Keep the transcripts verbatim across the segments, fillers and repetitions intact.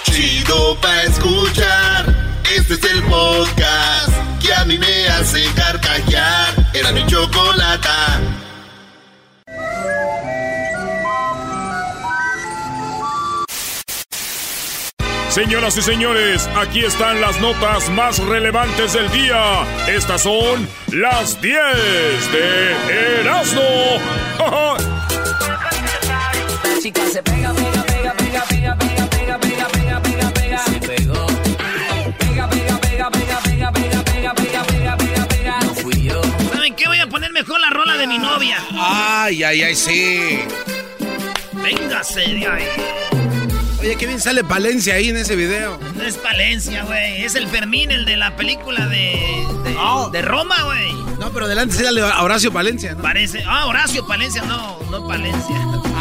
chido pa' escuchar. Este es el podcast que a mí me hace carcajear. Era mi chocolata. Señoras y señores, aquí están las notas más relevantes del día. Estas son las diez de Erasmo. La chica se pega, pega, pega, pega, pega, pega, pega, pega, pega, pega, pega. Se pegó. Pega, pega, pega, pega, pega, pega, pega, pega, pega, pega, pega. No fui yo. ¿Saben qué? Voy a poner mejor la rola de mi novia. Ay, ay, ay, sí. Véngase de ahí. Oye, qué bien sale Palencia ahí en ese video. No es Palencia, güey. Es el Fermín, el de la película de, de, oh. de Roma, güey. No, pero delante sí sale a Horacio Palencia, ¿no? Parece. Ah, Horacio Palencia, no, no Palencia.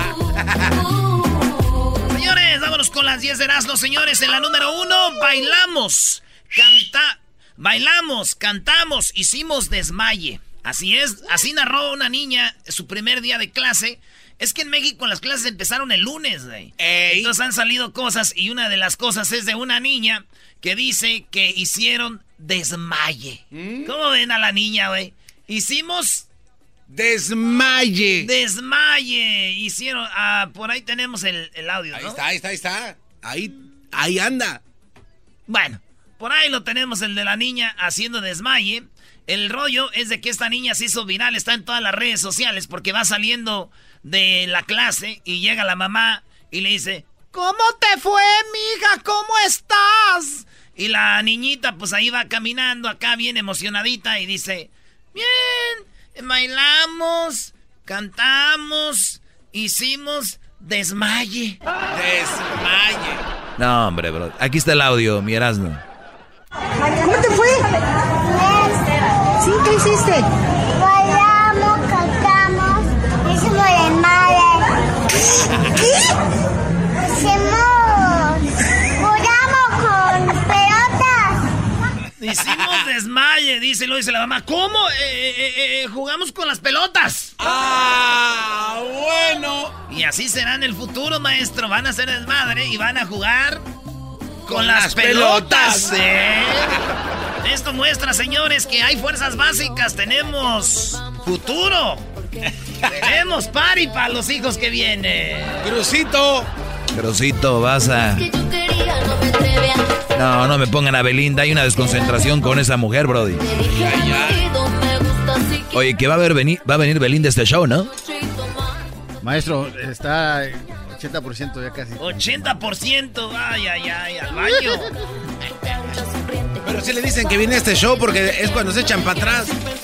Señores, vámonos con las diez de Erasmo, señores. En la número uno, bailamos. Canta. Bailamos, cantamos, hicimos desmaye. Así es, así narró una niña su primer día de clase. Es que en México las clases empezaron el lunes, güey. Entonces han salido cosas y una de las cosas es de una niña que dice que hicieron desmaye. ¿Mm? ¿Cómo ven a la niña, güey? Hicimos... Desmaye. Desmaye. Hicieron... Ah, por ahí tenemos el, el audio, ¿no? Ahí está, ahí está, ahí está. Ahí, ahí anda. Bueno, por ahí lo tenemos, el de la niña haciendo desmaye. El rollo es de que esta niña se hizo viral, está en todas las redes sociales porque va saliendo de la clase y llega la mamá y le dice, ¿cómo te fue, mija? ¿Cómo estás? Y la niñita pues ahí va caminando acá bien emocionadita y dice, bien, bailamos, cantamos, hicimos desmaye. Desmaye. No, hombre, bro. Aquí está el audio, mi Erasmo. ¿Cómo te fue? ¿Sí? ¿Qué hiciste? Bailamos, cantamos, hicimos desmaye. ¿Qué? Hicimos, jugamos con pelotas. Hicimos desmaye, dice, lo dice la mamá. ¿Cómo? Eh, eh, eh, jugamos con las pelotas. Ah, bueno. Y así será en el futuro, maestro. Van a hacer desmadre y van a jugar con, con las, las pelotas. pelotas. ¿Eh? Esto muestra, señores, que hay fuerzas básicas. Tenemos futuro. Tenemos party para los hijos que vienen. Crucito. Crucito, vas a... No, no me pongan a Belinda. Hay una desconcentración con esa mujer, brody. Oye, que va a, ver, venir, va a venir Belinda a este show, ¿no? Maestro, está ochenta por ciento ya casi. ochenta por ciento, ay, ay, ay, al baño. Pero sí le dicen que viene a este show porque es cuando se echan para atrás.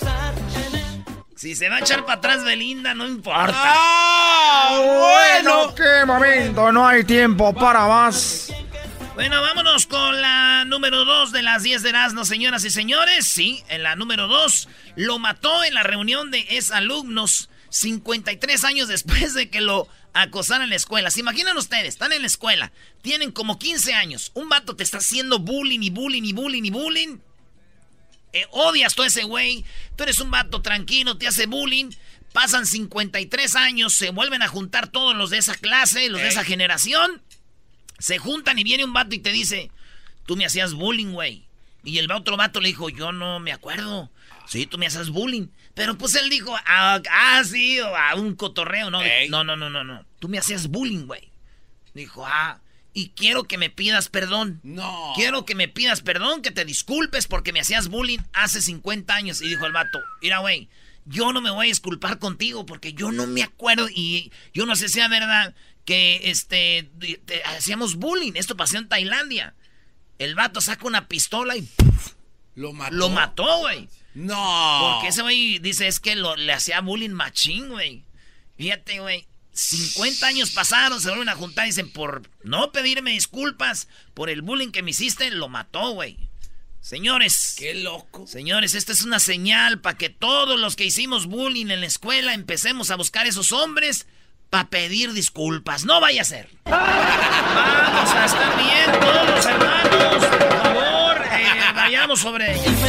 Si se va a echar para atrás Belinda, no importa. ¡Ah, bueno! ¡Qué momento! No hay tiempo para más. Bueno, vámonos con la número dos de las diez de Erasmo, señoras y señores. Sí, en la número dos, lo mató en la reunión de exalumnos cincuenta y tres años después de que lo acosaran en la escuela. ¿Se imaginan ustedes? Están en la escuela, tienen como quince años. Un vato te está haciendo bullying y bullying y bullying y bullying. Eh, odias tú a ese güey. Tú eres un vato tranquilo, te hace bullying. Pasan cincuenta y tres años, se vuelven a juntar todos los de esa clase, los de esa generación. Se juntan y viene un vato y te dice, tú me hacías bullying, güey. Y el otro vato le dijo, yo no me acuerdo. Sí, tú me hacías bullying. Pero pues él dijo, ah, ah sí, o a un cotorreo. No, dijo, no, no, no, no, no. Tú me hacías bullying, güey. Dijo, ah, y quiero que me pidas perdón. No. Quiero que me pidas perdón, que te disculpes porque me hacías bullying hace cincuenta años. Y dijo el vato, mira, güey, yo no me voy a disculpar contigo porque yo no me acuerdo y yo no sé si sea verdad que este te, hacíamos bullying. Esto pasó en Tailandia. El vato saca una pistola y ¡puf! Lo mató. Lo mató, güey. No. Porque ese güey dice, es que lo, le hacía bullying machín, güey. Fíjate, güey. cincuenta años pasaron, se vuelven a juntar y dicen, por no pedirme disculpas por el bullying que me hiciste, lo mató, güey. Señores. Qué loco. Señores, esta es una señal para que todos los que hicimos bullying en la escuela empecemos a buscar a esos hombres para pedir disculpas. No vaya a ser. Vamos a estar bien todos, hermanos. Por favor, eh, vayamos sobre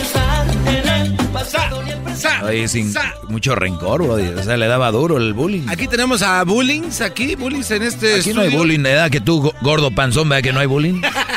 Oye, sin mucho rencor, bro. O sea, le daba duro el bullying. Aquí tenemos a bullings, aquí, bullings en este Aquí estudio. no hay bullying, ¿verdad? Que tú, gordo panzón, ¿verdad que no hay bullying?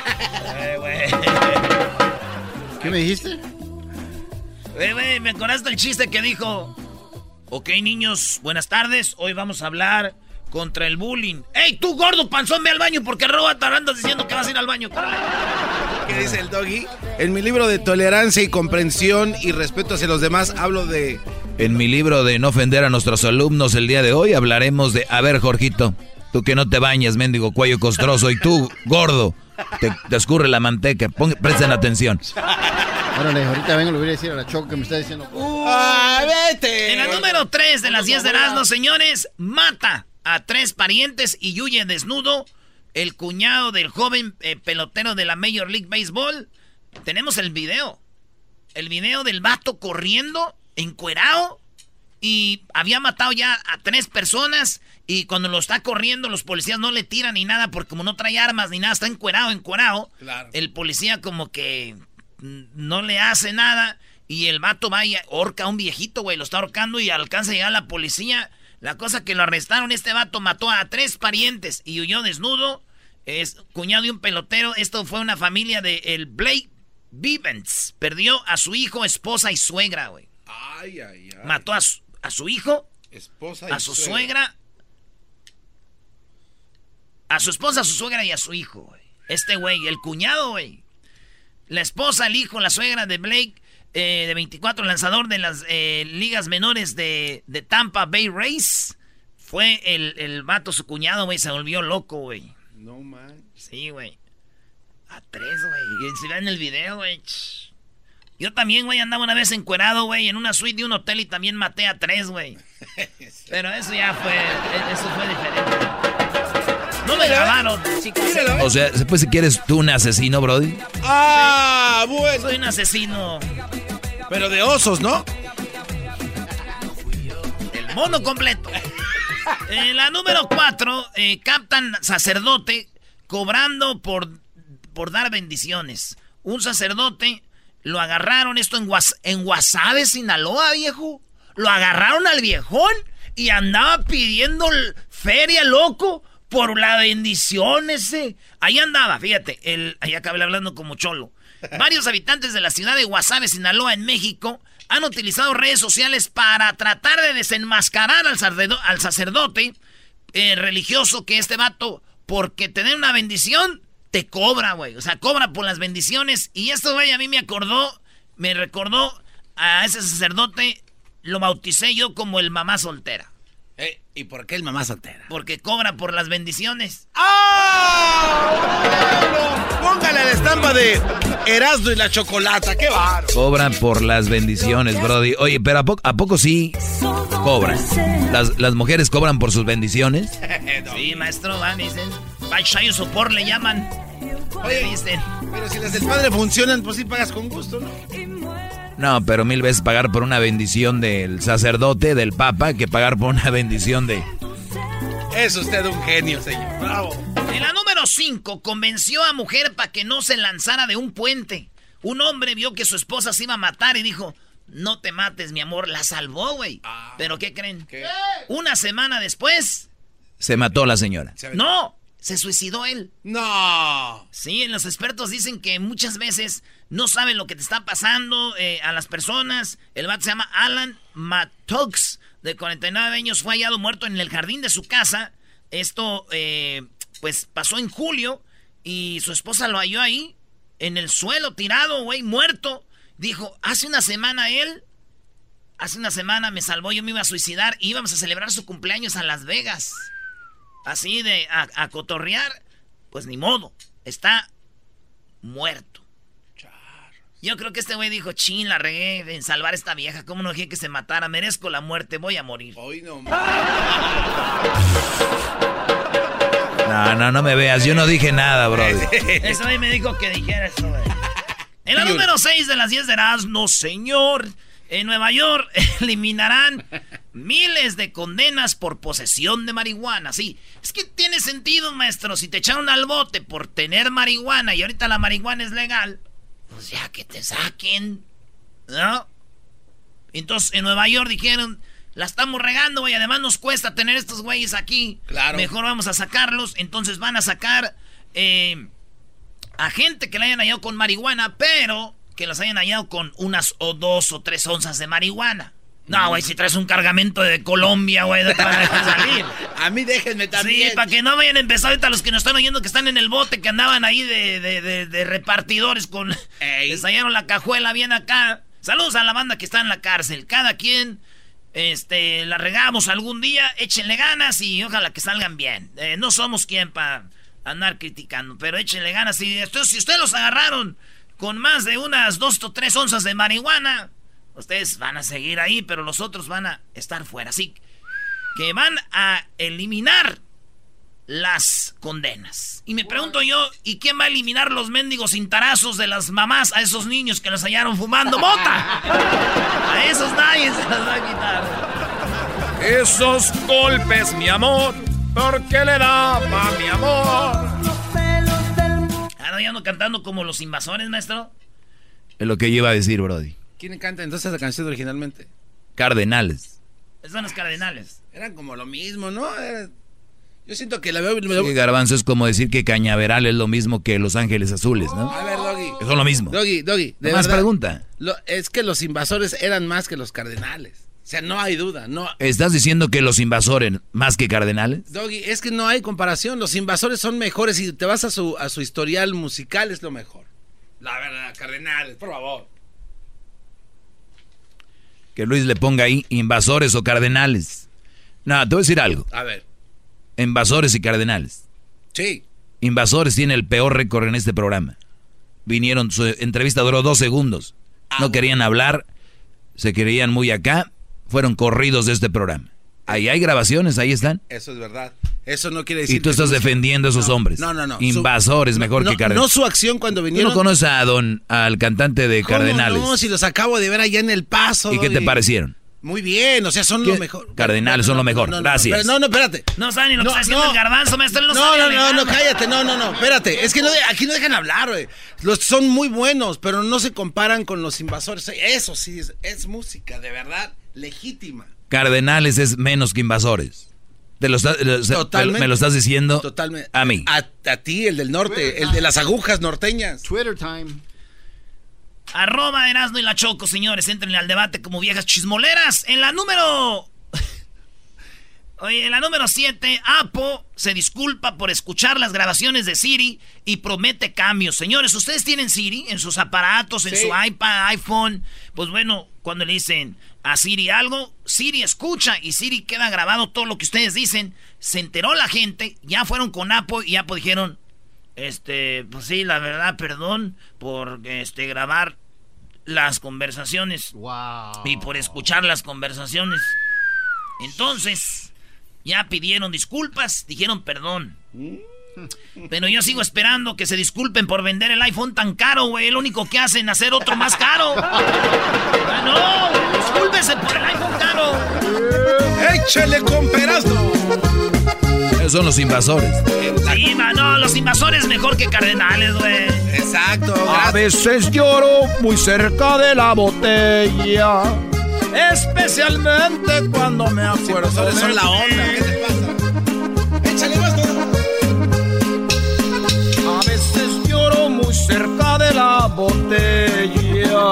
¿Qué me dijiste? Eh, güey, me acordaste el chiste que dijo... Ok, niños, buenas tardes. Hoy vamos a hablar contra el bullying. ¡Ey, tú, gordo panzón, ve al baño! Porque roba andas diciendo que vas a ir al baño. ¿Qué dice el Doggy? En mi libro de tolerancia y comprensión y respeto hacia los demás hablo de... En mi libro de no ofender a nuestros alumnos el día de hoy hablaremos de... A ver, Jorgito, tú que no te bañas, mendigo cuello costroso, y tú, gordo, te, te escurre la manteca. Pon, presten atención. Órale, ahorita vengo, le voy a decir a la Choco que me está diciendo... Uh, ¡Ah, vete! En la número tres de las diez de Erasmo, señores, mata a tres parientes y huye desnudo el cuñado del joven eh, pelotero de la Major League Baseball. Tenemos el video. El video del vato corriendo, encuerado, y había matado ya a tres personas. Y cuando lo está corriendo, los policías no le tiran ni nada, porque como no trae armas ni nada, está encuerado, encuerado. Claro. El policía como que no le hace nada. Y el vato va y ahorca a un viejito, güey. Lo está ahorcando y alcanza a llegar la policía. La cosa que lo arrestaron, este vato mató a tres parientes y huyó desnudo. Es cuñado de un pelotero. Esto fue una familia de el Blake Vivens. Perdió a su hijo, esposa y suegra, güey. Ay, ay, ay. Mató a su, a su hijo, esposa y a su suegra. suegra, a su esposa, a su suegra y a su hijo, güey. Este güey, el cuñado, güey. La esposa, el hijo, la suegra de Blake, eh, de veinticuatro, lanzador de las eh, ligas menores de, de Tampa Bay Rays. Fue el, el vato, su cuñado, güey, se volvió loco, güey. No man. Sí, güey. A tres, güey. Y si ven el video, güey. Yo también, güey, andaba una vez encuerado, güey, en una suite de un hotel y también maté a tres, güey. Pero eso ya fue, eso fue diferente. No me grabaron, chicos. O sea, pues si quieres tú un asesino, brody. Ah, bueno. Soy un asesino. Pero de osos, ¿no? El mono completo. En la número cuatro, eh, captan sacerdote cobrando por, por dar bendiciones. Un sacerdote lo agarraron, esto en, Guas, en Guasave, Sinaloa, viejo. Lo agarraron al viejón y andaba pidiendo feria, loco, por la bendición ese. Ahí andaba, fíjate, el, ahí acabé hablando como cholo. Varios habitantes de la ciudad de Guasave, Sinaloa, en México, han utilizado redes sociales para tratar de desenmascarar al, sardedo, al sacerdote eh, religioso que este vato, porque tener una bendición, te cobra, güey. O sea, cobra por las bendiciones. Y esto, güey, a mí me acordó, me recordó a ese sacerdote, lo bauticé yo como el mamá soltera. Eh, ¿Y por qué el mamá soltera? Porque cobra por las bendiciones. ¡Ah! Bueno, póngale la estampa de Erasmo y la Chocolata, qué baro. Cobran por las bendiciones, brody. Oye, pero ¿a poco, a poco sí cobran? ¿Las, ¿Las mujeres cobran por sus bendiciones? No. Sí, maestro, van y dicen, Bachayo Sopor le llaman. Oye, dicen. Pero si las del padre funcionan, pues sí pagas con gusto, ¿no? No, pero mil veces pagar por una bendición del sacerdote, del papa, que pagar por una bendición de... Es usted un genio, señor. Bravo. En la número cinco, convenció a mujer para que no se lanzara de un puente. Un hombre vio que su esposa se iba a matar y dijo, no te mates, mi amor. La salvó, güey. Ah, ¿pero qué creen? ¿Qué? Una semana después... Se mató la señora. ¡No! Se suicidó él. ¡No! Sí, los expertos dicen que muchas veces no saben lo que te está pasando eh, a las personas. El vato se llama Alan Mattox, de cuarenta y nueve años, fue hallado muerto en el jardín de su casa. Esto, eh, pues, pasó en julio y su esposa lo halló ahí, en el suelo, tirado, güey, muerto. Dijo, hace una semana él, hace una semana me salvó, yo me iba a suicidar y íbamos a celebrar su cumpleaños a Las Vegas. Así de a, a cotorrear, pues ni modo, está muerto. Yo creo que este güey dijo, chin, la regué en salvar a esta vieja, ¿cómo no dejé que se matara? Merezco la muerte, voy a morir. Hoy no. No, no, no me veas, yo no dije nada, bro. Eso ahí me dijo que dijera eso, güey. En la número seis de las diez de Erasmo, señor, en Nueva York eliminarán miles de condenas por posesión de marihuana. Sí, es que tiene sentido, maestro. Si te echaron al bote por tener marihuana y ahorita la marihuana es legal, pues ya que te saquen, ¿no? Entonces en Nueva York dijeron, la estamos regando, güey, además nos cuesta tener estos güeyes aquí. Claro. Mejor vamos a sacarlos. Entonces van a sacar eh, a gente que la hayan hallado con marihuana, pero que los hayan hallado con unas o dos o tres onzas de marihuana. No, güey, si traes un cargamento de Colombia, güey, no te van a dejar salir. A mí déjenme también. Sí, para que no vayan a empezar ahorita los que nos están oyendo que están en el bote, que andaban ahí de, de, de, de repartidores con... Ey. Les hallaron la cajuela bien acá. Saludos a la banda que está en la cárcel. Cada quien, este, la regamos algún día, échenle ganas y ojalá que salgan bien. Eh, no somos quien para andar criticando, pero échenle ganas. Y esto, si ustedes los agarraron con más de unas dos o tres onzas de marihuana... Ustedes van a seguir ahí, pero los otros van a estar fuera. Así que van a eliminar las condenas. Y me pregunto yo, ¿y quién va a eliminar los mendigos cintarazos de las mamás a esos niños que los hallaron fumando mota? A esos nadie se los va a quitar. Esos golpes, mi amor, ¿por qué le daba mi amor? Ahora ya ando cantando como los invasores, maestro. Es lo que yo iba a decir, Brody. ¿Quién canta entonces la canción originalmente? Cardenales. Son los Cardenales. Eran como lo mismo, ¿no? Era... Yo siento que la veo... veo... Sí, Garbanzo, es como decir que Cañaveral es lo mismo que Los Ángeles Azules, ¿no? A ver, Doggy. Son lo mismo. Doggy, Doggy. De más pregunta. Lo, es que los invasores eran más que los cardenales. O sea, no hay duda. No. ¿Estás diciendo que los invasores más que Cardenales? Doggy, es que no hay comparación. Los invasores son mejores. Y te vas a su, a su historial musical, es lo mejor. La verdad, Cardenales, por favor. Que Luis le ponga ahí invasores o cardenales. No, te voy a decir algo. A ver. Invasores y cardenales. Sí. Invasores tiene el peor récord en este programa. Vinieron, su entrevista duró dos segundos. No querían hablar, se creían muy acá, fueron corridos de este programa. Ahí hay grabaciones, ahí están. Eso es verdad. Eso no quiere decir... Y tú estás defendiendo a esos no, hombres. No, no, no. Invasores su, mejor no, que Cardenales. No su acción cuando vinieron... ¿Tú no conoces a don, al cantante de ¿Cómo Cardenales? No, si los acabo de ver allá en El Paso. ¿Y qué te parecieron? Muy bien, o sea, son ¿Qué? lo mejor. Cardenales no, no, son lo mejor, no, no, gracias. No, no, espérate. No saben ni lo no, que está haciendo no. el Garbanzo, maestro. No, no, no, no, no, nada. cállate, no, no, no, espérate. Es que no, aquí no dejan hablar, güey. Los son muy buenos, pero no se comparan con los invasores. Eso sí, es, es música, de verdad, legítima. Cardenales es menos que invasores. Te lo está, Totalmente. ¿Me lo estás diciendo? Totalmente. A mí. A, a ti, el del norte, Twitter el de las agujas norteñas. Twitter time. Arroba Erasmo y la Choco, señores. Entrenle al debate como viejas chismoleras. En la número... Oye, en la número siete, Apple se disculpa por escuchar las grabaciones de Siri y promete cambios. Señores, ¿ustedes tienen Siri en sus aparatos, en sí. su iPad, iPhone? Pues bueno, cuando le dicen a Siri algo, Siri escucha y Siri queda grabado todo lo que ustedes dicen. Se enteró la gente, ya fueron con Apple y Apple dijeron, este, pues sí, la verdad, perdón por este grabar las conversaciones. Wow. Y por escuchar las conversaciones. Entonces... ya pidieron disculpas, dijeron perdón. Pero yo sigo esperando que se disculpen por vender el iPhone tan caro, güey. Lo único que hacen es hacer otro más caro. No, discúlpense por el iPhone caro. ¡Échale con Perazno! Esos son los invasores. Sí, no, los invasores mejor que Cardenales, güey. Exacto. A veces lloro muy cerca de la botella. Especialmente cuando me acuerdo de son la onda, ¿qué te pasa? Échale más todo. A veces lloro muy cerca de la botella.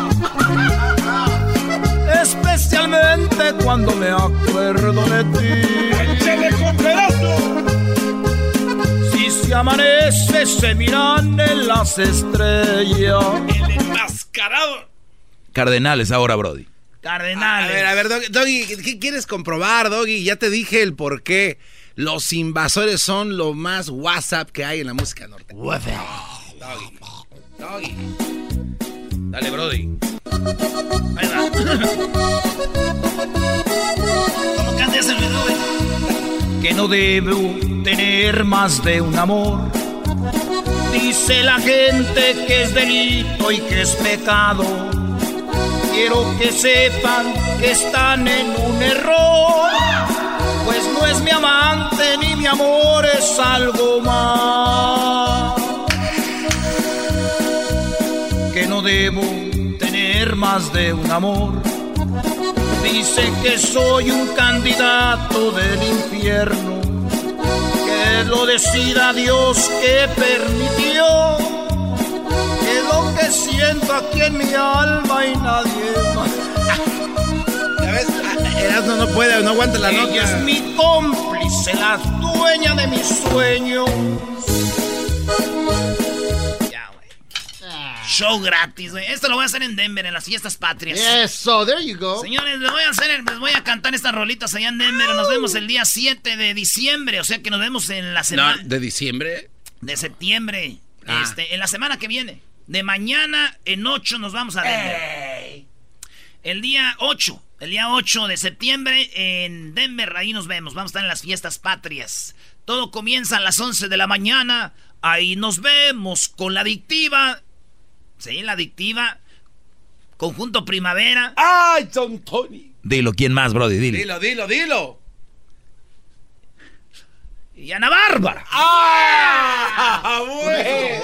Especialmente cuando me acuerdo de ti. Échale con pedazo. Si se amanece se miran en las estrellas. El enmascarado. Cardenales ahora, Brody. Cardenales. A ver, a ver, Doggy, Doggy, ¿qué quieres comprobar, Doggy? Ya te dije el por qué. Los invasores son lo más WhatsApp que hay en la música norte. WhatsApp. Doggy. Doggy. Dale, Brody. Ahí va. ¿Cómo cantas el video, güey? Que no debo tener más de un amor. Dice la gente que es delito y que es pecado. Quiero que sepan que están en un error, pues no es mi amante ni mi amor, es algo más. Que no debo tener más de un amor. Dice que soy un candidato del infierno, que lo decida Dios que permitió. Que lo que siento aquí en mi alma y nadie más. Ya ves, Erasmo no puede, no aguanta la nota. Ella es mi cómplice, la dueña de mis sueños. Ya, güey. Show gratis, güey. Esto lo voy a hacer en Denver, en las fiestas patrias. Eso, there you go. Señores, les voy a hacer, les voy a cantar estas rolitas allá en Denver. Nos vemos el día siete de diciembre, o sea que nos vemos en la semana... No, ¿de diciembre? De septiembre, Ah. este, en la semana que viene. De mañana en ocho nos vamos a Denver. Ey. El día ocho, el día ocho de septiembre en Denver, ahí nos vemos. Vamos a estar en las fiestas patrias. Todo comienza a las once de la mañana. Ahí nos vemos con la adictiva. Sí, la adictiva. Conjunto Primavera. ¡Ay, Don Tony! Dilo, ¿quién más, Brody? Dilo. Dilo, dilo, dilo. Y Ana Bárbara. ¡Ah! ¡Güey!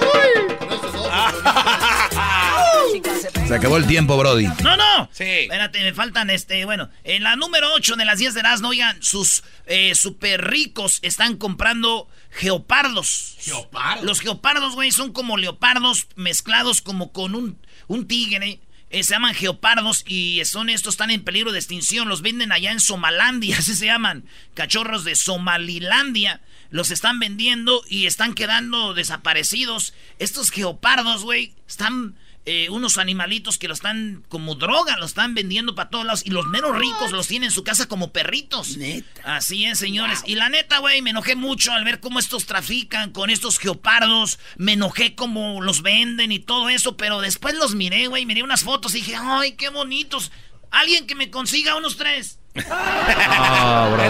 Se acabó el tiempo, Brody. No, no. Sí. Espérate, me faltan este, bueno, en la número ocho de las diez de Erasmo, oigan, sus eh, super ricos están comprando geopardos. ¿Geopardos? Los geopardos, güey, son como leopardos mezclados como con un, un tigre. Eh, se llaman geopardos y son estos, están en peligro de extinción. Los venden allá en Somalandia, así se llaman. Cachorros de Somalilandia. Los están vendiendo y están quedando desaparecidos. Estos geopardos, güey, están... Eh, unos animalitos que lo están como droga, lo están vendiendo para todos lados. Y los menos ricos los tienen en su casa como perritos. Neta. Así es, señores. Wow. Y la neta, güey, me enojé mucho al ver cómo estos trafican con estos geopardos. Me enojé cómo los venden y todo eso. Pero después los miré, güey, miré unas fotos y dije, ay, qué bonitos. Alguien que me consiga unos tres. No, bro.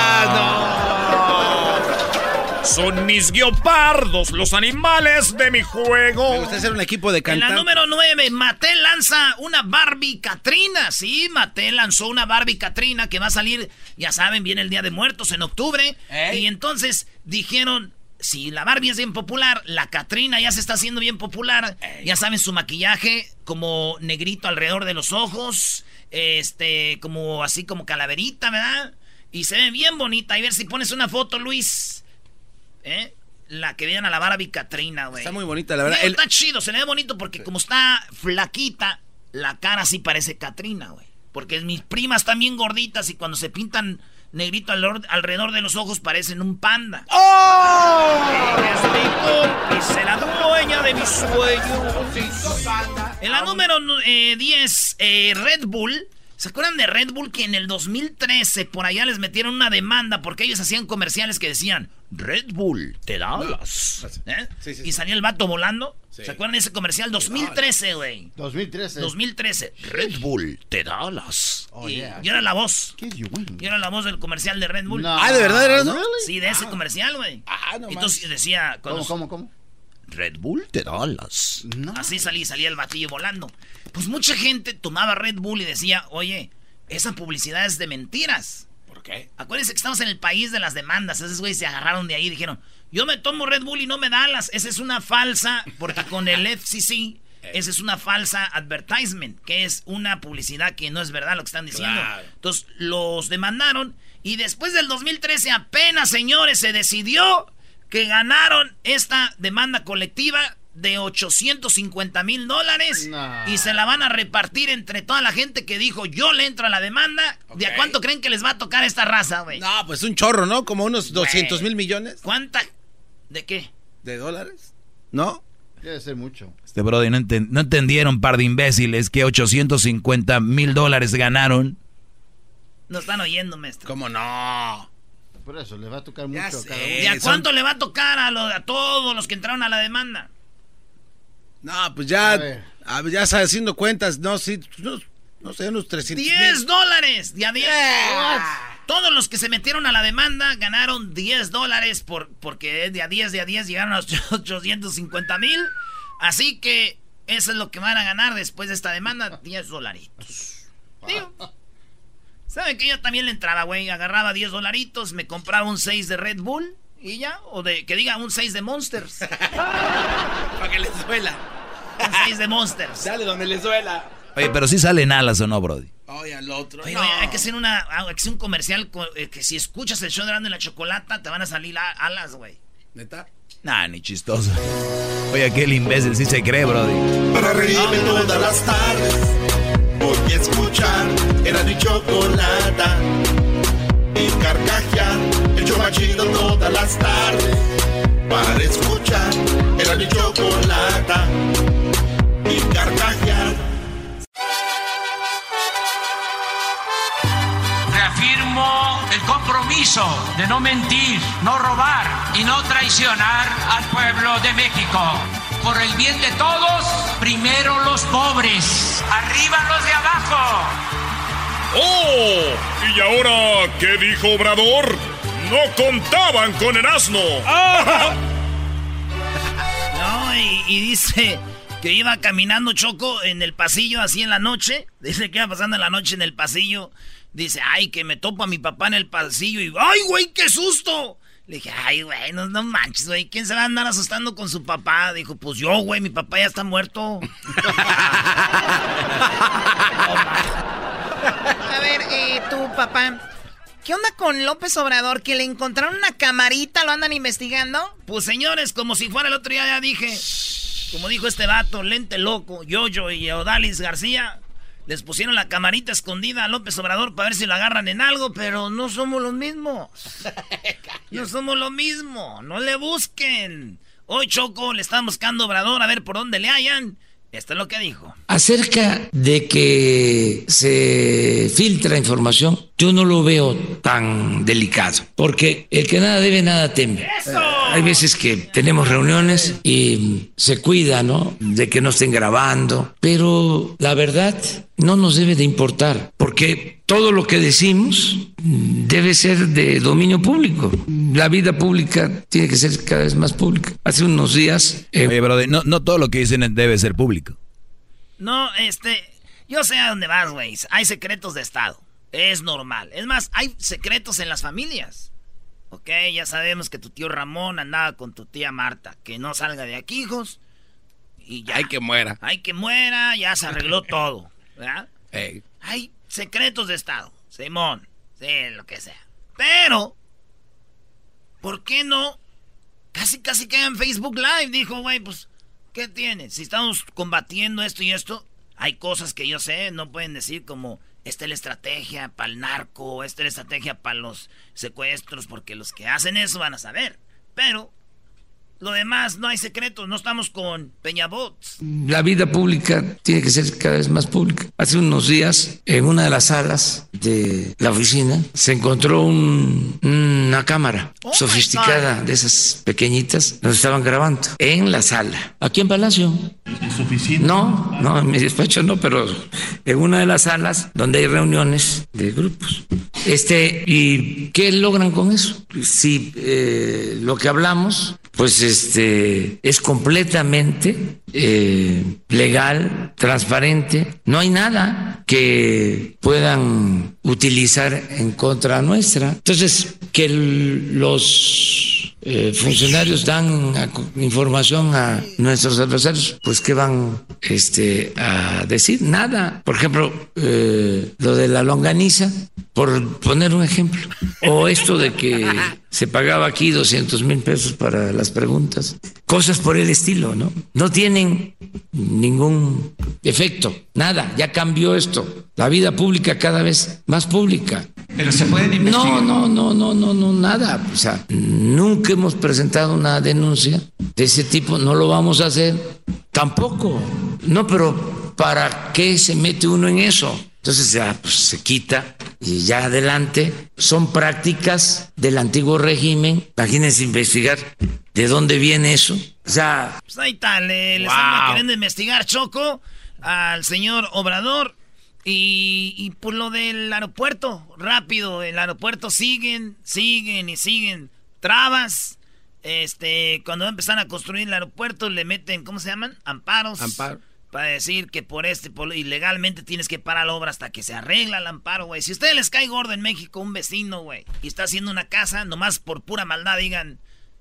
No. Son mis guepardos, los animales de mi juego. Me gusta hacer un equipo de En cantantes. la número nueve, Mattel lanza una Barbie Katrina. Sí, Mattel lanzó una Barbie Katrina que va a salir, ya saben, viene el Día de Muertos en octubre. Ey. Y entonces dijeron, si la Barbie es bien popular, la Katrina ya se está haciendo bien popular. Ey. Ya saben, su maquillaje como negrito alrededor de los ojos, este, como así como calaverita, ¿verdad? Y se ve bien bonita. Y ver si pones una foto, Luis. ¿Eh? La que vienen a la Barbie Katrina, güey. Está muy bonita, la verdad. Digo, El... Está chido, se le ve bonito porque como está flaquita, la cara sí parece Katrina, güey. Porque mis primas están bien gorditas y cuando se pintan negrito alrededor, alrededor de los ojos parecen un panda. ¡Oh! Es mi cómplice, la dueña de mis sueños. En la número eh, diez, eh, Red Bull. ¿Se acuerdan de Red Bull que en el dos mil trece por allá les metieron una demanda porque ellos hacían comerciales que decían Red Bull te da alas? ¿Eh? Sí, sí, y sí. salía el vato volando. Sí. ¿Se acuerdan de ese comercial? dos mil trece, güey. dos mil trece. dos mil trece. Red Bull te da alas. Oh, y yeah. yo era la voz. Kid, you win. Yo era la voz del comercial de Red Bull. No. Ah, ¿de verdad era eso? Really? Sí, de ese comercial, güey. Ah, no Entonces más. decía... ¿Cómo, cuando- cómo, cómo? Red Bull te da alas. No. Así salía, salía el batillo volando. Pues mucha gente tomaba Red Bull y decía, oye, esa publicidad es de mentiras. ¿Por qué? Acuérdense que estamos en el país de las demandas. Esos güeyes se agarraron de ahí y dijeron, yo me tomo Red Bull y no me da alas. Esa es una falsa, porque con el F C C, esa es una falsa advertisement, que es una publicidad que no es verdad lo que están diciendo. Claro. Entonces los demandaron y después del dos mil trece apenas, señores, se decidió que ganaron esta demanda colectiva de ochocientos cincuenta mil dólares No. y se la van a repartir entre toda la gente que dijo yo le entro a la demanda. ¿De a Ok. cuánto creen que les va a tocar esta raza, güey? No, pues un chorro, ¿no? Como unos doscientos mil millones ¿Cuánta? ¿De qué? de dólares. ¿No? Debe ser mucho. Este Brody no, enten- no entendieron, par de imbéciles, que ochocientos cincuenta mil dólares ganaron. No están oyendo, maestro. ¿Cómo no? Por eso, les va a tocar mucho Ya a cada sé. uno. ¿Y a son- cuánto le va a tocar a, lo- a todos los que entraron a la demanda? No, pues ya, A ver. a ver, ya sabes, haciendo cuentas, no, sí, no, no sé, unos trescientos ¡diez mil. dólares! ¡De a diez! Todos los que se metieron a la demanda ganaron diez dólares por, porque de a diez, de a diez llegaron a ochocientos cincuenta mil. Así que eso es lo que van a ganar después de esta demanda, diez dolaritos. Digo, ¿saben que yo también le entraba, güey? Agarraba diez dolaritos, me compraba un seis de Red Bull y ya, o de que diga un seis de Monsters. Para que les duela. Un seis de Monsters. Dale donde les duela. Oye, pero sí salen alas o no, Brody. Oye, al otro. Oye, no. oye, hay que hacer una, hay que hacer un comercial co- eh, que si escuchas el show de Erasmo y la Chocolata te van a salir a- alas, güey. ¿Neta? Nah, ni chistoso. Oye, aquel imbécil sí se cree, brody. Para reírme todas las tardes, voy a escuchar Erasmo y Chocolata y carcajear, el show más chido todas las tardes. Para escuchar Erasmo y Chocolata y carcajear. Reafirmo el compromiso de no mentir, no robar y no traicionar al pueblo de México. Por el bien de todos, primero los pobres, arriba los de abajo. ¡Oh! ¿Y ahora qué dijo Obrador? ¡No contaban con Erasmo! ¡Ah! No, y, y dice que iba caminando Choco en el pasillo así en la noche. Dice que iba pasando en la noche en el pasillo. Dice, ay, que me topo a mi papá en el pasillo y, ay, güey, qué susto. Le dije, ay, güey, no, no manches, güey, ¿quién se va a andar asustando con su papá? Dijo, pues yo, güey, mi papá ya está muerto. A ver, eh, tu papá, ¿qué onda con López Obrador? ¿Que le encontraron una camarita, lo andan investigando? Pues señores, como si fuera el otro día, ya dije, como dijo este vato, Lente Loco, Yoyo y Odalis García, les pusieron la camarita escondida a López Obrador para ver si lo agarran en algo, pero no somos los mismos. No somos lo mismo, no le busquen. Hoy, Choco, le están buscando a Obrador a ver por dónde le hallan. Esto es lo que dijo. Acerca de que se filtra información, yo no lo veo tan delicado, porque el que nada debe, nada teme. ¡Eso! Eh, hay veces que tenemos reuniones y se cuida, ¿no?, de que no estén grabando, pero la verdad no nos debe de importar, porque todo lo que decimos debe ser de dominio público. La vida pública tiene que ser cada vez más pública. Hace unos días... Eh, Oye, brother, no, no todo lo que dicen debe ser público. No, este... Yo sé a dónde vas, güey. Hay secretos de Estado. Es normal. Es más, hay secretos en las familias. Ok, ya sabemos que tu tío Ramón andaba con tu tía Marta. Que no salga de aquí, hijos. Y ya. Hay que muera. Hay que muera, ya se arregló todo. ¿Verdad? Hey. Hay secretos de Estado. Simón. Sí, lo que sea. Pero... ¿por qué no? Casi, casi queda en Facebook Live. Dijo, güey, pues, ¿qué tiene? Si estamos combatiendo esto y esto, hay cosas que yo sé, no pueden decir como, esta es la estrategia para el narco, esta es la estrategia para los secuestros, porque los que hacen eso van a saber. Pero, lo demás, no hay secretos, no estamos con Peñabots. La vida pública tiene que ser cada vez más pública. Hace unos días, en una de las salas de la oficina, se encontró un, una cámara oh sofisticada de esas pequeñitas. Nos estaban grabando en la sala, aquí en Palacio. ¿En su oficina? No, no, en mi despacho no, pero en una de las salas donde hay reuniones de grupos. Este, ¿y qué logran con eso? Si eh, lo que hablamos, pues este, es completamente eh, legal, transparente, no hay nada que puedan utilizar en contra nuestra. Entonces, que el, los eh, funcionarios dan a, información a nuestros adversarios, pues ¿qué van este, a decir? Nada. Por ejemplo, eh, lo de la longaniza, por poner un ejemplo, o esto de que se pagaba aquí doscientos mil pesos para las preguntas, cosas por el estilo, ¿no? No tienen ningún efecto, nada, ya cambió esto. La vida pública cada vez más pública. Pero se pueden investigar. No, no, no, no, no, no, nada. O sea, nunca hemos presentado una denuncia de ese tipo, no lo vamos a hacer tampoco. No, pero ¿para qué se mete uno en eso? Entonces ya pues, se quita y ya adelante. Son prácticas del antiguo régimen. Imagínense investigar de dónde viene eso. O sea, pues ahí está, le, le wow. están queriendo investigar, Choco, al señor Obrador. Y, y por lo del aeropuerto, rápido, el aeropuerto siguen, siguen y siguen trabas. Este, cuando empiezan a construir el aeropuerto le meten, ¿cómo se llaman? Amparos. Amparo. Para decir que por este, por, ilegalmente tienes que parar la obra hasta que se arregla el amparo, güey. Si a ustedes les cae gordo en México un vecino, güey, y está haciendo una casa, nomás por pura maldad digan,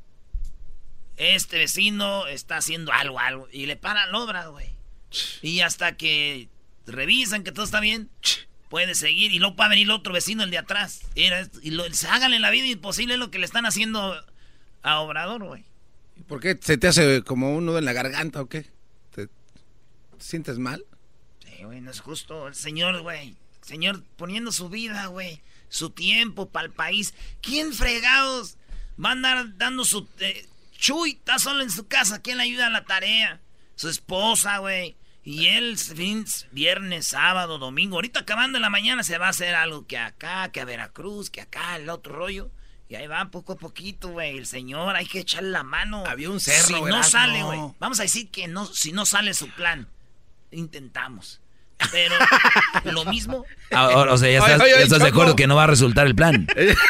este vecino está haciendo algo, algo, y le paran la obra, güey. Y hasta que revisan que todo está bien, puede seguir, y luego va a venir el otro vecino, el de atrás. Y lo, háganle la vida imposible lo que le están haciendo a Obrador, güey. ¿Por qué? ¿Se te hace como un nudo en la garganta o qué? ¿Te, te sientes mal? Sí, güey, no es justo. El señor, güey, el señor poniendo su vida, güey, su tiempo para el país. ¿Quién fregados va a andar dando su... Eh, Chuy está solo en su casa, ¿quién le ayuda a la tarea? Su esposa, güey. Y él, fin, viernes, sábado, domingo, ahorita acabando en la mañana se va a hacer algo que acá, que a Veracruz, que acá, el otro rollo. Y ahí va poco a poquito, güey. El señor, hay que echarle la mano. Había un cerro, Si ¿verdad? no sale, No. güey. Vamos a decir que no, si no sale su plan, intentamos. Pero lo mismo. Ah, o, o sea, ya Oye, estás, oye, ya estás de Choco. acuerdo que no va a resultar el plan.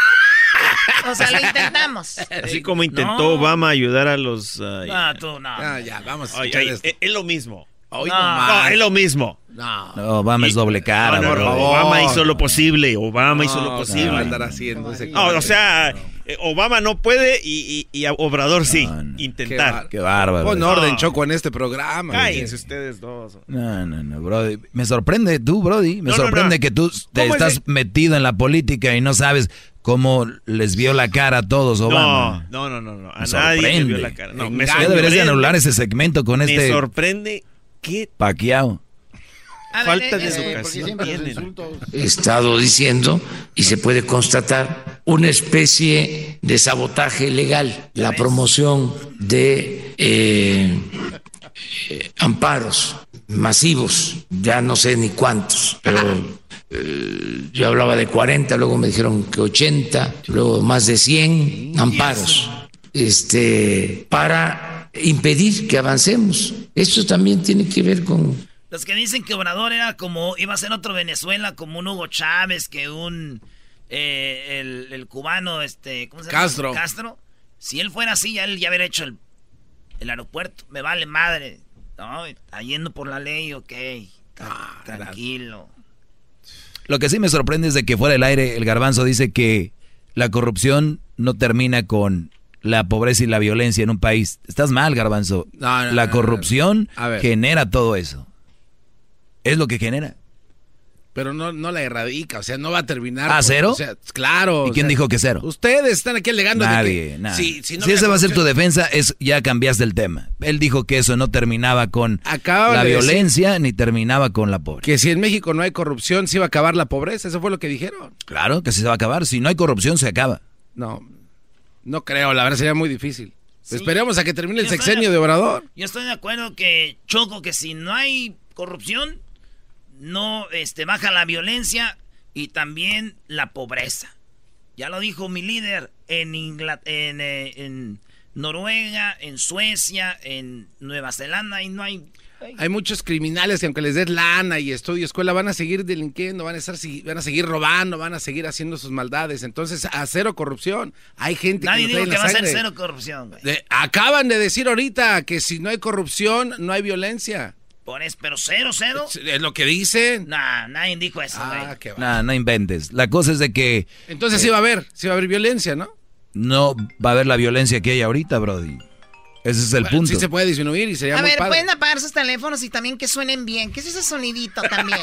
O sea, lo intentamos. Así como intentó No. Obama ayudar a los... uh, No, tú no. Ah, ya, vamos a Ay, escuchar ay, esto. es, es lo mismo. Hoy No. no, No, más. es lo mismo. No. No, Obama es doble cara, No, no, bro. no, Obama hizo lo posible. Obama hizo lo No, posible. ¿qué va a andar haciendo ese No, o sea, eh, Obama no puede y, y, y Obrador sí. No, no. Intentar. Qué bárbaro. Pon No. orden, Choco, en este programa. Cállense ustedes dos. No, no, no, Brody. Me sorprende tú, Brody. Me No, no, sorprende no. que tú te ¿Cómo es estás de- metido en la política y no sabes cómo les vio la cara a todos Obama. No, no, no, no, no. A Me nadie le sorprende. vio la cara. No, me Ya deberías de sorprende. anular ese segmento con Me este sorprende qué Pacquiao. A ver, falta eh, de eh, porque educación siempre los tienen. insultos. He estado diciendo, y se puede constatar, una especie de sabotaje legal, la promoción de eh, eh, amparos masivos, ya no sé ni cuántos, pero eh, yo hablaba de cuarenta, luego me dijeron que ochenta, luego más de cien amparos, este, para impedir que avancemos. Esto también tiene que ver con... Los que dicen que Obrador era como, iba a ser otro Venezuela, como un Hugo Chávez, que un, eh, el, el cubano, este, ¿cómo se llama? Castro. Castro. Si él fuera así, ya él ya hubiera hecho el, el aeropuerto. Me vale madre. No, está yendo por la ley, ok. Ah, Tranquilo. Lo que sí me sorprende es de que fuera del aire el Garbanzo dice que la corrupción no termina con la pobreza y la violencia en un país. Estás mal, Garbanzo. No, no, la no, corrupción no, no. A ver. genera todo eso. Es lo que genera. Pero no, no la erradica, o sea, no va a terminar. ¿Ah, por- cero? O sea, claro. ¿Y o quién sea, dijo que cero? Ustedes están aquí alegando Nadie, de que... nada. Si, si, no si hubiera esa va a ser tu corrupción- defensa, es ya cambiaste el tema. Él dijo que eso no terminaba con Acaban la de decir violencia ni terminaba con la pobreza. que si en México no hay corrupción, se iba a acabar la pobreza. Eso fue lo que dijeron. Claro que se va a acabar. Si no hay corrupción, se acaba. No, no creo, la verdad sería muy difícil. Sí. Esperemos a que termine el Yo estoy sexenio de- de Obrador. Yo estoy de acuerdo que, Choco, que si no hay corrupción, no este, baja la violencia y también la pobreza. Ya lo dijo mi líder en, Ingla- en, eh, en Noruega, en Suecia, en Nueva Zelanda, y no hay... Hay muchos criminales que aunque les des lana y estudio, escuela, van a seguir delinquiendo, van a estar, si- van a seguir robando, van a seguir haciendo sus maldades. Entonces, a cero corrupción. Hay gente Nadie que lo trae dijo en que la va a ser sangre. cero corrupción, güey. De- acaban de decir ahorita que si no hay corrupción, no hay violencia. Por eso, pero cero, cero. Es lo que dicen. Nah, nadie dijo eso, güey. Ah, qué va. Nah, no inventes. La cosa es de que Entonces sí va a haber, sí va a haber violencia, ¿no? no va a haber la violencia que hay ahorita, Brody. Ese es el Bueno, punto. sí se puede disminuir y sería A muy ver, padre. pueden apagar sus teléfonos y también que suenen bien. ¿Qué es ese sonidito también?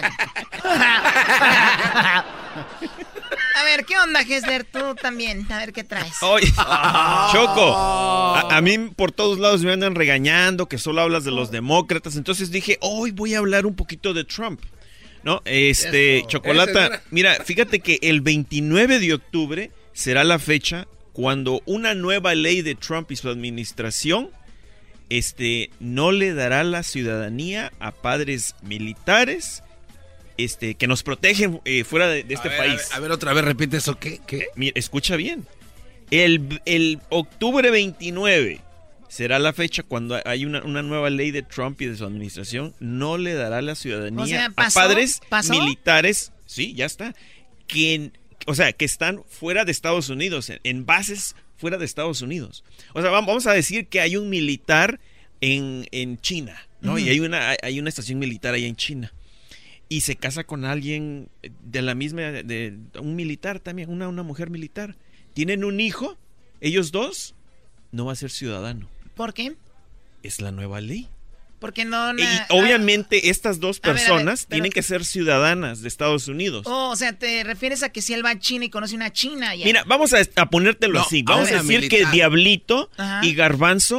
A ver, ¿qué onda, Gessler? Tú también. A ver qué traes. Oye, Choco, a, a mí por todos lados me andan regañando que solo hablas de los demócratas. Entonces dije, hoy voy a hablar un poquito de Trump. ¿No? Este, Eso. Chocolata, Ese, mira, fíjate que el veintinueve de octubre será la fecha cuando una nueva ley de Trump y su administración este, no le dará la ciudadanía a padres militares este, que nos protegen eh, fuera de, de este a ver, país. A ver, a ver, otra vez repite eso. ¿Qué? ¿Qué? Mira, escucha bien. El, el octubre veintinueve será la fecha cuando hay una, una nueva ley de Trump y de su administración. No le dará la ciudadanía O sea, a ¿pasó? padres ¿Pasó? militares. Sí, ya está. Que, o sea, que están fuera de Estados Unidos, en, en bases fuera de Estados Unidos. O sea, vamos a decir que hay un militar en, en China, ¿no? Ujú. Y hay una, hay- hay una estación militar allá en China. Y se casa con alguien de la misma, de, de un militar también, una, una mujer militar. Tienen un hijo, ellos dos, no va a ser ciudadano. ¿Por qué? Es la nueva ley. Porque no... Y na- obviamente estas dos A ver, a ver, personas pero- tienen que ser ciudadanas de Estados Unidos. Oh, o sea, te refieres a que si él va a China y conoce una China ya. Mira, vamos a, a ponértelo No, así. a Vamos a una decir militar. que Diablito Ajá. y Garbanzo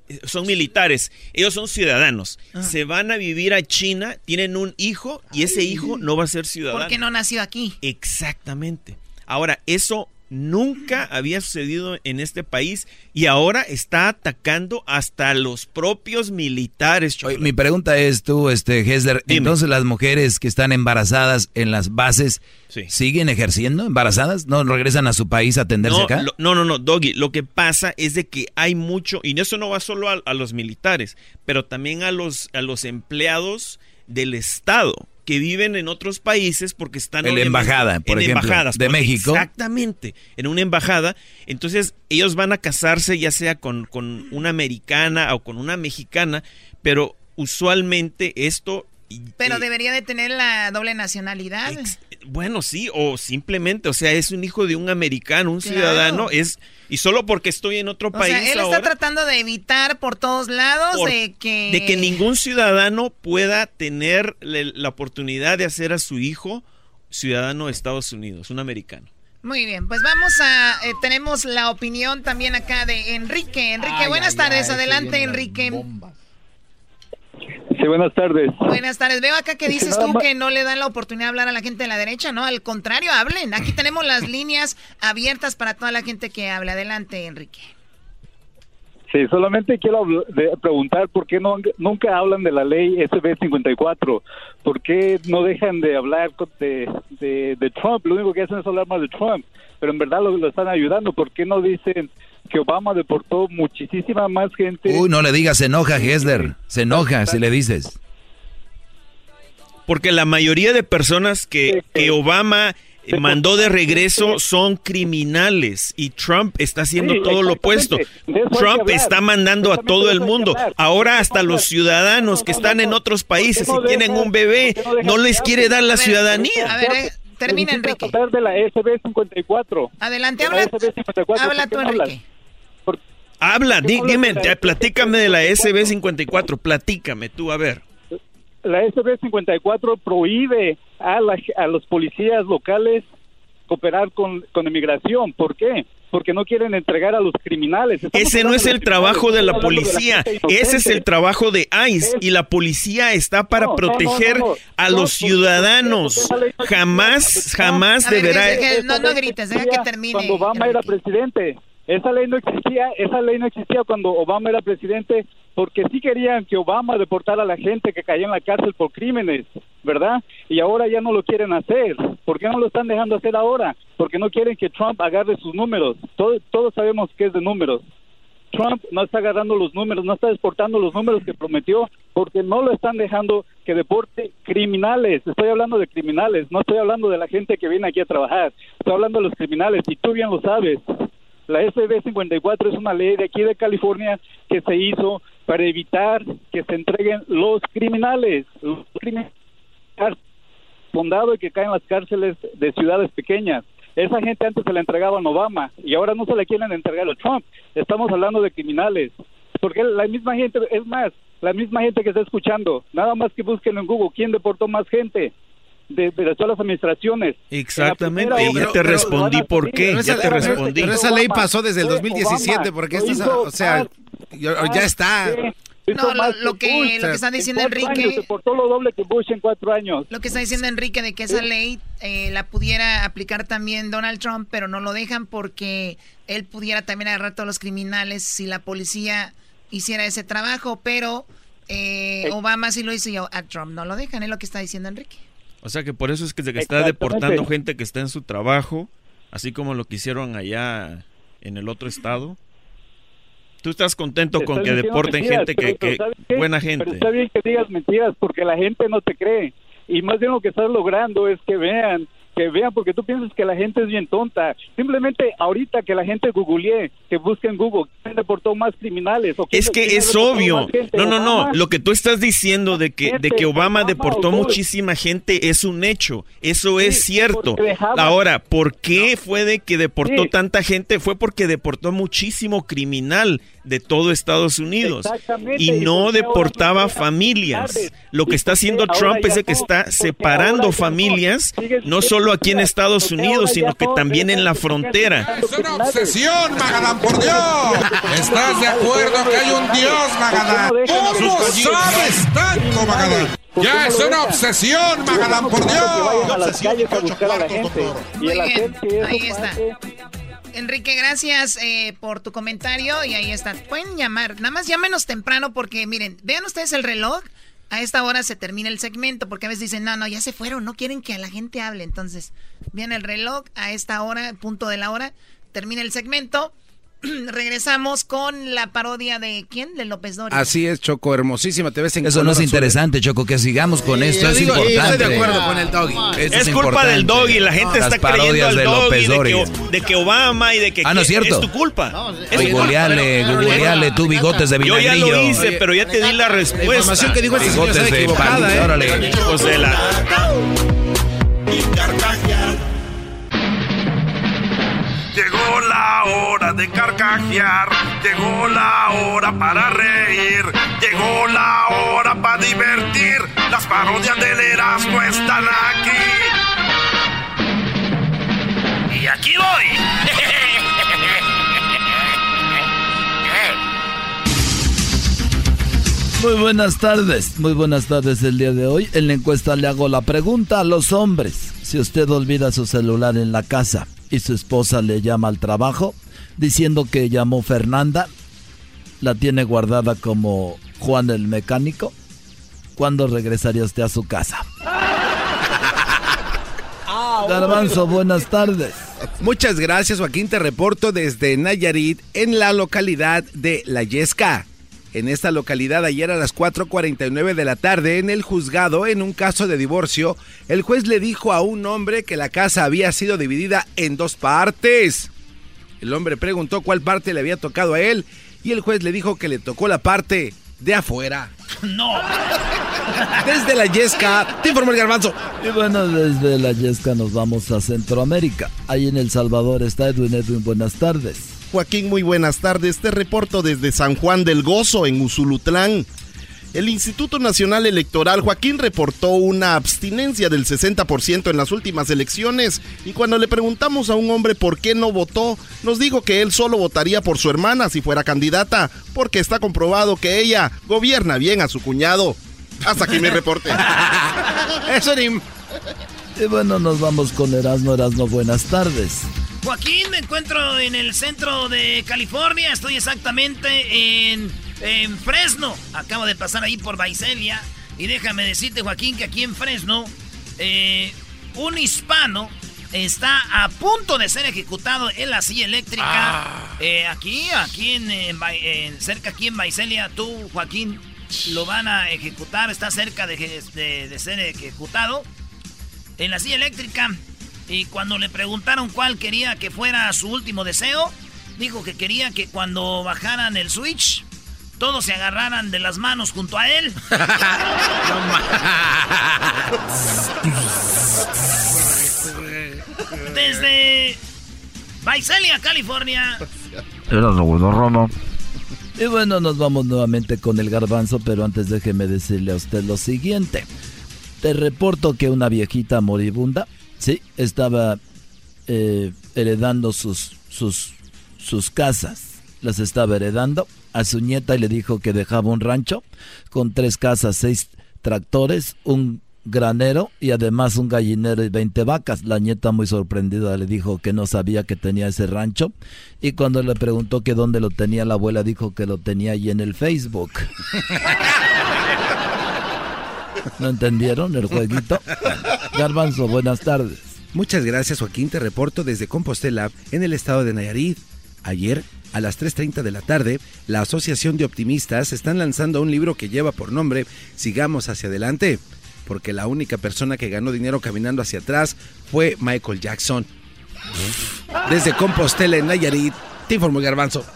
son militares, ellos son ciudadanos. Ah. Se van a vivir a China, tienen un hijo y ese hijo no va a ser ciudadano. Porque no nació aquí. Exactamente. Ahora, eso nunca había sucedido en este país y ahora está atacando hasta los propios militares. Oye, mi pregunta es tú, este Hessler, entonces las mujeres que están embarazadas en las bases, sí. ¿siguen ejerciendo embarazadas? ¿No regresan a su país a atenderse no, acá? Lo, no, no, no, Doggy, lo que pasa es de que hay mucho, y eso no va solo a, a los militares, pero también a los, a los empleados del Estado que viven en otros países porque están en la embajada, por en ejemplo, embajadas, de porque, México. Exactamente, en una embajada. Entonces ellos van a casarse ya sea con, con una americana o con una mexicana, pero usualmente esto... Pero eh, debería de tener la doble nacionalidad. Ex, bueno, sí, o simplemente, o sea, es un hijo de un americano, un claro. ciudadano, es y solo porque estoy en otro o país sea, él ahora, está tratando de evitar por todos lados por, de que... de que ningún ciudadano pueda tener le, la oportunidad de hacer a su hijo ciudadano de Estados Unidos, un americano. Muy bien, pues vamos a... Eh, tenemos la opinión también acá de Enrique. Enrique, ay, buenas ay, tardes. Ay, adelante, Enrique. Sí, buenas tardes. Buenas tardes. Veo acá que dices tú que no le dan la oportunidad de hablar a la gente de la derecha, ¿no? Al contrario, hablen. Aquí tenemos las líneas abiertas para toda la gente que hable. Adelante, Enrique. Sí, solamente quiero de preguntar por qué no nunca hablan de la ley S B cincuenta y cuatro. ¿Por qué no dejan de hablar de, de, de Trump? Lo único que hacen es hablar más de Trump, pero en verdad lo, lo están ayudando. ¿Por qué no dicen que Obama deportó muchísima más gente? Uy, no le digas, se enoja, Hessler. Se enoja si le dices. Porque la mayoría de personas que, que Obama mandó de regreso son criminales y Trump está haciendo sí, todo lo opuesto. Trump está mandando a todo el mundo. Ahora hasta los ciudadanos que están en otros países y tienen un bebé, no les quiere dar la ciudadanía. A ver, eh, termina, Enrique. De la S B cincuenta y cuatro. Adelante, habla, habla tú, Enrique. Habla, di, dime, platícame de la S B cincuenta y cuatro, platícame tú, a ver. La S B cincuenta y cuatro prohíbe a, la, a los policías locales cooperar con, con inmigración. ¿Por qué? Porque no quieren entregar a los criminales. Estamos Ese no es el trabajo de la policía, de la ese es el trabajo de ICE, y la policía está para no, proteger no, no, no. a los ciudadanos. Jamás, jamás ver, deberá... Que, no, no grites, deja que termine. Cuando Obama era presidente, esa ley no existía, esa ley no existía cuando Obama era presidente, porque sí querían que Obama deportara a la gente que caía en la cárcel por crímenes, ¿verdad? Y ahora ya no lo quieren hacer. ¿Por qué no lo están dejando hacer ahora? Porque no quieren que Trump agarre sus números. Todos, todos sabemos que es de números. Trump no está agarrando los números, no está deportando los números que prometió, porque no lo están dejando que deporte criminales. Estoy hablando de criminales, no estoy hablando de la gente que viene aquí a trabajar. Estoy hablando de los criminales, y tú bien lo sabes. La S B cincuenta y cuatro es una ley de aquí de California que se hizo para evitar que se entreguen los criminales, los criminales condado y que caen en las cárceles de ciudades pequeñas. Esa gente antes se la entregaban a Obama y ahora no se la quieren entregar a Trump. Estamos hablando de criminales, porque la misma gente, es más, la misma gente que está escuchando, nada más que busquen en Google quién deportó más gente de, de todas las administraciones. Exactamente, y ya te pero, respondí pero, por qué, ya te respondí. Pero esa ley pasó desde el dos mil diecisiete, porque esto es, o sea, ya está. No, lo, lo que lo que está diciendo Enrique, se portó lo doble que Bush en cuatro años. Lo que está diciendo Enrique de que esa ley eh, la pudiera aplicar también Donald Trump, pero no lo dejan porque él pudiera también agarrar a todos los criminales si la policía hiciera ese trabajo, pero eh, Obama sí lo hizo y a Trump no lo dejan, es lo que está diciendo Enrique. O sea que por eso es que se está deportando gente que está en su trabajo, así como lo que hicieron allá en el otro estado. ¿Tú estás contento con que deporten mentiras, gente que, pero, pero que buena gente? Pero está bien que digas mentiras porque la gente no te cree. Y más bien lo que estás logrando es que vean, que vean, porque tú piensas que la gente es bien tonta. Simplemente ahorita que la gente googlee, que busque en Google quién deportó más criminales. O quién, es que es obvio. No, no, no. Lo que tú estás diciendo de que, de que Obama deportó muchísima gente es un hecho. Eso es sí, cierto. Ahora, ¿por qué fue de que deportó sí. tanta gente? Fue porque deportó muchísimo criminal de todo Estados Unidos y no deportaba familias. Lo que está haciendo Trump es de que está separando familias, no solo solo aquí en Estados Unidos, sino que también en la frontera. Es una obsesión, Magadán, por Dios. ¿Estás de acuerdo que hay un Dios, Magadán? ¿Cómo sabes tanto, Magadán? Ya es una obsesión, Magadán, por Dios. A las calles a buscar a la gente. Y el hacer que eso Ahí está. pase. Enrique, gracias eh, por tu comentario y ahí está. Pueden llamar, nada más llámenos temprano porque miren, vean ustedes el reloj. A esta hora se termina el segmento porque a veces dicen, no, no, ya se fueron, no quieren que a la gente hable. Entonces, viene el reloj a esta hora, punto de la hora, termina el segmento. Regresamos con la parodia de ¿quién? De López Dóriga. Así es, Choco, hermosísima, te ves en Eso no es color interesante, Choco, que sigamos con Sí, esto, yo es digo, importante. yo estoy de acuerdo con el Doggy. Eso Es, culpa importante. del Doggy, la gente Las está creyendo parodias al de Doggy, López de que, Dóriga. de que Obama y de que... Ah, no es que cierto. Es tu culpa. Es tu culpa. Googleale, googleale, tú bigotes de Yo ya vinagrillo. lo hice, pero ya te di la respuesta. La información que dijo este señor Bigotes está de equivocada, palito, ¿eh? órale. Hijos de la... Y carcajear. Llegó la hora de carcajear, llegó la hora para reír, llegó la hora para divertir. Las parodias del Erasmo están aquí. Y aquí voy. Muy buenas tardes, muy buenas tardes el día de hoy. En la encuesta le hago la pregunta a los hombres. Si usted olvida su celular en la casa y su esposa le llama al trabajo diciendo que llamó Fernanda, la tiene guardada como Juan el mecánico, ¿cuándo regresaría usted a su casa? Garbanzo, buenas tardes. Muchas gracias, Joaquín, te reporto desde Nayarit, en la localidad de La Yesca. En esta localidad, ayer a las cuatro cuarenta y nueve de la tarde, en el juzgado, en un caso de divorcio, el juez le dijo a un hombre que la casa había sido dividida en dos partes. El hombre preguntó cuál parte le había tocado a él, y el juez le dijo que le tocó la parte de afuera. No. Desde La Yesca, te informó el Garbanzo. Y bueno, desde La Yesca nos vamos a Centroamérica. Ahí en El Salvador está Edwin. Edwin, buenas tardes. Joaquín, muy buenas tardes. Te reporto desde San Juan del Gozo, en Usulutlan. El Instituto Nacional Electoral, Joaquín, reportó una abstinencia del sesenta por ciento en las últimas elecciones, y cuando le preguntamos a un hombre por qué no votó, nos dijo que él solo votaría por su hermana si fuera candidata, porque está comprobado que ella gobierna bien a su cuñado. Hasta aquí mi reporte. Eso ni... Y bueno, nos vamos con Erasmo. Erasmo, buenas tardes. Joaquín, me encuentro en el centro de California. Estoy exactamente en, en Fresno. Acabo de pasar ahí por Visalia. Y déjame decirte, Joaquín, que aquí en Fresno, eh, un hispano está a punto de ser ejecutado en la silla eléctrica. Ah. Eh, aquí, aquí en, en, en cerca aquí en Visalia, tú, Joaquín, lo van a ejecutar. Está cerca de, de, de ser ejecutado en la silla eléctrica. Y cuando le preguntaron cuál quería que fuera su último deseo, dijo que quería que cuando bajaran el switch, todos se agarraran de las manos junto a él. Desde Visalia, California. Era lo bueno, Roma. Y bueno, nos vamos nuevamente con el Garbanzo, pero antes déjeme decirle a usted lo siguiente. Te reporto que una viejita moribunda, sí, estaba eh, heredando sus, sus, sus casas. Las estaba heredando a su nieta y le dijo que dejaba un rancho con tres casas, seis tractores, un granero y además un gallinero y veinte vacas. La nieta, muy sorprendida, le dijo que no sabía que tenía ese rancho, y cuando le preguntó que dónde lo tenía, la abuela dijo que lo tenía ahí en el Facebook. ¿No entendieron el jueguito? Garbanzo, buenas tardes. Muchas gracias, Joaquín. Te reporto desde Compostela, en el estado de Nayarit. Ayer, a las tres treinta de la tarde, la Asociación de Optimistas están lanzando un libro que lleva por nombre Sigamos hacia adelante, porque la única persona que ganó dinero caminando hacia atrás fue Michael Jackson. Desde Compostela, en Nayarit, te informó el Garbanzo.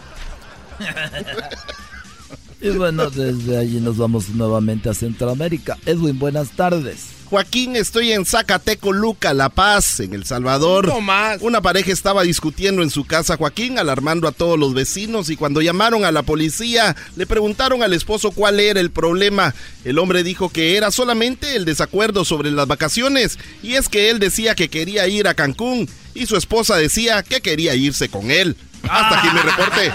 Y bueno, desde allí nos vamos nuevamente a Centroamérica. Edwin, buenas tardes. Joaquín, estoy en Zacatecoluca, La Paz, en El Salvador. No más. Una pareja estaba discutiendo en su casa, Joaquín, alarmando a todos los vecinos, y cuando llamaron a la policía, le preguntaron al esposo cuál era el problema. El hombre dijo que era solamente el desacuerdo sobre las vacaciones, y es que él decía que quería ir a Cancún, y su esposa decía que quería irse con él. Hasta aquí mi reporte.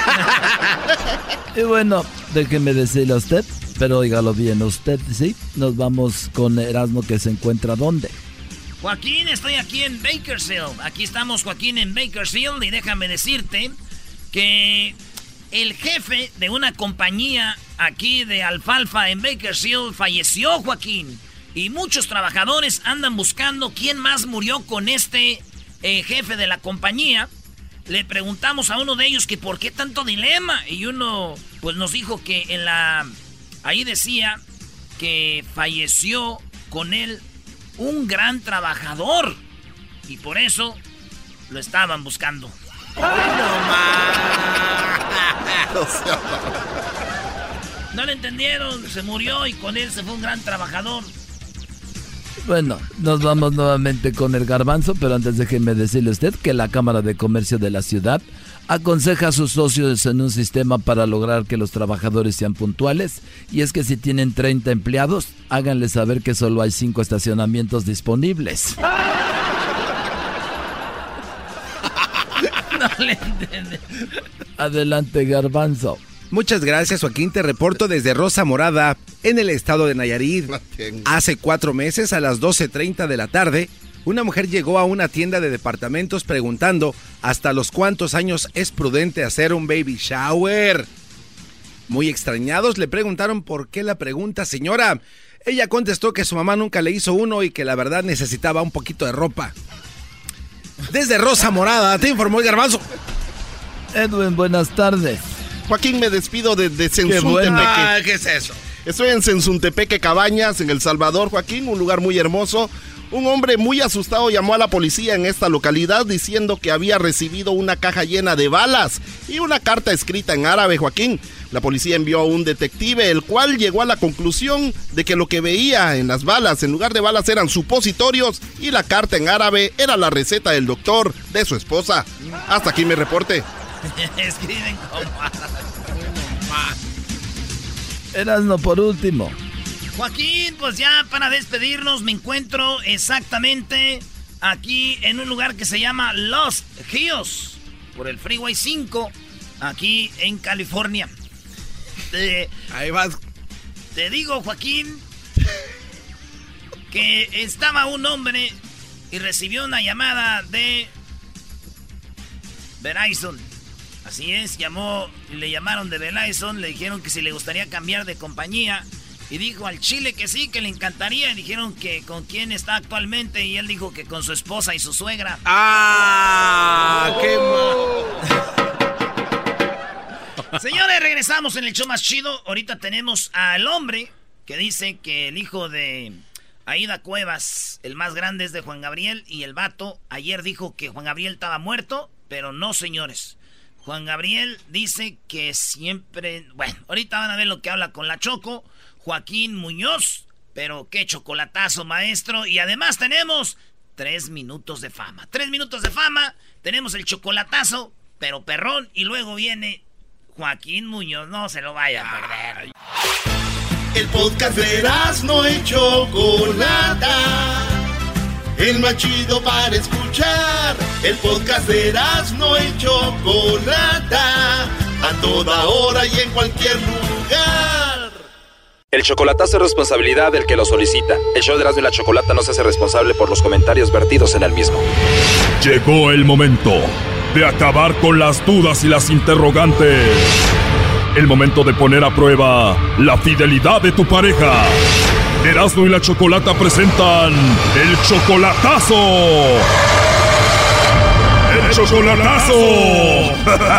Y bueno, déjeme decirle a usted, pero óigalo bien, usted, ¿sí? Nos vamos con Erasmo, que se encuentra ¿dónde? Joaquín, estoy aquí en Bakersfield. Aquí estamos, Joaquín, en Bakersfield, y déjame decirte que el jefe de una compañía aquí de alfalfa en Bakersfield falleció, Joaquín. Y muchos trabajadores andan buscando quién más murió con este eh, jefe de la compañía. Le preguntamos a uno de ellos que por qué tanto dilema, y uno pues nos dijo que en la ahí decía que falleció con él un gran trabajador y por eso lo estaban buscando. No le entendieron, se murió y con él se fue un gran trabajador. Bueno, nos vamos nuevamente con el Garbanzo, pero antes déjeme decirle a usted que la Cámara de Comercio de la ciudad aconseja a sus socios en un sistema para lograr que los trabajadores sean puntuales, y es que si tienen treinta empleados, háganles saber que solo hay cinco estacionamientos disponibles. No le entiendo. Adelante, Garbanzo. Muchas gracias, Joaquín. Te reporto desde Rosa Morada, en el estado de Nayarit. Hace cuatro meses, a las doce treinta de la tarde, una mujer llegó a una tienda de departamentos preguntando hasta los cuántos años es prudente hacer un baby shower. Muy extrañados, le preguntaron por qué la pregunta, señora. Ella contestó que su mamá nunca le hizo uno y que la verdad necesitaba un poquito de ropa. Desde Rosa Morada, te informó el Garbanzo. Edwin, buenas tardes. Joaquín, me despido desde Sensuntepeque. Bueno. Ah, ¿qué es eso? Estoy en Sensuntepeque Cabañas, en El Salvador, Joaquín, un lugar muy hermoso. Un hombre muy asustado llamó a la policía en esta localidad diciendo que había recibido una caja llena de balas y una carta escrita en árabe, Joaquín. La policía envió a un detective, el cual llegó a la conclusión de que lo que veía en las balas, en lugar de balas, eran supositorios, y la carta en árabe era la receta del doctor de su esposa. Hasta aquí mi reporte. Escriben como... Erasmo, por último. Joaquín, pues ya para despedirnos me encuentro exactamente aquí en un lugar que se llama Los Hills, por el Freeway cinco, aquí en California. Te, Ahí vas. Te digo, Joaquín, que estaba un hombre y recibió una llamada de Verizon. Así es, llamó, le llamaron de Verizon, le dijeron que si le gustaría cambiar de compañía. Y dijo al chile que sí, que le encantaría. Y dijeron que con quién está actualmente. Y él dijo que con su esposa y su suegra. ¡Ah! ¡Qué mal! Señores, regresamos en el show más chido. Ahorita tenemos al hombre que dice que el hijo de Aida Cuevas, el más grande, es de Juan Gabriel. Y el vato ayer dijo que Juan Gabriel estaba muerto. Pero no, señores. Juan Gabriel dice que siempre... Bueno, ahorita van a ver lo que habla con la Choco. Joaquín Muñoz, pero qué chocolatazo, maestro. Y además tenemos tres minutos de fama. Tres minutos de fama, tenemos el chocolatazo, pero perrón. Y luego viene Joaquín Muñoz, no se lo vaya a perder. El podcast de Erasmo y Chocolata, el más chido para escuchar. El podcast de Erasmo y Chocolata, a toda hora y en cualquier lugar. El chocolatazo es responsabilidad del que lo solicita. El show de Erasmo y la Chocolata no se hace responsable por los comentarios vertidos en el mismo. Llegó el momento de acabar con las dudas y las interrogantes. El momento de poner a prueba la fidelidad de tu pareja. Erasmo y la Chocolata presentan el chocolatazo. ¡El chocolatazo!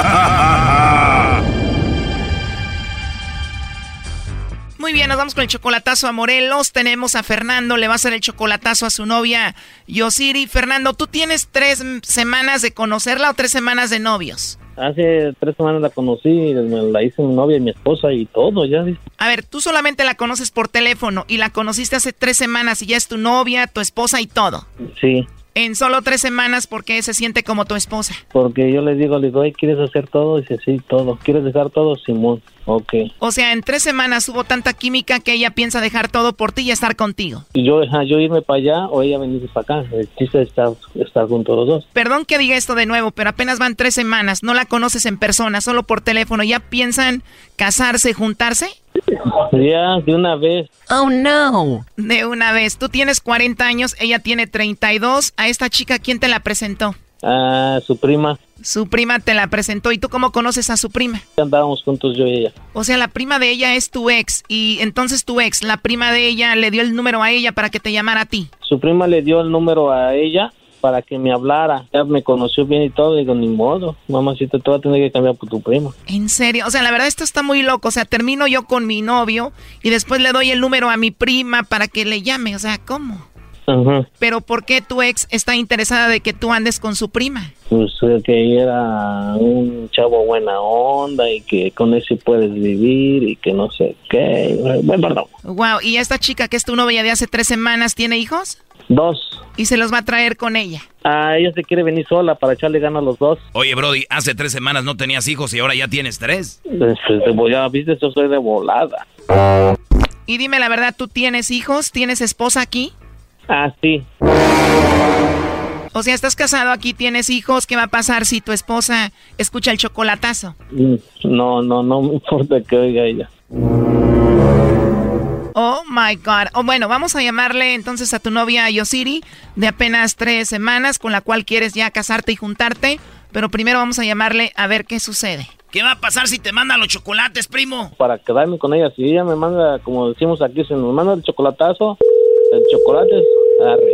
Muy bien, nos vamos con el chocolatazo a Morelos. Tenemos a Fernando, le va a hacer el chocolatazo a su novia Yosiri. Fernando, ¿tú tienes tres semanas de conocerla o tres semanas de novios? hace tres semanas la conocí, me la hice mi novia y mi esposa y todo, ya. A ver, tú solamente la conoces por teléfono y la conociste hace tres semanas y ya es tu novia, tu esposa y todo. Sí. En solo tres semanas, ¿por qué se siente como tu esposa? Porque yo le digo, le digo, ¿quieres hacer todo? Y dice, sí, todo. ¿Quieres dejar todo? Simón, ok. O sea, en tres semanas hubo tanta química que ella piensa dejar todo por ti y estar contigo. Y yo, ajá, yo irme para allá o ella venirse para acá. El chiste es estar, estar juntos los dos. Perdón que diga esto de nuevo, pero apenas van tres semanas, no la conoces en persona, solo por teléfono. ¿Ya piensan casarse, juntarse? Ya, de una vez. Oh, no. De una vez. Tú tienes cuarenta años, ella tiene treinta y dos. ¿A esta chica quién te la presentó? Ah, su prima. Su prima te la presentó. ¿Y tú cómo conoces a su prima? Andábamos juntos yo y ella. O sea, la prima de ella es tu ex. Y entonces tu ex, la prima de ella, le dio el número a ella para que te llamara a ti. Su prima le dio el número a ella para que me hablara. Ya me conoció bien y todo. Digo, ni modo, mamacita, te voy a tener que cambiar por tu prima. ¿En serio? O sea, la verdad esto está muy loco. O sea, termino yo con mi novio y después le doy el número a mi prima para que le llame. O sea, ¿cómo? Ajá. ¿Pero por qué tu ex está interesada de que tú andes con su prima? Pues que era un chavo buena onda y que con ese puedes vivir y que no sé qué. Bueno, perdón. Wow, ¿y esta chica que es tu novia de hace tres semanas tiene hijos? Dos. ¿Y se los va a traer con ella? Ah, ella se quiere venir sola para echarle ganas a los dos. Oye, Brody, hace tres semanas no tenías hijos y ahora ya tienes tres. Pues, ya viste, yo soy de volada. Y dime la verdad, ¿tú tienes hijos? ¿Tienes esposa aquí? Ah, sí. O sea, estás casado aquí, tienes hijos. ¿Qué va a pasar si tu esposa escucha el chocolatazo? No, no, no me importa que oiga ella. Oh, my God. Oh, bueno, vamos a llamarle entonces a tu novia Yosiri, de apenas tres semanas, con la cual quieres ya casarte y juntarte. Pero primero vamos a llamarle a ver qué sucede. ¿Qué va a pasar si te manda los chocolates, primo? Para quedarme con ella. Si ella me manda, como decimos aquí, si me manda el chocolatazo, el chocolate es arre.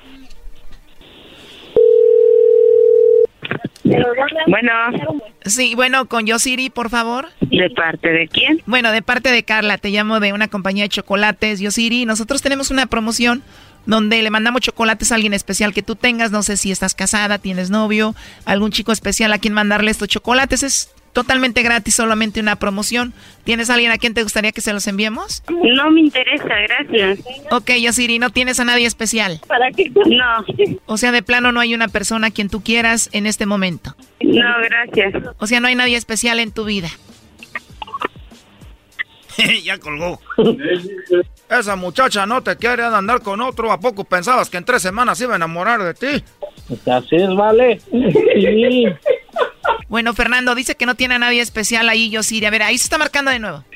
Bueno. Sí, bueno, con Yosiri, por favor. ¿De parte de quién? Bueno, de parte de Carla. Te llamo de una compañía de chocolates, Yosiri. Nosotros tenemos una promoción donde le mandamos chocolates a alguien especial que tú tengas. No sé si estás casada, tienes novio, algún chico especial a quien mandarle estos chocolates. Es totalmente gratis, solamente una promoción. ¿Tienes a alguien a quien te gustaría que se los enviemos? No me interesa, gracias. Ok, Yosiri, ¿no tienes a nadie especial? ¿Para qué? No. O sea, de plano no hay una persona a quien tú quieras en este momento. No, gracias. O sea, no hay nadie especial en tu vida. Ya colgó. Esa muchacha no te quiere andar con otro. ¿A poco pensabas que en tres semanas iba a enamorar de ti? Así es, vale. Sí. Bueno, Fernando, dice que no tiene a nadie especial ahí, Yosiri. A ver, ahí se está marcando de nuevo.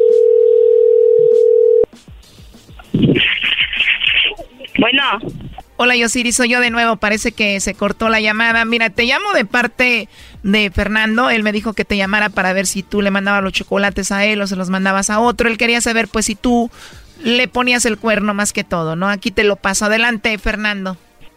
Bueno. Hola, Yosiri, soy yo de nuevo. Parece que se cortó la llamada. Mira, te llamo de parte de Fernando. Él me dijo que te llamara para ver si tú le mandabas los chocolates a él o se los mandabas a otro. Él quería saber, pues, si tú le ponías el cuerno más que todo, ¿no? Aquí te lo paso. Adelante, Fernando.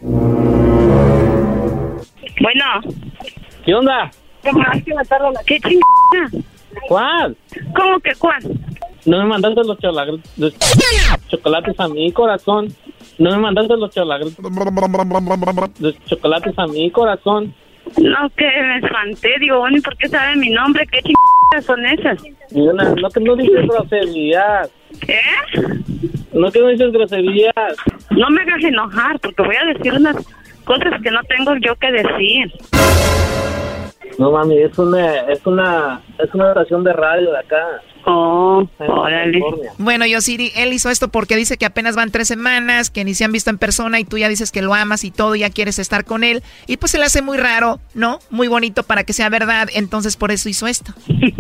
Bueno. ¿Qué onda? ¿Qué chingada? ¿Cuál? ¿Cómo que cuál? No me mandaste los, chola- los chocolates a mi corazón. No me mandaste los, chola- los chocolates a mi corazón. No, que me espanté. Digo, bueno, ¿y por qué sabe mi nombre? ¿Qué chingadas son esas? Una, no que no dices groserías. ¿Qué? No que no dices groserías. No me hagas enojar, porque voy a decir unas cosas que no tengo yo que decir. No, mami, es una, es una, es una estación de radio de acá. Oh, órale. Bueno, Yosiri, él hizo esto porque dice que apenas van tres semanas, que ni se han visto en persona y tú ya dices que lo amas y todo, y ya quieres estar con él. Y pues se le hace muy raro, ¿no? Muy bonito para que sea verdad, entonces por eso hizo esto.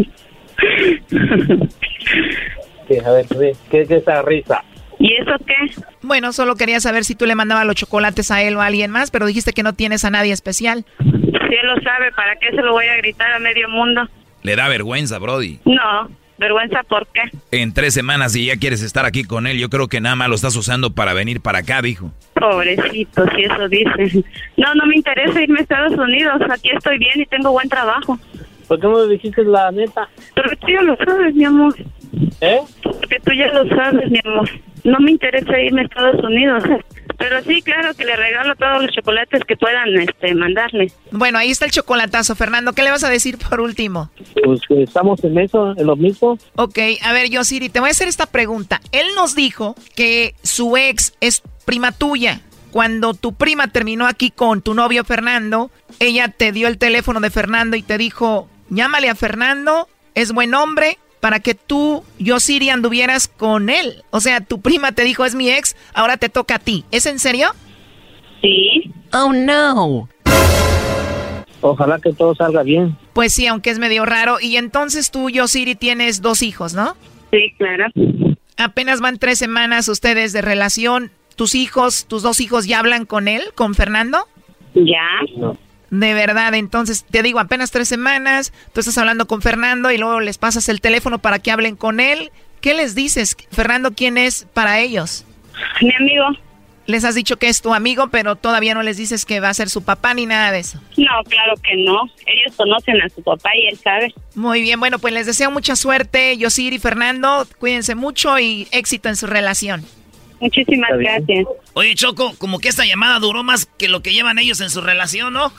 Sí, a ver, ¿qué es esa risa? ¿Y eso qué? Bueno, solo quería saber si tú le mandabas los chocolates a él o a alguien más, pero dijiste que no tienes a nadie especial. Si él lo sabe, ¿para qué se lo voy a gritar a medio mundo? Le da vergüenza, Brody. No, vergüenza, ¿por qué? En tres semanas y ya quieres estar aquí con él, yo creo que nada más lo estás usando para venir para acá, dijo. Pobrecito, si eso dice. No, no me interesa irme a Estados Unidos, aquí estoy bien y tengo buen trabajo. ¿Por qué no me dijiste la neta? Porque tú ya lo sabes, mi amor. ¿Eh? Porque tú ya lo sabes, mi amor. No me interesa irme a Estados Unidos. Pero sí, claro que le regalo todos los chocolates que puedan este, mandarle. Bueno, ahí está el chocolatazo, Fernando. ¿Qué le vas a decir por último? Pues que estamos en eso, en lo mismo. Ok, a ver, Yosiri, te voy a hacer esta pregunta. Él nos dijo que su ex es prima tuya. Cuando tu prima terminó aquí con tu novio Fernando, ella te dio el teléfono de Fernando y te dijo, llámale a Fernando, es buen hombre, para que tú, Yosiri, anduvieras con él. O sea, tu prima te dijo, es mi ex, ahora te toca a ti. ¿Es en serio? Sí. Oh, no. Ojalá que todo salga bien. Pues sí, aunque es medio raro. Y entonces tú, Yosiri, tienes dos hijos, ¿no? Sí, claro. Apenas van tres semanas ustedes de relación. ¿Tus hijos, tus dos hijos ya hablan con él, con Fernando? Ya. No. De verdad, entonces, te digo, apenas tres semanas, tú estás hablando con Fernando y luego les pasas el teléfono para que hablen con él. ¿Qué les dices? Fernando, ¿quién es para ellos? Mi amigo. Les has dicho que es tu amigo, pero todavía no les dices que va a ser su papá ni nada de eso. No, claro que no. Ellos conocen a su papá y él sabe. Muy bien, bueno, pues les deseo mucha suerte, Yosiri y Fernando. Cuídense mucho y éxito en su relación. Muchísimas gracias. Oye, Choco, como que esta llamada duró más que lo que llevan ellos en su relación, ¿no?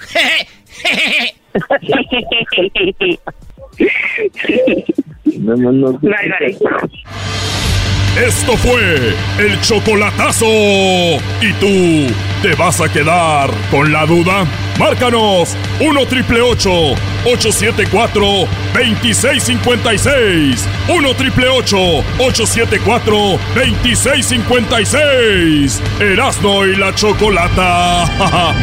No, no, no. Bye, bye. Esto fue el chocolatazo. ¿Y tú te vas a quedar con la duda? Márcanos uno triple ocho ocho siete cuatro dos seis cinco seis. uno triple ocho ocho siete cuatro dos seis cinco seis. Erasno y la Chocolata.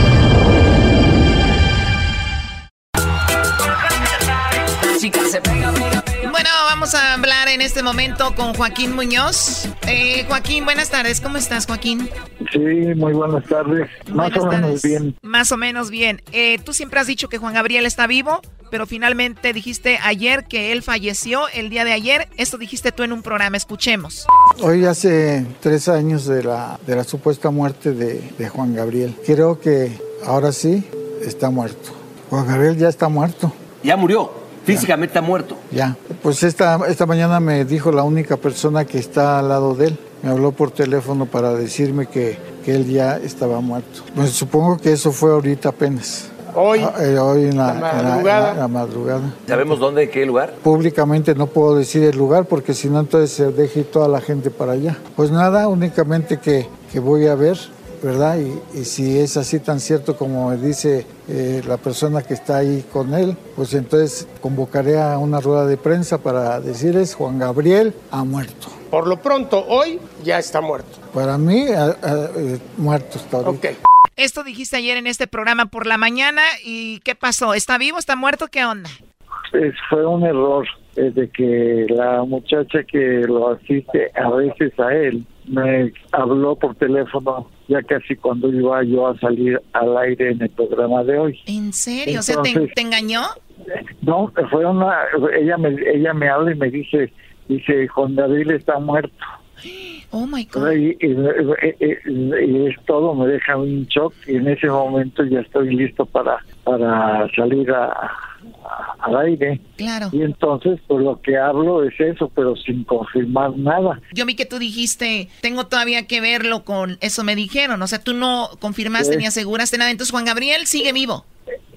Bueno, vamos a hablar en este momento con Joaquín Muñoz. Eh, Joaquín, buenas tardes. ¿Cómo estás, Joaquín? Sí, muy buenas tardes. Más Buenas o menos tardes. bien. Más o menos bien. Eh, tú siempre has dicho que Juan Gabriel está vivo, pero finalmente dijiste ayer que él falleció el día de ayer. Esto dijiste tú en un programa. Escuchemos. Hoy hace tres años de la, de la supuesta muerte de, de Juan Gabriel. Creo que ahora sí está muerto. Juan Gabriel ya está muerto. Ya murió. Físicamente está muerto. Ya. Pues esta, esta mañana me dijo la única persona que está al lado de él. Me habló por teléfono para decirme que, que él ya estaba muerto. Pues supongo que eso fue ahorita apenas. Hoy. Ah, eh, hoy en la, La madrugada. en la- en la madrugada. ¿Sabemos dónde, en qué lugar? Públicamente no puedo decir el lugar porque si no entonces se deje ir toda la gente para allá. Pues nada, únicamente que, que voy a ver, ¿verdad? Y, y si es así tan cierto como me dice eh, la persona que está ahí con él, pues entonces convocaré a una rueda de prensa para decirles Juan Gabriel ha muerto. Por lo pronto, hoy ya está muerto. Para mí, eh, eh, muerto está ahorita. Esto dijiste ayer en este programa por la mañana. ¿Y qué pasó? ¿Está vivo? ¿Está muerto? ¿Qué onda? Pues fue un error eh, de que la muchacha que lo asiste a veces a él me habló por teléfono ya casi cuando iba yo a salir al aire en el programa de hoy. ¿En serio? o sea, ¿te, Entonces- te engañó? No, fue una, ella me, ella me habla y me dice, dice, Juan Gabriel está muerto. Oh my God. Y, y- y- y es todo, me deja un shock y en ese momento ya estoy listo para, para salir a, a- al aire. Claro. Y entonces, pues lo que hablo es eso, pero sin confirmar nada. Yo vi que tú dijiste, tengo todavía que verlo con... Eso me dijeron. O sea, tú no confirmaste Sí. ni aseguraste nada. Entonces, Juan Gabriel sigue vivo.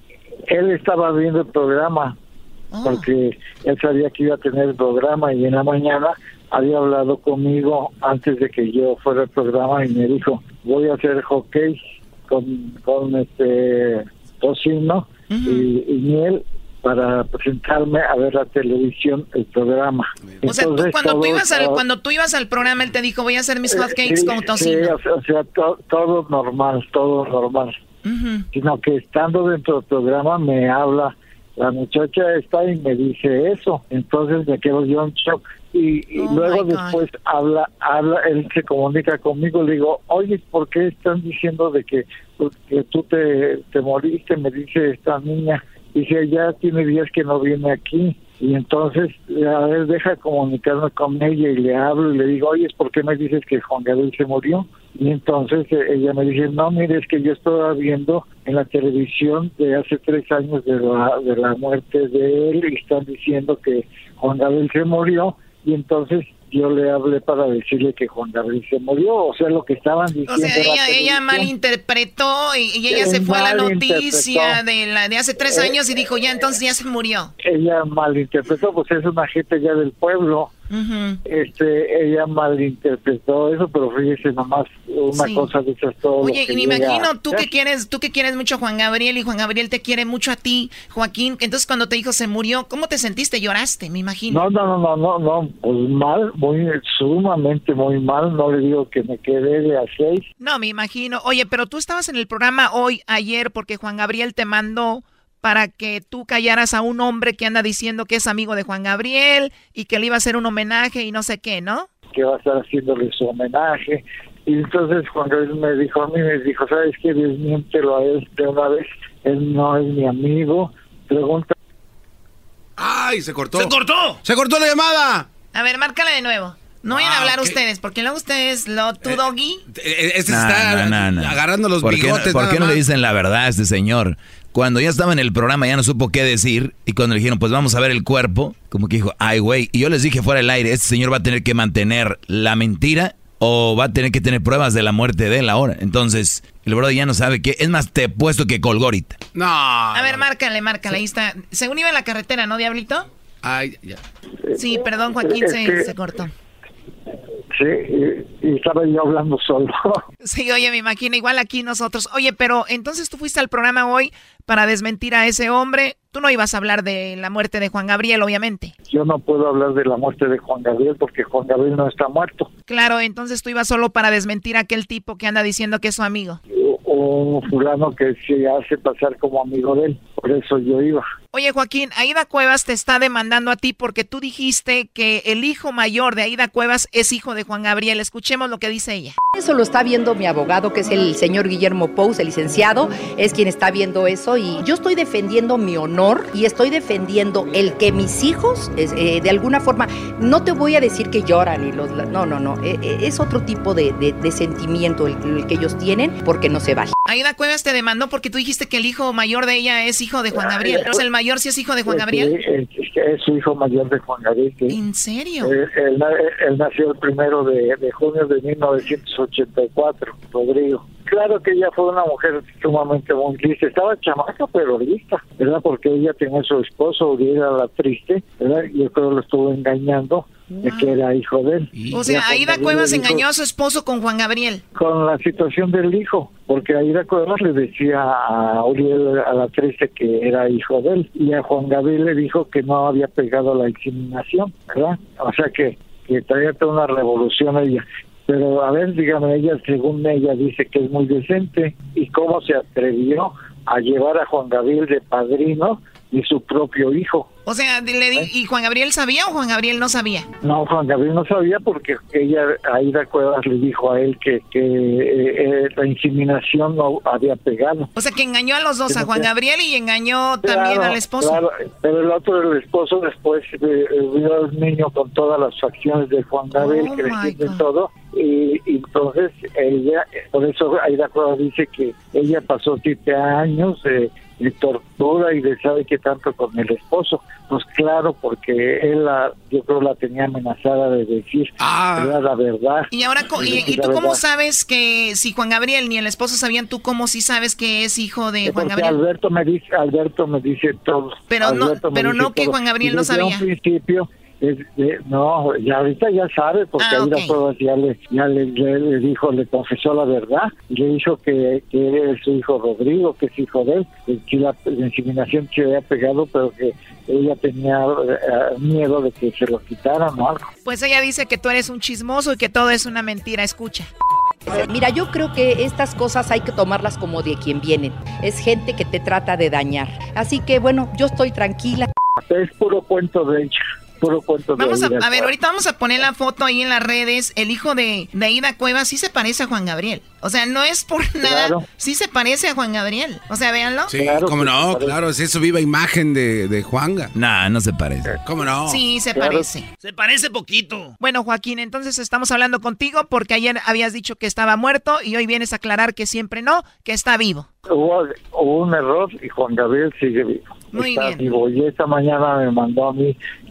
Él estaba viendo el programa porque él sabía que iba a tener el programa y en la mañana había hablado conmigo antes de que yo fuera al programa y me dijo, voy a hacer hockey con, con este tocino y, y miel para presentarme a ver la televisión, el programa. O sea, tú, Entonces, cuando, tú todo ibas al, estaba- cuando tú ibas al programa, él te dijo, voy a hacer mis hotcakes Sí, con sí, tocino. o sea, o sea, to- todo normal, todo normal. Ujú. Sino que estando dentro del programa me habla la muchacha esta y me dice eso. Entonces me quedo yo en shock. Y, y Oh, luego my God. después habla, habla, él se comunica conmigo, le digo, oye, ¿por qué están diciendo de que, que tú te, te moriste? Me dice esta niña. Dice, ya tiene días que no viene aquí. Y entonces, a ver, deja comunicarme con ella y le hablo y le digo, oye, ¿por qué me dices que Juan Gabriel se murió? Y entonces eh, ella me dice, no, mire, es que yo estaba viendo en la televisión de hace tres años de la, de la muerte de él y están diciendo que Juan Gabriel se murió. Y entonces yo le hablé para decirle que Juan Gabriel se murió, o sea, lo que estaban diciendo. O sea, ella, ella malinterpretó y, y ella se fue a la noticia de la de hace tres Eh, años y dijo, ya entonces ya se murió. Ella malinterpretó, pues es una gente ya del pueblo. Uh-huh. Este, ella malinterpretó eso, pero fíjese nomás una Sí. cosa de esas todo. Oye, lo que y me llega imagino a tú hacer. que quieres, tú que quieres mucho a Juan Gabriel y Juan Gabriel te quiere mucho a ti, Joaquín. Entonces cuando te dijo se murió, ¿cómo te sentiste? Lloraste, me imagino. No, no, no, no, no, no, pues mal, muy, sumamente muy mal, no le digo que me quedé de a seis. No, me imagino. Oye, pero tú estabas en el programa hoy, ayer, porque Juan Gabriel te mandó para que tú callaras a un hombre que anda diciendo que es amigo de Juan Gabriel y que le iba a hacer un homenaje y no sé qué, ¿no? Que va a estar haciéndole su homenaje. Y entonces Juan Gabriel me dijo a mí, me dijo, ¿sabes qué? Desmiéntelo a él de una vez, él no es mi amigo, pregunta. ¡Ay, se cortó! ¡Se cortó! ¡Se cortó la llamada! A ver, márcala de nuevo. No vayan a Ah, hablar ok. ustedes, porque luego ustedes, lo, tu doggy. Este se Nah, está nah, nah, nah. agarrando los ¿Por qué, bigotes. ¿por nada qué no le más. dicen la verdad a este señor? Cuando ya estaba en el programa ya no supo qué decir y cuando le dijeron pues vamos a ver el cuerpo, como que dijo, ay güey, y yo les dije fuera del aire, este señor va a tener que mantener la mentira o va a tener que tener pruebas de la muerte de él ahora. Entonces, el brother ya no sabe qué, es más, te he puesto que colgó ahorita. No. A ver, márcale, márcale, ahí está. Según iba en la carretera, ¿no, Diablito? Ay, ya. Sí, perdón, Joaquín, Es se, que- se cortó. Sí, y, y estaba yo hablando solo. Sí, oye, me imagino, igual aquí nosotros. Oye, pero entonces tú fuiste al programa hoy para desmentir a ese hombre. Tú no ibas a hablar de la muerte de Juan Gabriel, obviamente. Yo no puedo hablar de la muerte de Juan Gabriel porque Juan Gabriel no está muerto. Claro, entonces tú ibas solo para desmentir a aquel tipo que anda diciendo que es su amigo. Un fulano que se hace pasar como amigo de él, por eso yo iba. Oye, Joaquín, Aida Cuevas te está demandando a ti porque tú dijiste que el hijo mayor de Aida Cuevas es hijo de Juan Gabriel. Escuchemos lo que dice ella. Eso lo está viendo mi abogado, que es el señor Guillermo Pous, el licenciado, es quien está viendo eso y yo estoy defendiendo mi honor y estoy defendiendo el que mis hijos, eh, de alguna forma, no te voy a decir que lloran y los... No, no, no, eh, eh, es otro tipo de, de, de sentimiento el, el que ellos tienen porque no se vale. Aida Cuevas te demandó porque tú dijiste que el hijo mayor de ella es hijo de Juan Gabriel. ¿Es el mayor si es hijo de Juan Gabriel? Sí, es, es su hijo mayor de Juan Gabriel. Sí. ¿En serio? Él, él, él nació el primero de, de junio de mil novecientos ochenta y cuatro, Rodrigo. Claro que ella fue una mujer sumamente muy lista, estaba chamaca pero lista, ¿verdad? Porque ella tenía a su esposo, Uriel la Triste, ¿verdad? Y yo creo que lo estuvo engañando de que era hijo de él. O sea, Y Aida Juan Cuevas Gabriel engañó dijo- a su esposo con Juan Gabriel. con la situación del hijo, porque Aida Cuevas le decía a Uriel a la Triste que era hijo de él, y a Juan Gabriel le dijo que no había pegado la inseminación, ¿verdad? O sea que, que traía toda una revolución ella. Pero a ver, dígame, ella, según ella, dice que es muy decente, y cómo se atrevió a llevar a Juan Gabriel de padrino y su propio hijo. O sea, le di- ¿y Juan Gabriel sabía o Juan Gabriel no sabía? No, Juan Gabriel no sabía porque ella, Aida Cuevas le dijo a él que, que eh, eh, la inseminación no había pegado. O sea, que engañó a los dos, Sí, a no Juan sé. Gabriel y engañó también Claro, al esposo. claro, pero el otro, el esposo, después eh, eh, vio al niño con todas las facciones de Juan Gabriel, Oh, creciendo my y todo, y, y entonces ella, por eso Aida Cuevas dice que ella pasó siete años de, de tortura y de sabe qué tanto con el esposo. Pues claro, porque él, la, yo creo, la tenía amenazada de decir ¿verdad? La verdad. Y ahora, co- De y, decir y la tú cómo verdad. sabes que si Juan Gabriel ni el esposo sabían, tú cómo sí sabes que es hijo de Juan Porque Gabriel? Alberto me dice, Alberto me dice todo. Pero no- Alberto me pero dice no que todo. Juan Gabriel Y no desde sabía. un principio, es de- no, ya ahorita ya sabe, porque Ah, Aida ok. Cuevas ya le, ya le, le- le dijo, le confesó la verdad, y le dijo que, que es su hijo Rodrigo, que es hijo de él, que la, la inseminación se había pegado, pero que ella tenía eh, miedo de que se lo quitaran o algo. Pues ella dice que tú eres un chismoso y que todo es una mentira. Escucha. Mira, yo creo que estas cosas hay que tomarlas como de quien vienen. Es gente que te trata de dañar. Así que bueno, yo estoy tranquila. Es puro cuento de ella. Puro cuento de Vamos a, Aida a ver, Cuevas. ahorita vamos a poner la foto ahí en las redes. El hijo de, de Aida Cuevas sí se parece a Juan Gabriel. O sea, no es por nada. Claro. Sí se parece a Juan Gabriel. O sea, véanlo. Sí, cómo no, claro, es su viva imagen de, de Juanga. Nah, no se parece. ¿Cómo no? Sí, se Claro. parece. Se parece poquito. Bueno, Joaquín, entonces estamos hablando contigo porque ayer habías dicho que estaba muerto y hoy vienes a aclarar que siempre no, que está vivo. Hubo, hubo un error y Juan Gabriel sigue vivo. Muy Está bien. vivo. Y esta mañana me mandó a mí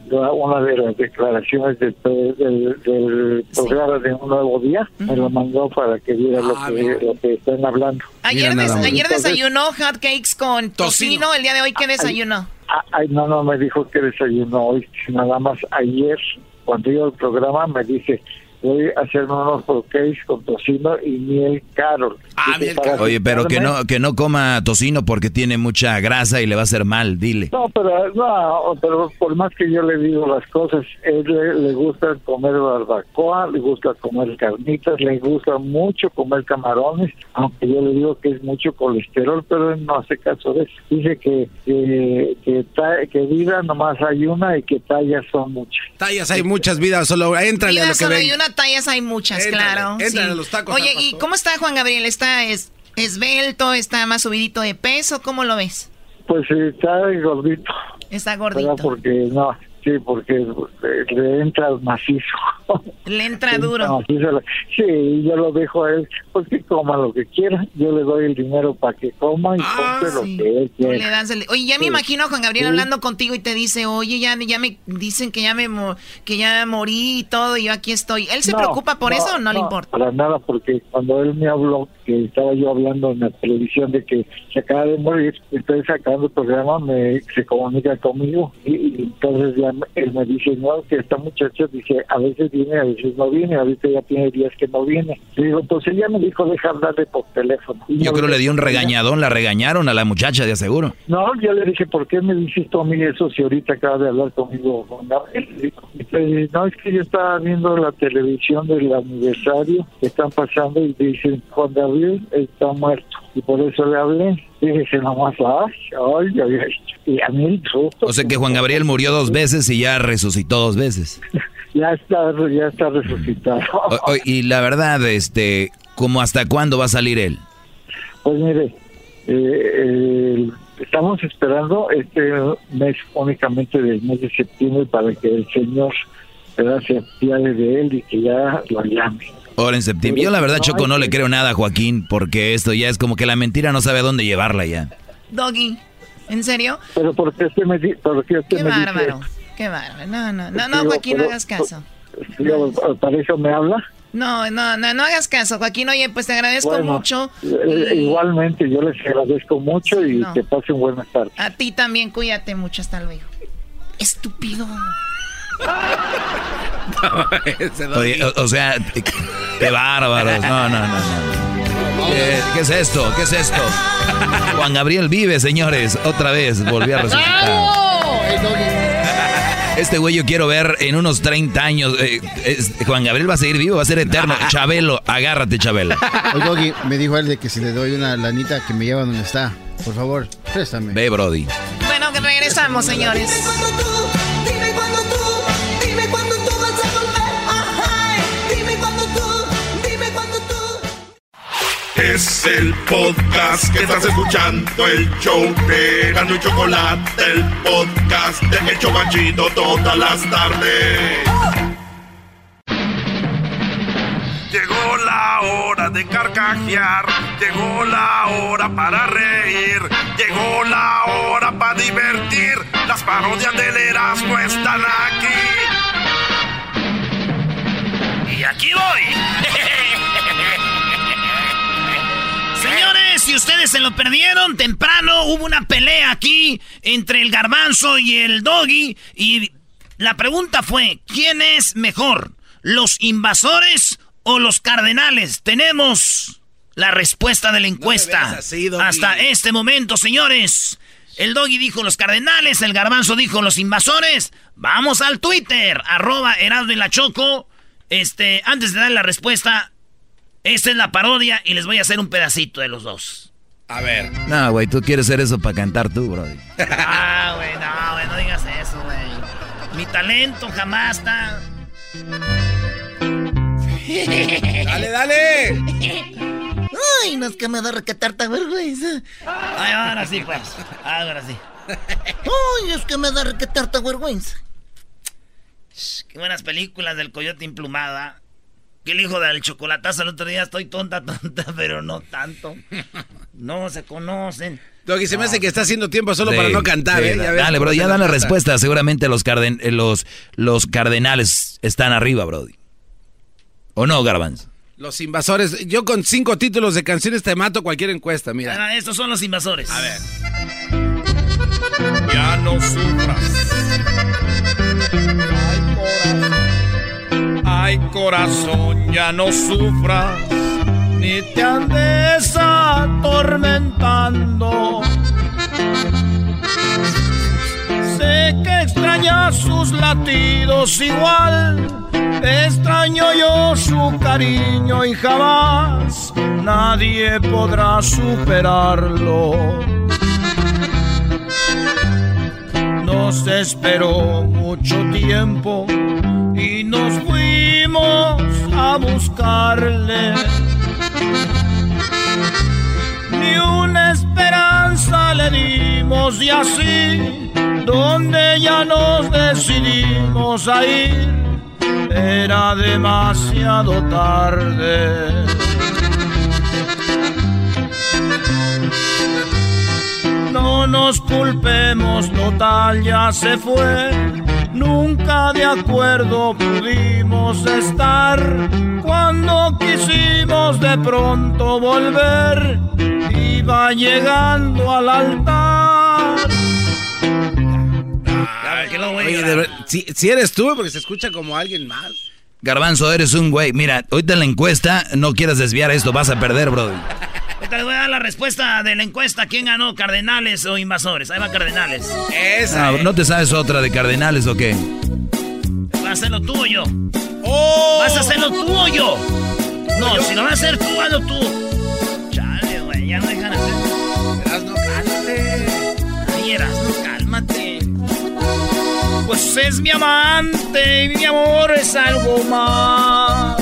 una de las declaraciones del, del, del programa de Un Nuevo Día, uh-huh. me lo mandó para que viera ah, lo, que, lo que están hablando. Ayer, des, ayer desayunó hot cakes con tocino, tocino. El día de hoy, ¿qué desayunó? Ay, ay, no, no me dijo que desayunó hoy, nada más ayer, cuando iba al programa, me dice... voy a hacerme unos hotcakes con tocino y miel Carol. Ah, miel Carol. Oye, pero que no que no coma tocino porque tiene mucha grasa y le va a hacer mal, dile. No, pero no, pero por más que yo le digo las cosas, él le, le gusta comer barbacoa, le gusta comer carnitas, le gusta mucho comer camarones, aunque yo le digo que es mucho colesterol, pero él no hace caso de eso. Dice que que que, ta, que vida nomás hay una y que tallas son muchas. Tallas hay muchas, vidas solo éntrale a lo que ven. Tallas hay muchas, éntrale, claro. Éntrale sí. a los tacos. Oye, ¿y cómo está Juan Gabriel? ¿Está es, esbelto? ¿Está más subidito de peso? ¿Cómo lo ves? Pues está gordito. Está gordito. Porque no, sí, porque le entra macizo. Le entra duro. Macizo. Sí, yo lo dejo a él, pues que coma lo que quiera. Yo le doy el dinero para que coma y ah, compre sí. lo que él quiera. Le das el... Oye, ya sí. me imagino a Juan Gabriel sí. hablando contigo y te dice, oye, ya, ya me dicen que ya me que ya morí y todo, y yo aquí estoy. ¿Él se no, preocupa por no, eso o no, no le importa? Para nada, porque cuando él me habló, que estaba yo hablando en la televisión de que se acaba de morir, estoy sacando el programa, me se comunica conmigo y, y entonces ya él me dice, no, que esta muchacha dice, a veces viene, a veces no viene, ahorita ya tiene días que no viene. Y digo, pues ella me dijo, deja hablarle por teléfono. Y yo creo que le dio un regañadón, la regañaron a la muchacha, de aseguro. No, yo le dije, ¿por qué me dices tú a mí eso si ahorita acabas de hablar conmigo? Y no, es que yo estaba viendo la televisión del aniversario que están pasando y dicen, Juan Gabriel está muerto. Y por eso le hablé. Dije, nomás, ay, ay, ay, ay. Y a mí el susto. O sea que Juan Gabriel murió dos veces y ya resucitó dos veces. Ya está, ya está resucitado. O, o, y la verdad, este, ¿cómo hasta cuándo va a salir él? Pues mire, eh, eh, estamos esperando este mes únicamente del mes de septiembre para que el Señor ¿verdad? se apiade de él y que ya lo llame. Ahora en septiembre. Yo la verdad, Choco, no le creo nada a Joaquín, porque esto ya es como que la mentira no sabe a dónde llevarla ya. Doggy, ¿en serio? Pero ¿por qué usted me dice? Qué bárbaro, qué bárbaro. No, no, no, no, Joaquín, no hagas caso. ¿Para eso me habla? No, no, no, no hagas caso, Joaquín. Oye, pues te agradezco bueno, mucho. Y... Igualmente, yo les agradezco mucho y no. que pasen buenas tardes. A ti también, cuídate mucho, hasta luego. Estúpido. Oye, o, o sea, qué bárbaros. No, no, no, no. ¿Qué, ¿Qué es esto? ¿Qué es esto? Juan Gabriel vive, señores. Otra vez volvió a resucitar. Este güey yo quiero ver en unos treinta años. Eh, es, Juan Gabriel va a seguir vivo, va a ser eterno. Chabelo, agárrate, Chabelo. Oye, Doggy, me dijo él de que si le doy una lanita que me lleva donde está. Por favor, préstame. Ve, Brody. Bueno, que regresamos, señores. Dime cuándo tú, dime cuándo tú vas a volver. Ajá, dime cuándo tú, dime cuándo tú. Es el podcast que estás escuchando, el show de Erasmo y Chocolate, el podcast de El Chobachito todas las tardes. Llegó la hora de carcajear, llegó la hora para reír, llegó la hora para divertir. Las parodias del Erasmo están aquí. Y aquí voy. Señores, si ustedes se lo perdieron, temprano hubo una pelea aquí entre el Garbanzo y el Doggy. Y la pregunta fue, ¿quién es mejor? ¿Los invasores o los cardenales? Tenemos la respuesta de la encuesta. No así, hasta este momento, señores. El Doggy dijo los cardenales, el Garbanzo dijo los invasores. Vamos al Twitter, arroba Erasmo y la Choco. Este, antes de dar la respuesta, esta es la parodia y les voy a hacer un pedacito de los dos. A ver. No, güey, tú quieres hacer eso para cantar tú, bro. Ah, güey, no, güey, no digas eso, güey. Mi talento jamás está... ¡Dale, dale! Ay, no es que me da requetarta vergüenza. Ay, ahora sí, pues. Ahora sí. Ay, es que me da requetarta vergüenza. Qué buenas películas del Coyote Emplumada. que el hijo del chocolatazo el otro día, estoy tonta, tonta, pero no tanto. No se conocen. Doggy, se me hace que está haciendo tiempo solo sí, para no cantar, sí, ¿eh? Ya dale, bro, ya dan la respuesta. Seguramente los, carden los, los cardenales están arriba, brody. ¿O no, Garbanzo? Los invasores. Yo con cinco títulos de canciones te mato cualquier encuesta, mira. Ah, estos son los invasores. A ver. Ya no sufras. Ay, corazón, ya no sufras. Ni te andes atormentando. Sé que extrañas sus latidos igual. Extraño yo su cariño y jamás nadie podrá superarlo. Nos esperó mucho tiempo y nos fuimos a buscarle. Ni una esperanza le dimos y así, donde ya nos decidimos a ir, era demasiado tarde. No nos culpemos, total ya se fue. Nunca de acuerdo pudimos estar. Cuando quisimos de pronto volver, iba llegando al altar. Oye, de ver, si, si eres tú, porque se escucha como alguien más. Garbanzo, eres un güey. Mira, ahorita en la encuesta, no quieras desviar esto, vas a perder, brody. Ahorita les voy a dar la respuesta de la encuesta. ¿Quién ganó, Cardenales o Invasores? Ahí va Cardenales. Esa. No, ¿no te sabes otra de Cardenales o qué? ¿Vas a hacerlo tú o yo? ¡Oh! ¿Vas a hacerlo tú o yo? No, si lo vas a hacer tú, hazlo tú. Chale, güey, ya no dejan hacer. Erasno, cálmate. Ay, Erasno, cálmate. Pues es mi amante y mi amor es algo más.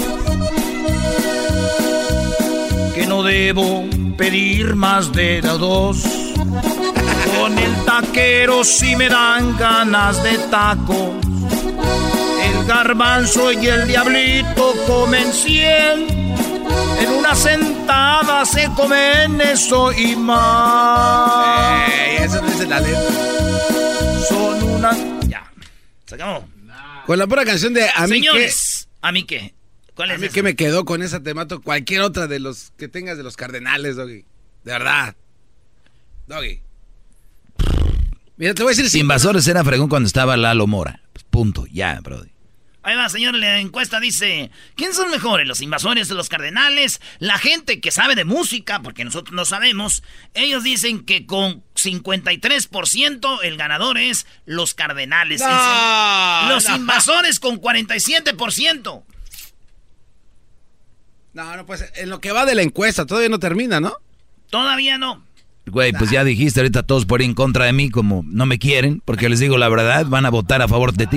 Que no debo pedir más de dos. Con el taquero si me dan ganas de tacos. El garbanzo y el diablito comen cien. En una sentada se comen eso y más. Ey, eso no dice la letra. Son una... Ya, se acabó. Con la pura canción de A mí Señores, ¿a mí qué? ¿Cuál es A mí esa? que me quedó con esa, te mato cualquier otra de los que tengas de los Cardenales, Doggy. De verdad. Doggy. Mira, te voy a decir... Invasores era fregón cuando estaba Lalo Mora. Pues punto, ya, brody. Ahí va, señor, la encuesta dice, ¿quién son mejores, los Invasores o los Cardenales? La gente que sabe de música, porque nosotros no sabemos, ellos dicen que con cincuenta y tres por ciento el ganador es los Cardenales. No, los no. Invasores con cuarenta y siete por ciento. No, no, pues en lo que va de la encuesta todavía no termina, ¿no? Todavía no. Güey, pues ya dijiste, ahorita todos por ir en contra de mí, como no me quieren, porque les digo la verdad, van a votar a favor de ti.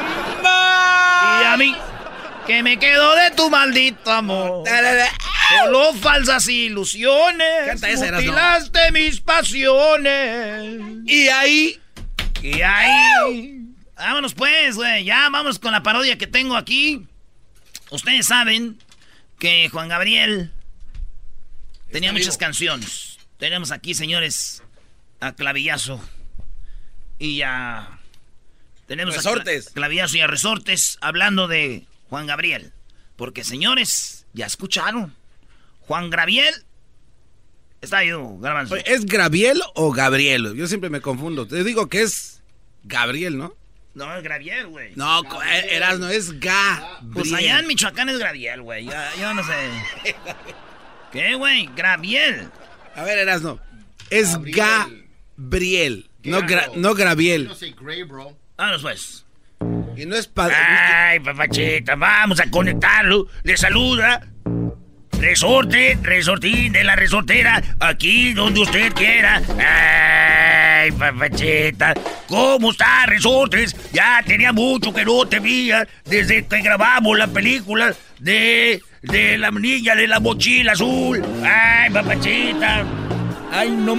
Y a mí, que me quedo de tu maldito amor. Solo falsas ilusiones. Canta esa, Erasno. Mutilaste mis pasiones. Y ahí... Y ahí... Vámonos pues, güey. Ya, vamos con la parodia que tengo aquí. Ustedes saben que Juan Gabriel tenía muchas canciones. Tenemos aquí, señores, a Clavillazo y a... Tenemos Resortes. a Cla- Clavillazo y a Resortes hablando de Juan Gabriel. Porque, señores, ya escucharon. Juan Gabriel... Está ahí, Garbanzo. Oye, ¿es Gabriel o Gabriel? Yo siempre me confundo. Te digo que es Gabriel, ¿no? No, es Gabriel, güey. No, Erasno, es Ga. Pues allá en Michoacán es Gabriel, güey. Ya, yo no sé. ¿Qué, güey? Gabriel. A ver, Erasno. Es Gabriel. No, gra no Graviel. No sé, Gray, bro. Vámonos, pues. Y no es padre. Ay, papachita, vamos a conectarlo. Le saluda. Resorte, resortín de la resortera. Aquí donde usted quiera. Ay, papachita. ¿Cómo está, Resortes? Ya tenía mucho que no te veía desde que grabamos la película de, de la niña de la mochila azul. Ay, papachita. ¡Ay, no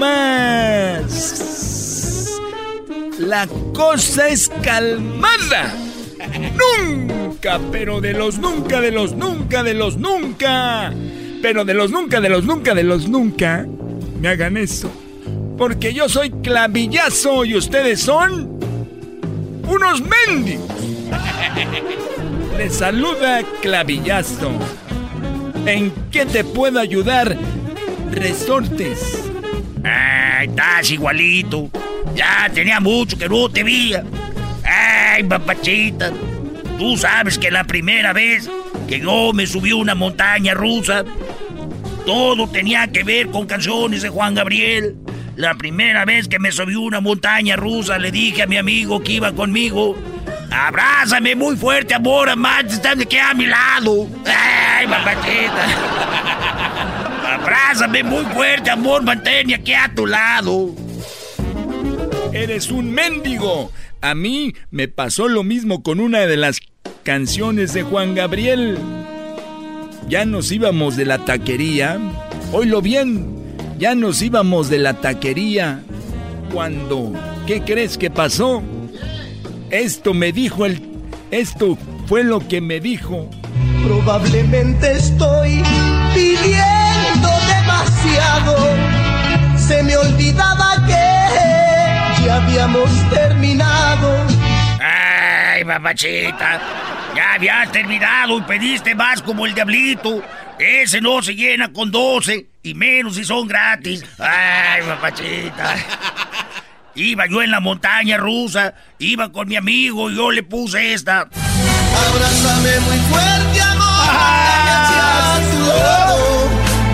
más! La cosa es calmada. Nunca, pero de los nunca, de los nunca, de los nunca. Pero de los nunca, de los nunca, de los nunca, me hagan eso. Porque yo soy clavillazo y ustedes son unos mendigos. Les saluda Clavillazo. ¿En qué te puedo ayudar, Resortes? Ay, estás igualito. Ya tenía mucho que no te veía. Ay, papachita. Tú sabes que la primera vez que yo me subí a una montaña rusa, todo tenía que ver con canciones de Juan Gabriel. La primera vez que me subí a una montaña rusa, le dije a mi amigo que iba conmigo: abrázame muy fuerte, amor, amante, estás aquí a mi lado. Ay, papachita. Abrázame muy fuerte, amor, mantén aquí a tu lado. Eres un mendigo. A mí me pasó lo mismo con una de las canciones de Juan Gabriel. Ya nos íbamos de la taquería. Oílo bien. Ya nos íbamos de la taquería cuando, ¿qué crees que pasó? Esto me dijo el... Esto fue lo que me dijo. Probablemente estoy pidiendo demasiado. Se me olvidaba que ya habíamos terminado. Ay, papachita, ya habías terminado y pediste más como el diablito. Ese no se llena con doce, y menos si son gratis. Ay, papachita. Iba yo en la montaña rusa, iba con mi amigo y yo le puse esta. Abrázame muy fuerte, amor, ah, hacia tu lado.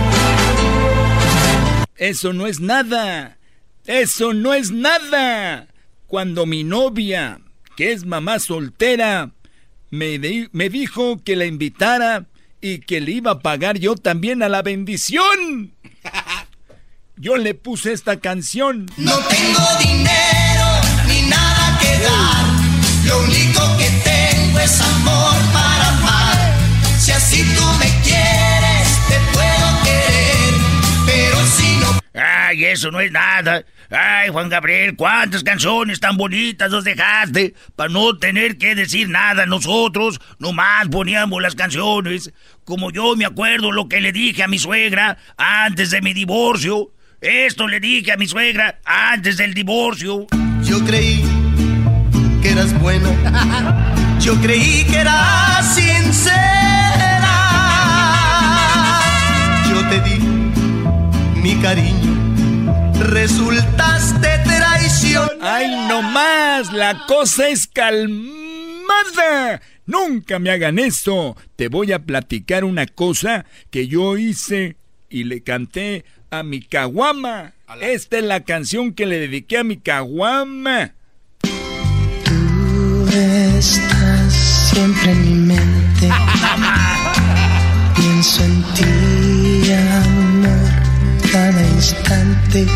Eso no es nada. Eso no es nada. Cuando mi novia, que es mamá soltera, me, di- me dijo que la invitara y que le iba a pagar yo también a la bendición, yo le puse esta canción. No tengo dinero ni nada que dar. Lo único que tengo es amor para amar. Si así tú me quieres, te puedo querer. Pero si no... Ay, eso no es nada. Ay, Juan Gabriel, cuántas canciones tan bonitas nos dejaste para no tener que decir nada nosotros. Nomás poníamos las canciones. Como yo me acuerdo lo que le dije a mi suegra antes de mi divorcio. Esto le dije a mi suegra antes del divorcio. Yo creí que eras buena. Yo creí que eras sincera. Yo te di mi cariño. Resultaste traición. ¡Ay, no más! La cosa es calmada. Nunca me hagan esto. Te voy a platicar una cosa que yo hice y le canté a mi caguama. Esta es la canción que le dediqué a mi caguama. Tú estás siempre en mi mente. Pienso en ti, amor, cada instante.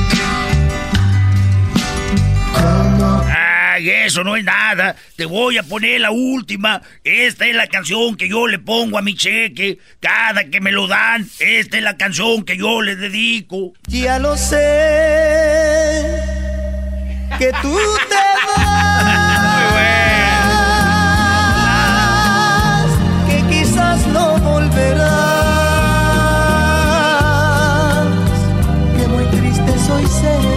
¿Cómo? Ay, eso no es nada. Te voy a poner la última. Esta es la canción que yo le pongo a mi cheque cada que me lo dan. Esta es la canción que yo le dedico. Ya lo sé, que tú te vas, que quizás no volverás, que muy triste soy ser.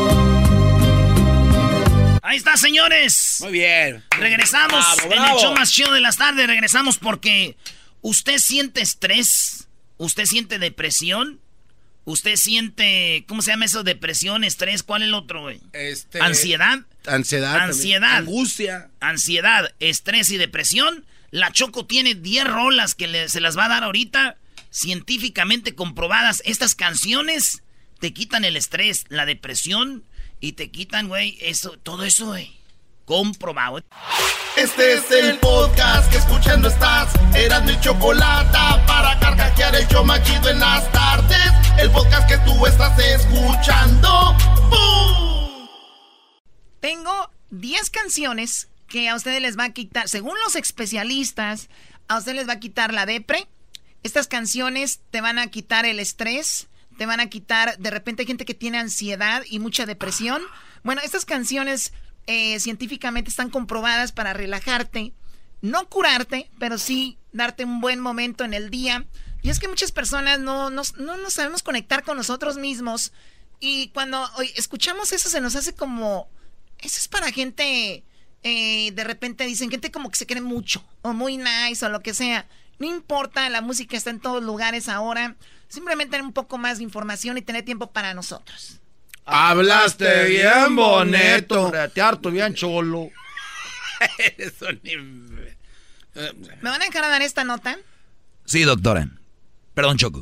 Ahí está, señores. Muy bien. Regresamos Bravo, en bravo. el show más chido de las tardes. Regresamos porque usted siente estrés, usted siente depresión, usted siente, ¿cómo se llama eso? Depresión, estrés, ¿cuál es el otro, güey? Este, Ansiedad. Ansiedad. también. Ansiedad. Angustia. Ansiedad, estrés y depresión. La Choco tiene diez rolas que le- se las va a dar ahorita, científicamente comprobadas. Estas canciones te quitan el estrés, la depresión y te quitan, güey, eso, todo eso, güey. Comprobado. Este es el podcast que escuchando estás. Eran mi chocolate para carcajear el show más chido en las tardes. El podcast que tú estás escuchando. ¡Bum! Tengo diez canciones que a ustedes les va a quitar, según los especialistas, a ustedes les va a quitar la depre. Estas canciones te van a quitar el estrés, te van a quitar, de repente hay gente que tiene ansiedad y mucha depresión. Bueno, estas canciones eh, científicamente están comprobadas para relajarte, no curarte, pero sí darte un buen momento en el día. Y es que muchas personas no nos, no nos sabemos conectar con nosotros mismos. Y cuando oye, escuchamos eso se nos hace como... Eso es para gente... Eh, de repente dicen gente como que se cree mucho. O muy nice o lo que sea. No importa, la música está en todos lugares ahora. Simplemente tener un poco más de información y tener tiempo para nosotros. Hablaste bien bonito. Te harto bien cholo. Eso ni... ¿Me van a dejar a dar esta nota? Sí, doctora. Perdón, Choco.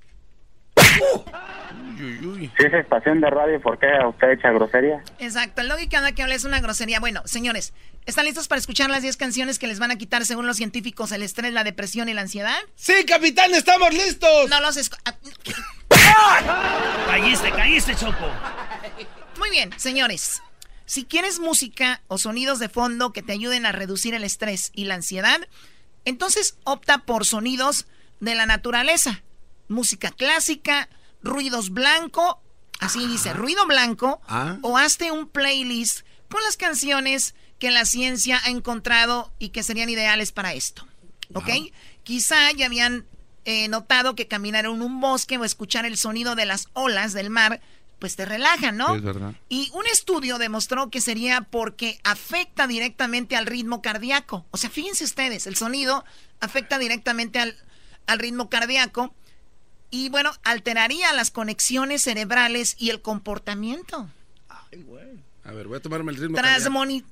Si es estación de radio, ¿por qué usted echa grosería? Exacto, el lógica cada que hable es una grosería. Bueno, señores, ¿están listos para escuchar las diez canciones que les van a quitar, según los científicos, el estrés, la depresión y la ansiedad? ¡Sí, capitán, estamos listos! No los escu... Caíste, caíste, Choco. Muy bien, señores. Si quieres música o sonidos de fondo que te ayuden a reducir el estrés y la ansiedad, entonces opta por sonidos de la naturaleza. Música clásica, ruidos blanco, así dice, ruido blanco, ¿Ah? o hazte un playlist con las canciones que la ciencia ha encontrado y que serían ideales para esto, ¿ok? Wow. Quizá ya habían eh, notado que caminar en un bosque o escuchar el sonido de las olas del mar, pues te relajan, ¿no? Es verdad. Y un estudio demostró que sería porque afecta directamente al ritmo cardíaco. O sea, fíjense ustedes, el sonido afecta directamente al, al ritmo cardíaco. Y bueno, alteraría las conexiones cerebrales y el comportamiento. Ay, güey. A ver, voy a tomarme el ritmo. Tras, moni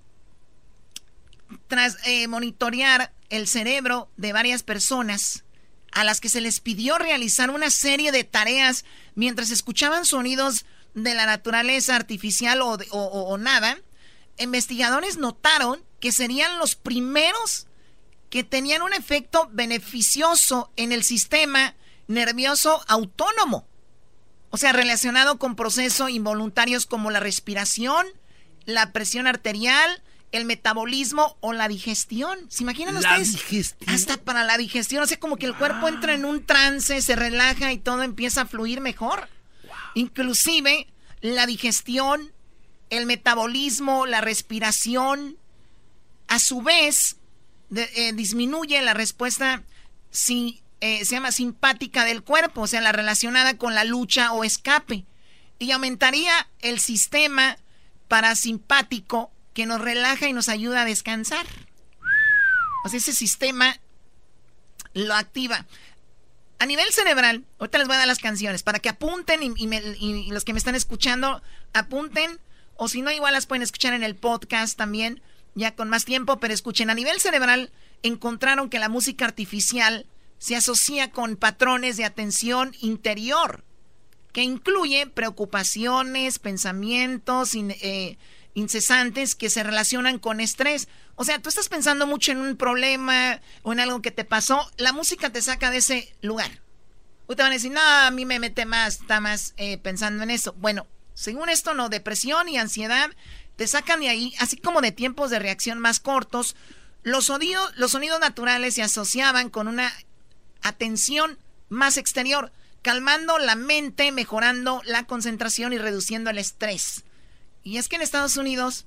tras eh, monitorear el cerebro de varias personas a las que se les pidió realizar una serie de tareas mientras escuchaban sonidos de la naturaleza artificial o, de, o, o, o nada, investigadores notaron que serían los primeros que tenían un efecto beneficioso en el sistema nervioso autónomo, o sea, relacionado con procesos involuntarios como la respiración, la presión arterial, el metabolismo o la digestión. ¿Se imaginan la ustedes? Digestión. Hasta para la digestión, o sea, como que el cuerpo entra en un trance, se relaja y todo empieza a fluir mejor. Wow. Inclusive la digestión, el metabolismo, la respiración, a su vez de, eh, disminuye la respuesta si Eh, se llama simpática del cuerpo, o sea, la relacionada con la lucha o escape. Y aumentaría el sistema parasimpático que nos relaja y nos ayuda a descansar. O sea, ese sistema lo activa. A nivel cerebral, ahorita les voy a dar las canciones para que apunten y, y, me, y los que me están escuchando apunten, o si no, igual las pueden escuchar en el podcast también, ya con más tiempo, pero escuchen. A nivel cerebral, encontraron que la música artificial se asocia con patrones de atención interior, que incluye preocupaciones, pensamientos in, eh, incesantes que se relacionan con estrés. O sea, tú estás pensando mucho en un problema o en algo que te pasó, la música te saca de ese lugar. Ustedes van a decir, no, a mí me mete más, está más eh, pensando en eso. Bueno, según esto, no, depresión y ansiedad te sacan de ahí, así como de tiempos de reacción más cortos. Los sonidos, los sonidos naturales se asociaban con una atención más exterior, calmando la mente, mejorando la concentración y reduciendo el estrés. Y es que en Estados Unidos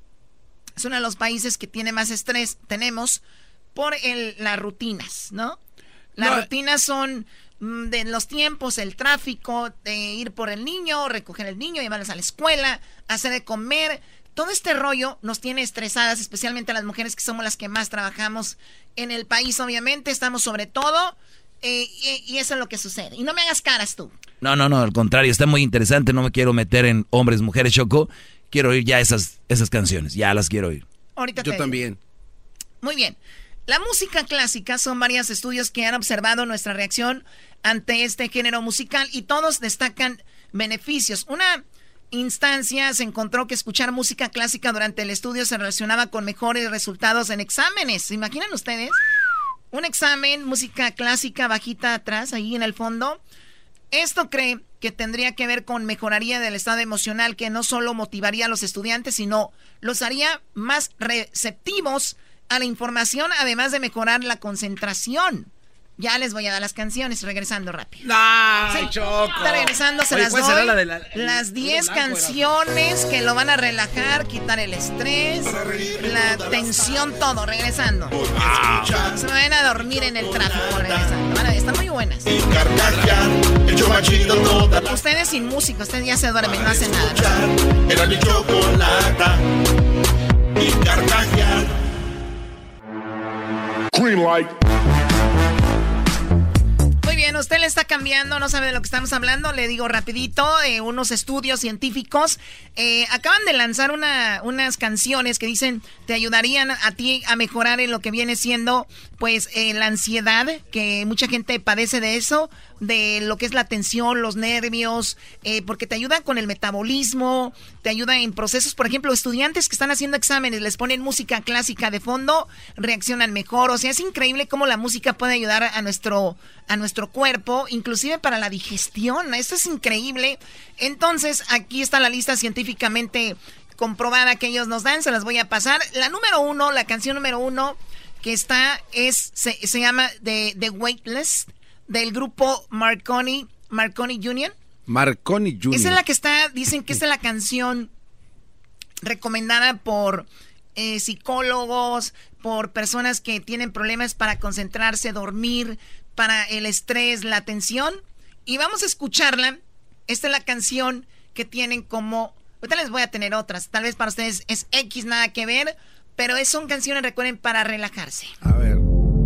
es uno de los países que tiene más estrés, tenemos, por el, las rutinas, ¿no? Las no. rutinas son mm, de los tiempos, el tráfico, de ir por el niño, recoger el niño, llevarlos a la escuela, hacer de comer. Todo este rollo nos tiene estresadas, especialmente a las mujeres que somos las que más trabajamos en el país, obviamente, estamos sobre todo, eh, y, y eso es lo que sucede. Y no me hagas caras tú. No, no, no, al contrario, está muy interesante, no me quiero meter en hombres, mujeres, Choco, quiero oír ya esas, esas canciones, ya las quiero oír. Ahorita Yo te también. digo. Muy bien. La música clásica son varios estudios que han observado nuestra reacción ante este género musical y todos destacan beneficios. Una instancia se encontró que escuchar música clásica durante el estudio se relacionaba con mejores resultados en exámenes. ¿Se imaginan ustedes? Un examen, música clásica bajita atrás, ahí en el fondo. Esto cree que tendría que ver con mejoría del estado emocional, que no solo motivaría a los estudiantes, sino los haría más receptivos a la información, además de mejorar la concentración. Ya les voy a dar las canciones, regresando rápido. ¡No, sí, Choco! Está regresando, se Oye, las ¿cuál doy. será la de la- las diez canciones que lo van a relajar, quitar el estrés, la tensión, todo, regresando. Se me van a dormir en el tráfico, regresando. Van a- están muy buenas. Ustedes sin música, ustedes ya se duermen, no hacen nada. ¿no? Era mi chocolata y carcajear. Green light. Muy bien, usted le está cambiando, no sabe de lo que estamos hablando. Le digo rapidito, eh, unos estudios científicos eh, acaban de lanzar una, unas canciones que dicen te ayudarían a ti a mejorar en lo que viene siendo pues eh, la ansiedad, que mucha gente padece de eso, de lo que es la tensión, los nervios, eh, porque te ayudan con el metabolismo, te ayuda en procesos. Por ejemplo, estudiantes que están haciendo exámenes, les ponen música clásica de fondo, reaccionan mejor. O sea, es increíble cómo la música puede ayudar a nuestro, a nuestro cuerpo, inclusive para la digestión. Esto es increíble. Entonces, aquí está la lista científicamente comprobada que ellos nos dan, se las voy a pasar. La número uno, la canción número uno que está es, se, se llama The, The Weightless, del grupo Marconi, Marconi Union. Marconi Junior Esa es la que está, dicen que esta es la canción recomendada por eh, psicólogos, por personas que tienen problemas para concentrarse, dormir, para el estrés, la tensión. Y vamos a escucharla. Esta es la canción que tienen como... Ahorita les voy a tener otras. Tal vez para ustedes es X, nada que ver. Pero es, son canciones, recuerden, para relajarse. A ver.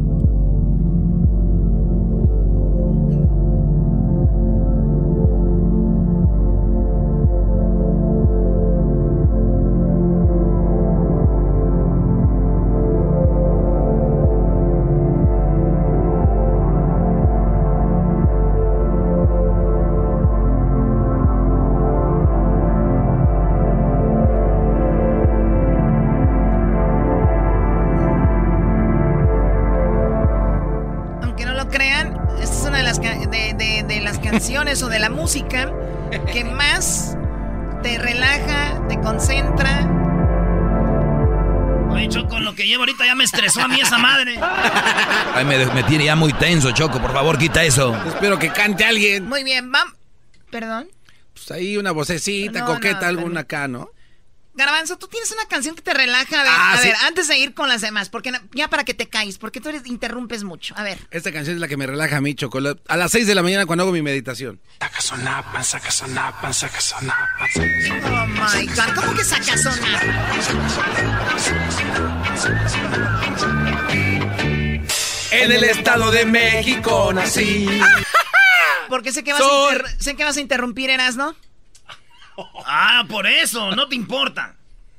O de la música que más te relaja, te concentra. Oye, Choco, lo que llevo ahorita ya me estresó a mí esa madre. Ay, me, me tiene ya muy tenso, Choco. Por favor, quita eso. Espero que cante alguien. Muy bien, vamos. ¿Perdón? Pues ahí una vocecita, no, coqueta, no, alguna acá, ¿no? Garbanzo, tú tienes una canción que te relaja. A ver, ah, a sí. ver, antes de ir con las demás, porque no, ya para que te calles, porque tú eres, interrumpes mucho. A ver. Esta canción es la que me relaja a mí, Choco. A las seis de la mañana cuando hago mi meditación. Oh my God, ¿cómo que saca sonar? En el Estado de México nací. Porque sé que vas, Soy... a, inter... sé que vas a interrumpir, Erasno. Ah, por eso, no te importa.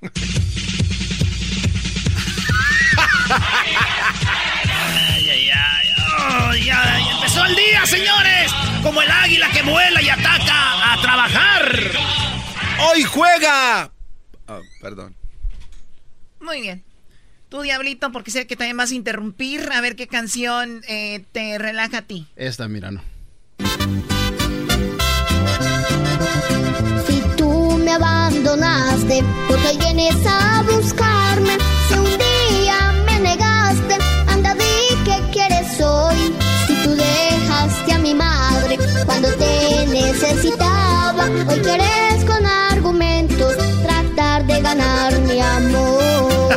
Ay, ay, ay. Oh, ya, ya empezó el día, señores. Como el águila que vuela y ataca a trabajar. ¡Hoy juega! Oh, perdón. Muy bien. Tú, Diablito, porque sé que también vas a interrumpir. A ver qué canción eh, te relaja a ti. Esta, mira, no. Me abandonaste porque hoy vienes a buscarme. Si un día me negaste, anda di que quieres hoy. Si tú dejaste a mi madre cuando te necesitaba, hoy quieres con argumentos tratar de ganar mi amor.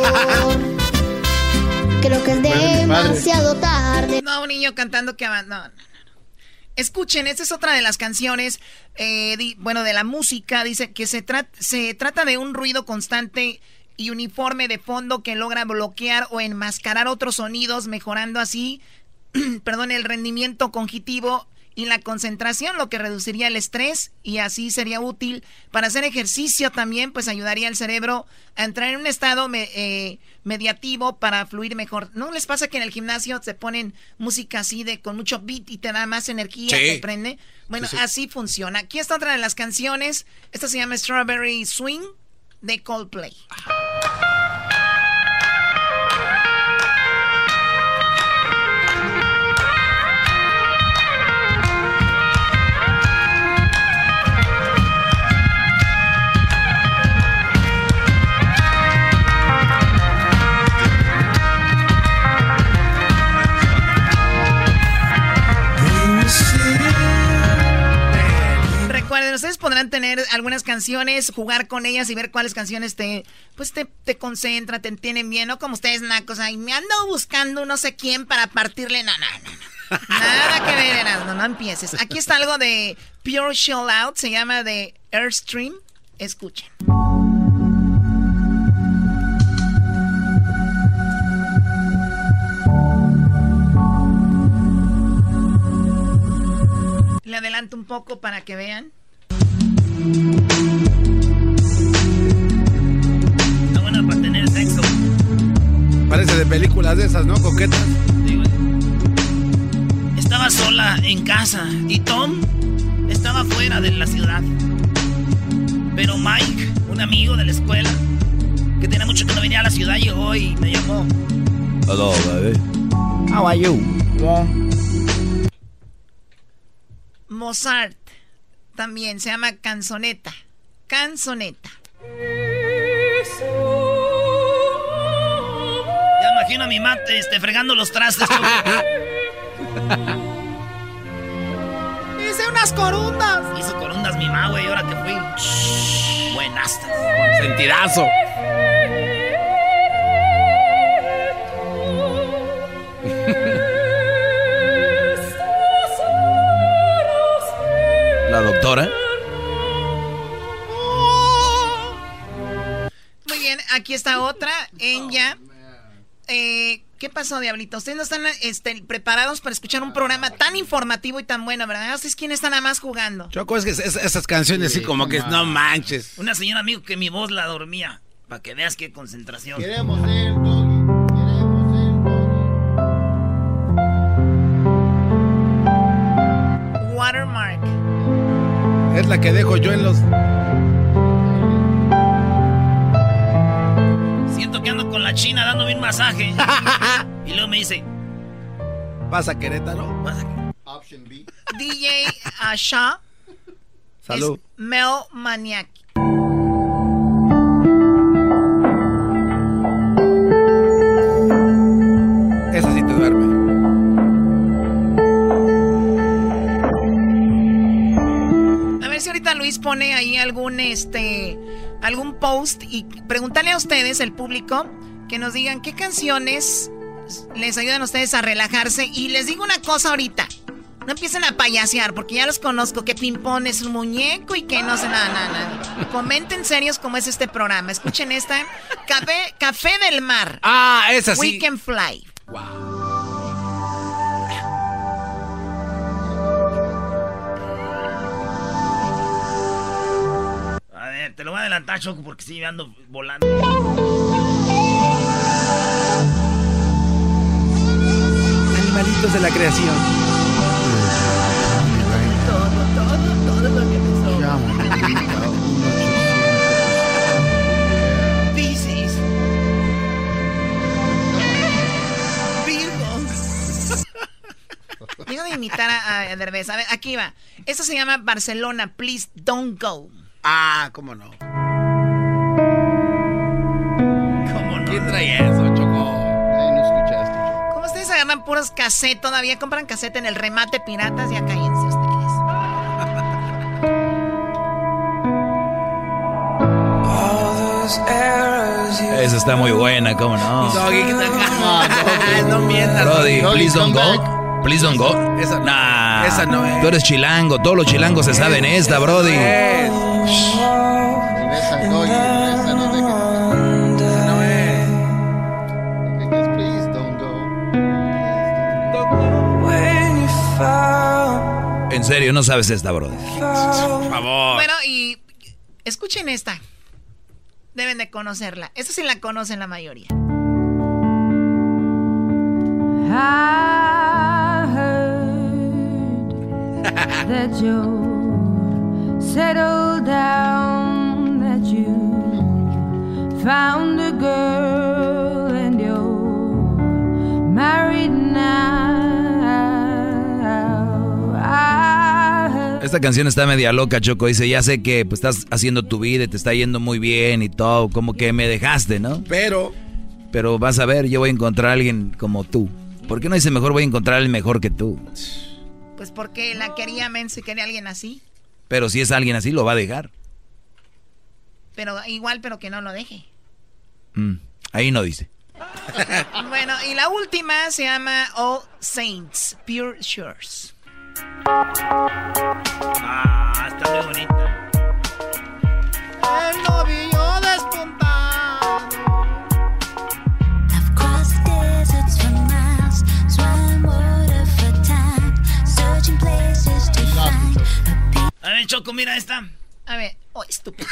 Creo que es demasiado tarde. No, un niño cantando que abandona. Escuchen, esta es otra de las canciones, eh, di, bueno, de la música. Dice que se, tra- se trata de un ruido constante y uniforme de fondo que logra bloquear o enmascarar otros sonidos, mejorando así, perdón, el rendimiento cognitivo y la concentración, lo que reduciría el estrés y así sería útil para hacer ejercicio también, pues ayudaría al cerebro a entrar en un estado me, eh, mediativo para fluir mejor. ¿No les pasa que en el gimnasio te ponen música así de con mucho beat y te da más energía, sí. te prende? Bueno, sí, sí. Así funciona. Aquí está otra de las canciones. Esta se llama Strawberry Swing de Coldplay. podrán tener algunas canciones, jugar con ellas y ver cuáles canciones te, pues te, te concentran, te entienden bien, no como ustedes nacos, ay, me ando buscando no sé quién para partirle, no, no, no, no. Nada que ver, no, no empieces. Aquí está algo de Pure Chill Out, se llama de Airstream, escuchen. Le adelanto un poco para que vean. Está buena para tener sexo. Parece de películas de esas, ¿no? Coquetas. Sí, güey. Estaba sola en casa y Tom estaba fuera de la ciudad. Pero Mike, un amigo de la escuela, que tenía mucho que no venía a la ciudad, llegó y me llamó. Hello, baby. How are you? Yeah. Mozart también se llama Canzoneta. Canzoneta. Ya imagino a mi mate este, fregando los trastes. Hice unas corundas. Hizo corundas mi ma, güey, ahora que fui. Shh, buenastas. Sentidazo. La doctora. Muy bien, aquí está otra. Enya. Eh, ¿Qué pasó, Diablito? Ustedes no están este, preparados para escuchar un programa tan informativo y tan bueno, ¿verdad? ¿Ustedes quién están nada más jugando? Choco, es que es, esas canciones sí, así como que no manches. Una señora amigo que mi voz la dormía. Para que veas qué concentración. Queremos ser Doggy. Queremos ser Doggy. Watermark. Es la que dejo yo en los... Siento que ando con la china dándome un masaje. Y luego me dice... ¿Pasa Querétaro? Pasa Option B. D J Asha. Salud. Mel Maniac. Esa sí te duerme. A ver si ahorita Luis pone ahí algún este algún post y pregúntale a ustedes, el público, que nos digan qué canciones les ayudan a ustedes a relajarse. Y les digo una cosa ahorita, no empiecen a payasear porque ya los conozco, que Pimpón es un muñeco y que no sé nada, nada, nada. Comenten serios como es este programa. Escuchen esta, Café, Café del Mar. Ah, esa sí. We Can Fly. Wow. A ver, te lo voy a adelantar, Choco, porque sí me ando volando. Animalitos de la creación. Todo, todo, todo lo que me sobra. Piscis. Virgo. Deja de imitar a, a Derbez. A ver, aquí va. Esto se llama Barcelona, Please Don't Go. Ah, cómo no. ¿Cómo no? ¿Quién trae eso, Choco? Ay, no escuchaste, Choco. ¿Cómo ustedes agarran puros cassette todavía? Compran cassette en el remate piratas, ya cállense ustedes. Esa está muy buena, ¿cómo no? Doggy, ¿qué tal? No mientas. Brody, Doggy, please don't come go. Please don't go. Esa no. Nah, Esa no es. Tú eres chilango, todos los chilangos se saben esta, Brody. Es. Regresa, Doggy, regresa, no dejes. Esa no es. Dejes, please don't go. En serio, no sabes esta, Brody. Por favor. Bueno, y escuchen esta. Deben de conocerla. Esta sí la conocen la mayoría. I heard that you settled down, that you found a girl and you're married now. I heard... Esta canción está media loca, Choco. Dice, ya sé que pues, estás haciendo tu vida y te está yendo muy bien y todo. Como que me dejaste, ¿no? Pero... Pero vas a ver, yo voy a encontrar a alguien como tú. ¿Por qué no dice mejor voy a encontrar a alguien mejor que tú? Pues porque la quería menso y quería a alguien así. Pero si es alguien así, lo va a dejar. Pero igual, pero que no lo deje. Mm, ahí no dice. Bueno, y la última se llama All Saints, Pure Shores. Ah, está muy bonita. El novillo despuntado. A ver, Choco, mira esta. A ver, oh, estúpido.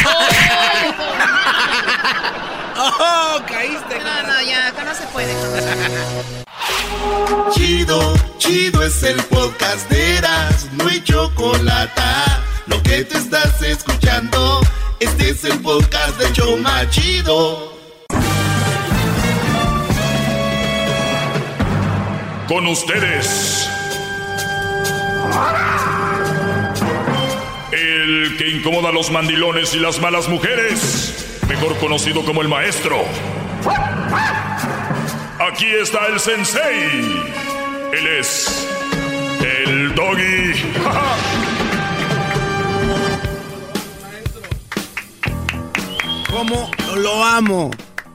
¡Oh, caíste! No, no, ya, acá no se puede. Chido, chido es el podcast de Erazno y Chocolata. Lo que te estás escuchando, este es el podcast de Choma Chido. Con ustedes, el que incomoda a los mandilones y las malas mujeres, mejor conocido como el maestro. Aquí está el sensei. Él es el Doggy. ¿Cómo lo amo?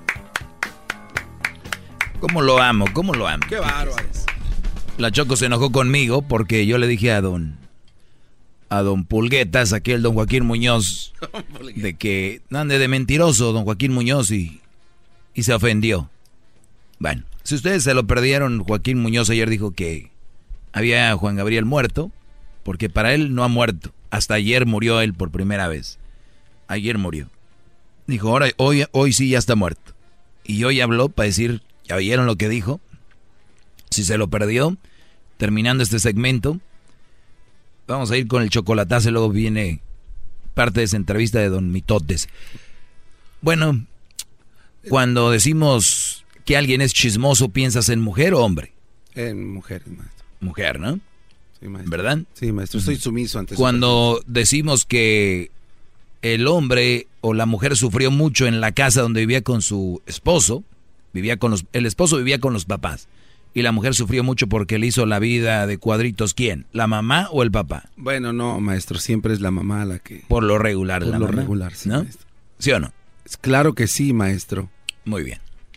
¿Cómo lo amo? ¿Cómo lo amo? Qué bárbaro. La Choco se enojó conmigo porque yo le dije a don a don Pulguetas, aquí el don Joaquín Muñoz, de que ande de mentiroso don Joaquín Muñoz y, y se ofendió. Bueno, si ustedes se lo perdieron, Joaquín Muñoz ayer dijo que había Juan Gabriel muerto, porque para él no ha muerto. Hasta ayer murió él por primera vez. Ayer murió. Dijo, ahora, hoy, hoy sí ya está muerto. Y hoy habló para decir, ¿ya oyeron lo que dijo? Si se lo perdió, terminando este segmento, vamos a ir con el chocolatazo, luego viene parte de esa entrevista de don Mitotes. Bueno, cuando decimos que alguien es chismoso, ¿piensas en mujer o hombre? En mujer, maestro. Mujer, ¿no? Sí, maestro. ¿Verdad? Sí, maestro, soy sumiso ante Cuando decimos que el hombre o la mujer sufrió mucho en la casa donde vivía con su esposo, vivía con los, el esposo vivía con los papás, y la mujer sufrió mucho porque le hizo la vida de cuadritos, ¿quién? ¿La mamá o el papá? Bueno, no, maestro, siempre es la mamá la que... Por lo regular, Por la lo mamá, regular, sí, ¿no? maestro. ¿Sí o no? Claro que sí, maestro. Muy bien.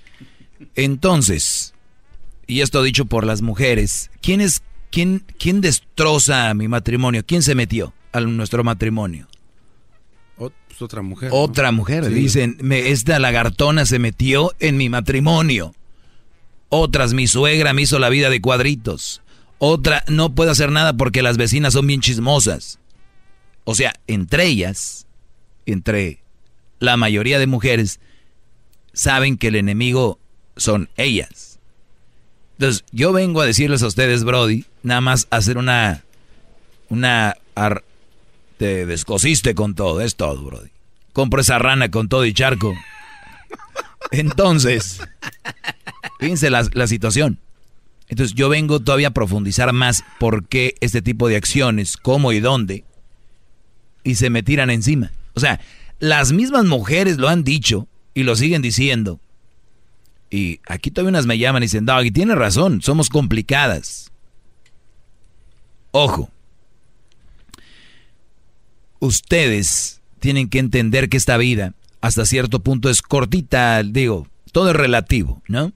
Entonces, y esto dicho por las mujeres, ¿quién es, quién, quién destroza mi matrimonio? ¿Quién se metió a nuestro matrimonio? O, pues otra mujer. Otra ¿no? mujer. Sí. Dicen, me, esta lagartona se metió en mi matrimonio. Otras, mi suegra me hizo la vida de cuadritos. Otra, no puedo hacer nada porque las vecinas son bien chismosas. O sea, entre ellas, entre la mayoría de mujeres, saben que el enemigo son ellas. Entonces, yo vengo a decirles a ustedes, Brody, nada más hacer una... una ar, te descosiste con todo, es todo, Brody. Compro esa rana con todo y charco. Entonces, fíjense la, la situación. Entonces, yo vengo todavía a profundizar más por qué este tipo de acciones, cómo y dónde, y se me tiran encima. O sea, las mismas mujeres lo han dicho y lo siguen diciendo. Y aquí todavía unas me llaman y dicen, Doggy, tienes razón, somos complicadas. Ojo. Ustedes tienen que entender que esta vida, hasta cierto punto, es cortita, digo, todo es relativo, ¿no?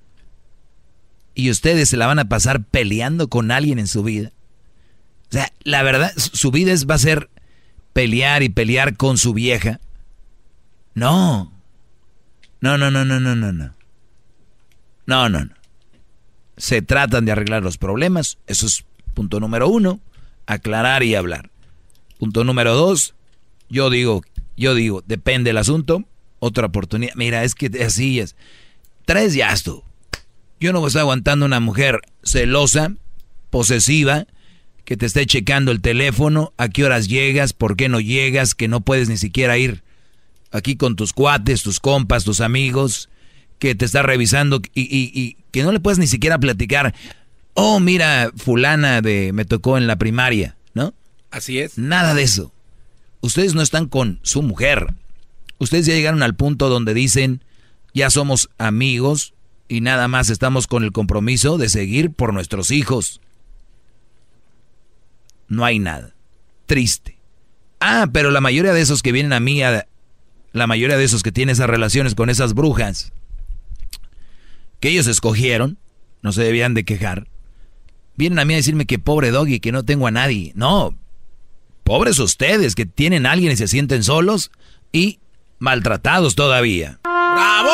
Y ustedes se la van a pasar peleando con alguien en su vida. O sea, la verdad, su vida es, va a ser pelear y pelear con su vieja. No. No, no, no, no, no, no, no. No, no, no. Se tratan de arreglar los problemas. Eso es punto número uno. Aclarar y hablar. Punto número dos. Yo digo, yo digo, depende del asunto. Otra oportunidad. Mira, es que así es. Tres ya esto. Yo no voy a estar aguantando una mujer celosa, posesiva, que te esté checando el teléfono, a qué horas llegas, por qué no llegas, que no puedes ni siquiera ir aquí con tus cuates, tus compas, tus amigos, que te está revisando y, y, y que no le puedes ni siquiera platicar. Oh, mira, fulana de me tocó en la primaria, ¿no? Así es. Nada de eso. Ustedes no están con su mujer. Ustedes ya llegaron al punto donde dicen, ya somos amigos y nada más estamos con el compromiso de seguir por nuestros hijos. No hay nada. triste. Ah, pero la mayoría de esos que vienen a mí, a, la mayoría de esos que tienen esas relaciones con esas brujas, que ellos escogieron, no se debían de quejar, vienen a mí a decirme que pobre Doggy, que no tengo a nadie. No, pobres ustedes que tienen a alguien y se sienten solos y maltratados todavía. ¡Bravo!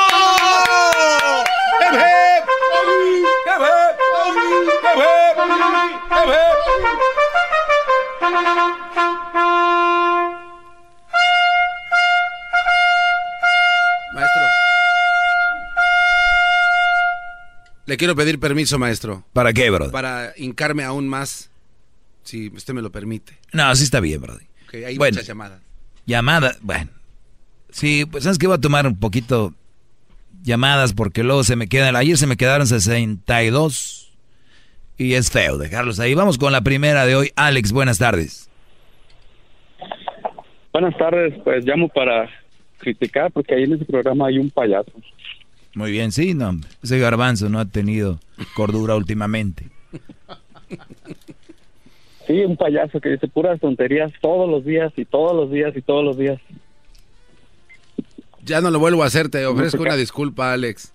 ¡Hep, hep! ¡Hep, hep! ¡Hep, hep! ¡Hep, hep! Maestro. Le quiero pedir permiso, maestro. ¿Para qué, brother? Para hincarme aún más, si usted me lo permite. No, así está bien, brother. Okay, hay bueno, muchas llamadas. Llamadas, bueno. Sí, pues sabes que voy a tomar un poquito llamadas porque luego se me quedan, ayer se me quedaron sesenta y dos y es feo dejarlos ahí. Vamos con la primera de hoy. Alex, buenas tardes. Buenas tardes, pues llamo para criticar porque ahí en ese programa hay un payaso. Muy bien, sí, no, ese garbanzo no ha tenido cordura últimamente. Sí, un payaso que dice puras tonterías todos los días y todos los días y todos los días. Ya no lo vuelvo a hacer, te ofrezco no una disculpa, Alex.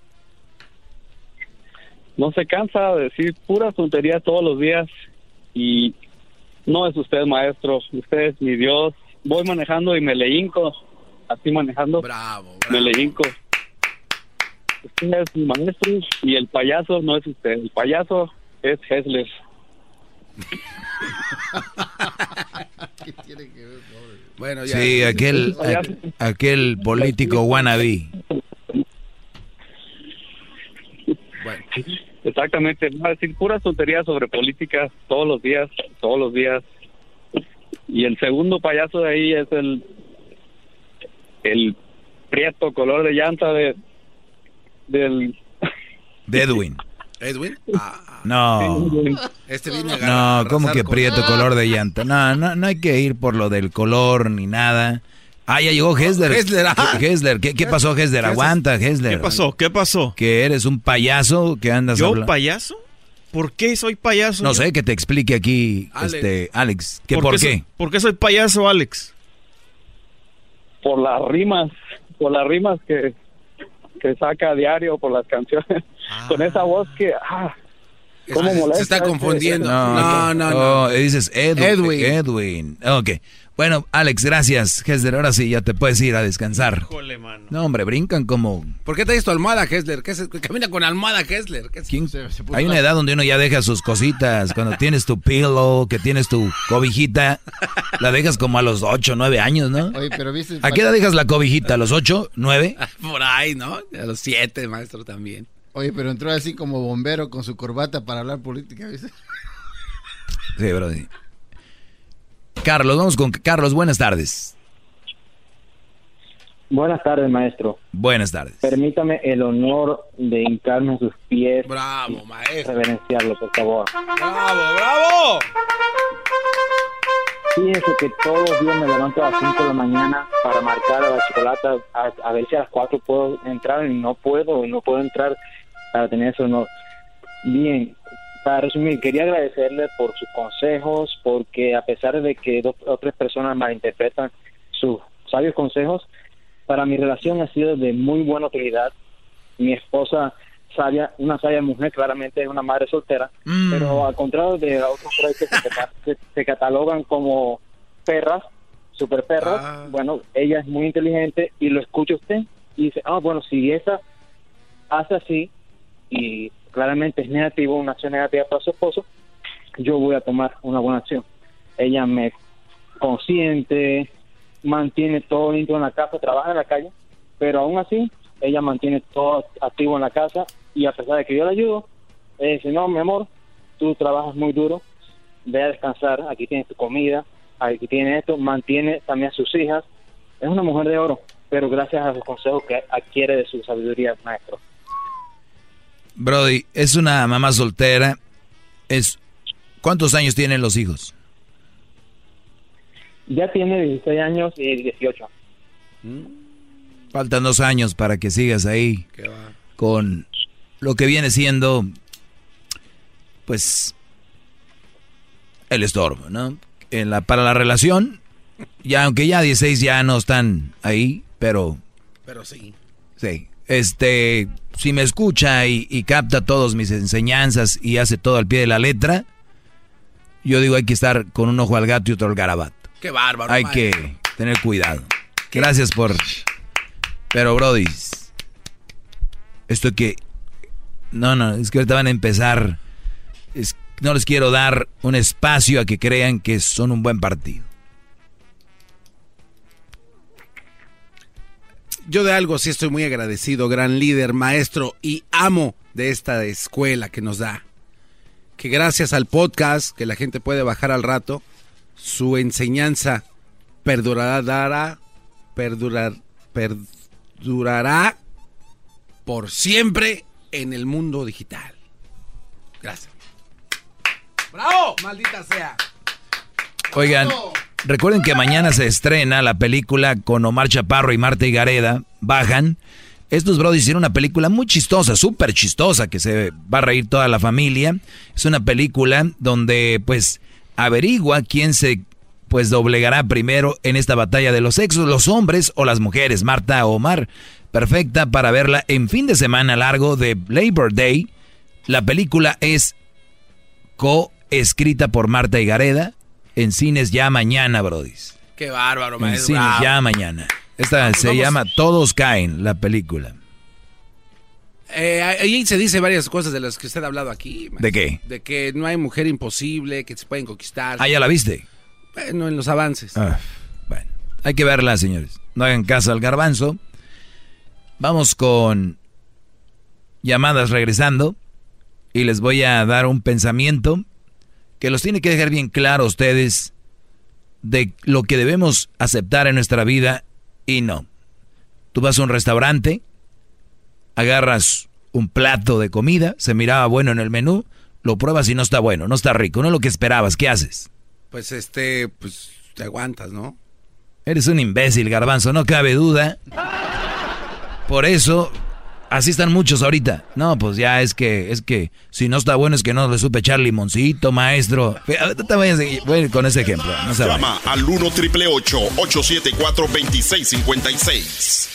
No se cansa de decir puras tonterías todos los días y no es usted, maestro, usted es mi Dios. Voy manejando y me le hinco, así manejando. Bravo, bravo. Me le hinco. Usted es mi maestro y el payaso no es usted, el payaso es Hessler. ¿Qué tiene que ver, pobre? Bueno, ya. Sí, aquel, aquel, aquel político wannabe. Bueno. Exactamente, va a decir puras tonterías sobre política todos los días, todos los días. Y el segundo payaso de ahí es el el prieto color de llanta de del de Edwin. ¿Edwin? Ah, no. Este viene a ganar, no, ¿cómo que con... prieto color de llanta? No, no, no hay que ir por lo del color ni nada. Ah, ya llegó Hessler. Hessler, ajá. Hessler, ¿qué, qué pasó, Hessler? ¿Qué Aguanta, Hessler. ¿Qué pasó? ¿Qué pasó? Que eres un payaso que andas ¿Yo hablando. payaso? ¿Por qué soy payaso? No yo? sé, que te explique aquí, Alex. este, Alex. ¿Que ¿Por, por qué? qué? Soy, ¿Por qué soy payaso, Alex? Por las rimas, por las rimas que, que saca a diario, por las canciones. Ah. Con esa voz que... Ah, ¿cómo molesta? Se está confundiendo. No, no, no. no. no. Dices Edwin. Edwin. Edwin. Ok. Bueno, Alex, gracias. Hessler, ahora sí ya te puedes ir a descansar. Híjole, mano. No, hombre, brincan como... ¿Por qué traes tu almohada, Hessler? ¿Qué es? Camina con almohada, Hessler. ¿Qué es? ¿Quién? Hay una edad donde uno ya deja sus cositas. Cuando tienes tu pillow, que tienes tu cobijita, la dejas como a los ocho, nueve años, ¿no? Oye, pero viste... ¿A qué edad dejas la cobijita? ¿A los ocho, nueve? Por ahí, ¿no? A los siete, maestro, también. Oye, pero entró así como bombero con su corbata para hablar política, ¿viste? Sí, bro, sí. Carlos, vamos con Carlos, buenas tardes. Buenas tardes, maestro. Buenas tardes. Permítame el honor de hincarme a sus pies. Bravo, maestro. Reverenciarlo, por favor. Bravo, bravo. Fíjense que todos los días me levanto a las cinco de la mañana para marcar a la chocolata, a, a ver si a las cuatro puedo entrar, y no puedo, no puedo entrar para tener ese honor. Bien, para resumir, quería agradecerle por sus consejos, porque a pesar de que dos o tres personas malinterpretan sus sabios consejos, para mi relación ha sido de muy buena utilidad. Mi esposa, sabia, una sabia mujer, claramente es una madre soltera, mm. pero al contrario de otros por ahí que se, que se catalogan como perras, super perras, ah. bueno, ella es muy inteligente y lo escucha usted y dice, ah, bueno, si esa hace así y claramente es negativo, una acción negativa para su esposo, yo voy a tomar una buena acción. Ella me consiente, mantiene todo limpio en la casa, trabaja en la calle, pero aún así ella mantiene todo activo en la casa y a pesar de que yo le ayudo, ella dice, no, mi amor, tú trabajas muy duro, ve a descansar, aquí tienes tu comida, aquí tienes esto, mantiene también a sus hijas. Es una mujer de oro, pero gracias a los consejos que adquiere de su sabiduría, maestro. Brody, es una mamá soltera. Es ¿Cuántos años tienen los hijos? Ya tiene dieciséis años y dieciocho. Faltan dos años para que sigas ahí con lo que viene siendo, pues, el estorbo, ¿no? en la, para la relación, ya aunque ya dieciséis ya no están ahí, pero... Pero sí. Sí, este, si me escucha y, y capta todas mis enseñanzas y hace todo al pie de la letra, yo digo hay que estar con un ojo al gato y otro al garabato. Qué bárbaro. Hay maestro. que tener cuidado. Gracias por... Pero, Brody, esto que... No, no, es que ahorita van a empezar... Es, no les quiero dar un espacio a que crean que son un buen partido. Yo de algo sí estoy muy agradecido, gran líder, maestro y amo de esta escuela que nos da. Que gracias al podcast, que la gente puede bajar al rato, su enseñanza perdurará, dará, perdurar, perdurará por siempre en el mundo digital. Gracias. ¡Bravo! ¡Maldita sea! Oigan, recuerden que mañana se estrena la película con Omar Chaparro y Marta Higareda, Bajan. Estos brodis hicieron una película muy chistosa, súper chistosa, que se va a reír toda la familia. Es una película donde, pues, averigua quién se, pues, doblegará primero en esta batalla de los sexos, los hombres o las mujeres, Marta o Omar. Perfecta para verla en fin de semana largo de Labor Day. La película es coescrita por Marta Higareda. En cines ya mañana, brodis. Qué bárbaro, En maestro. cines Bravo. ya mañana. Esta Vamos, se vamos. llama Todos Caen, la película. Eh, ahí se dice varias cosas de las que usted ha hablado aquí. maestro. ¿De qué? De que no hay mujer imposible, que se pueden conquistar. Ah, ¿ya la viste? Bueno, en los avances. Ah, bueno, hay que verla, señores. No hagan caso al garbanzo. Vamos con llamadas regresando. Y les voy a dar un pensamiento que los tiene que dejar bien claro a ustedes de lo que debemos aceptar en nuestra vida y no. Tú vas a un restaurante, agarras un plato de comida, se miraba bueno en el menú, lo pruebas y no está bueno, no está rico, no es lo que esperabas. ¿Qué haces? Pues este, pues te aguantas, ¿no? Eres un imbécil, garbanzo, no cabe duda. Por eso, así están muchos ahorita. No, pues ya es que, es que, si no está bueno es que no le supe echar limoncito, maestro. Te vayas voy con ese ejemplo, no se vaya. Llama al uno triple ocho, ocho siete cuatro, dos seis cinco seis.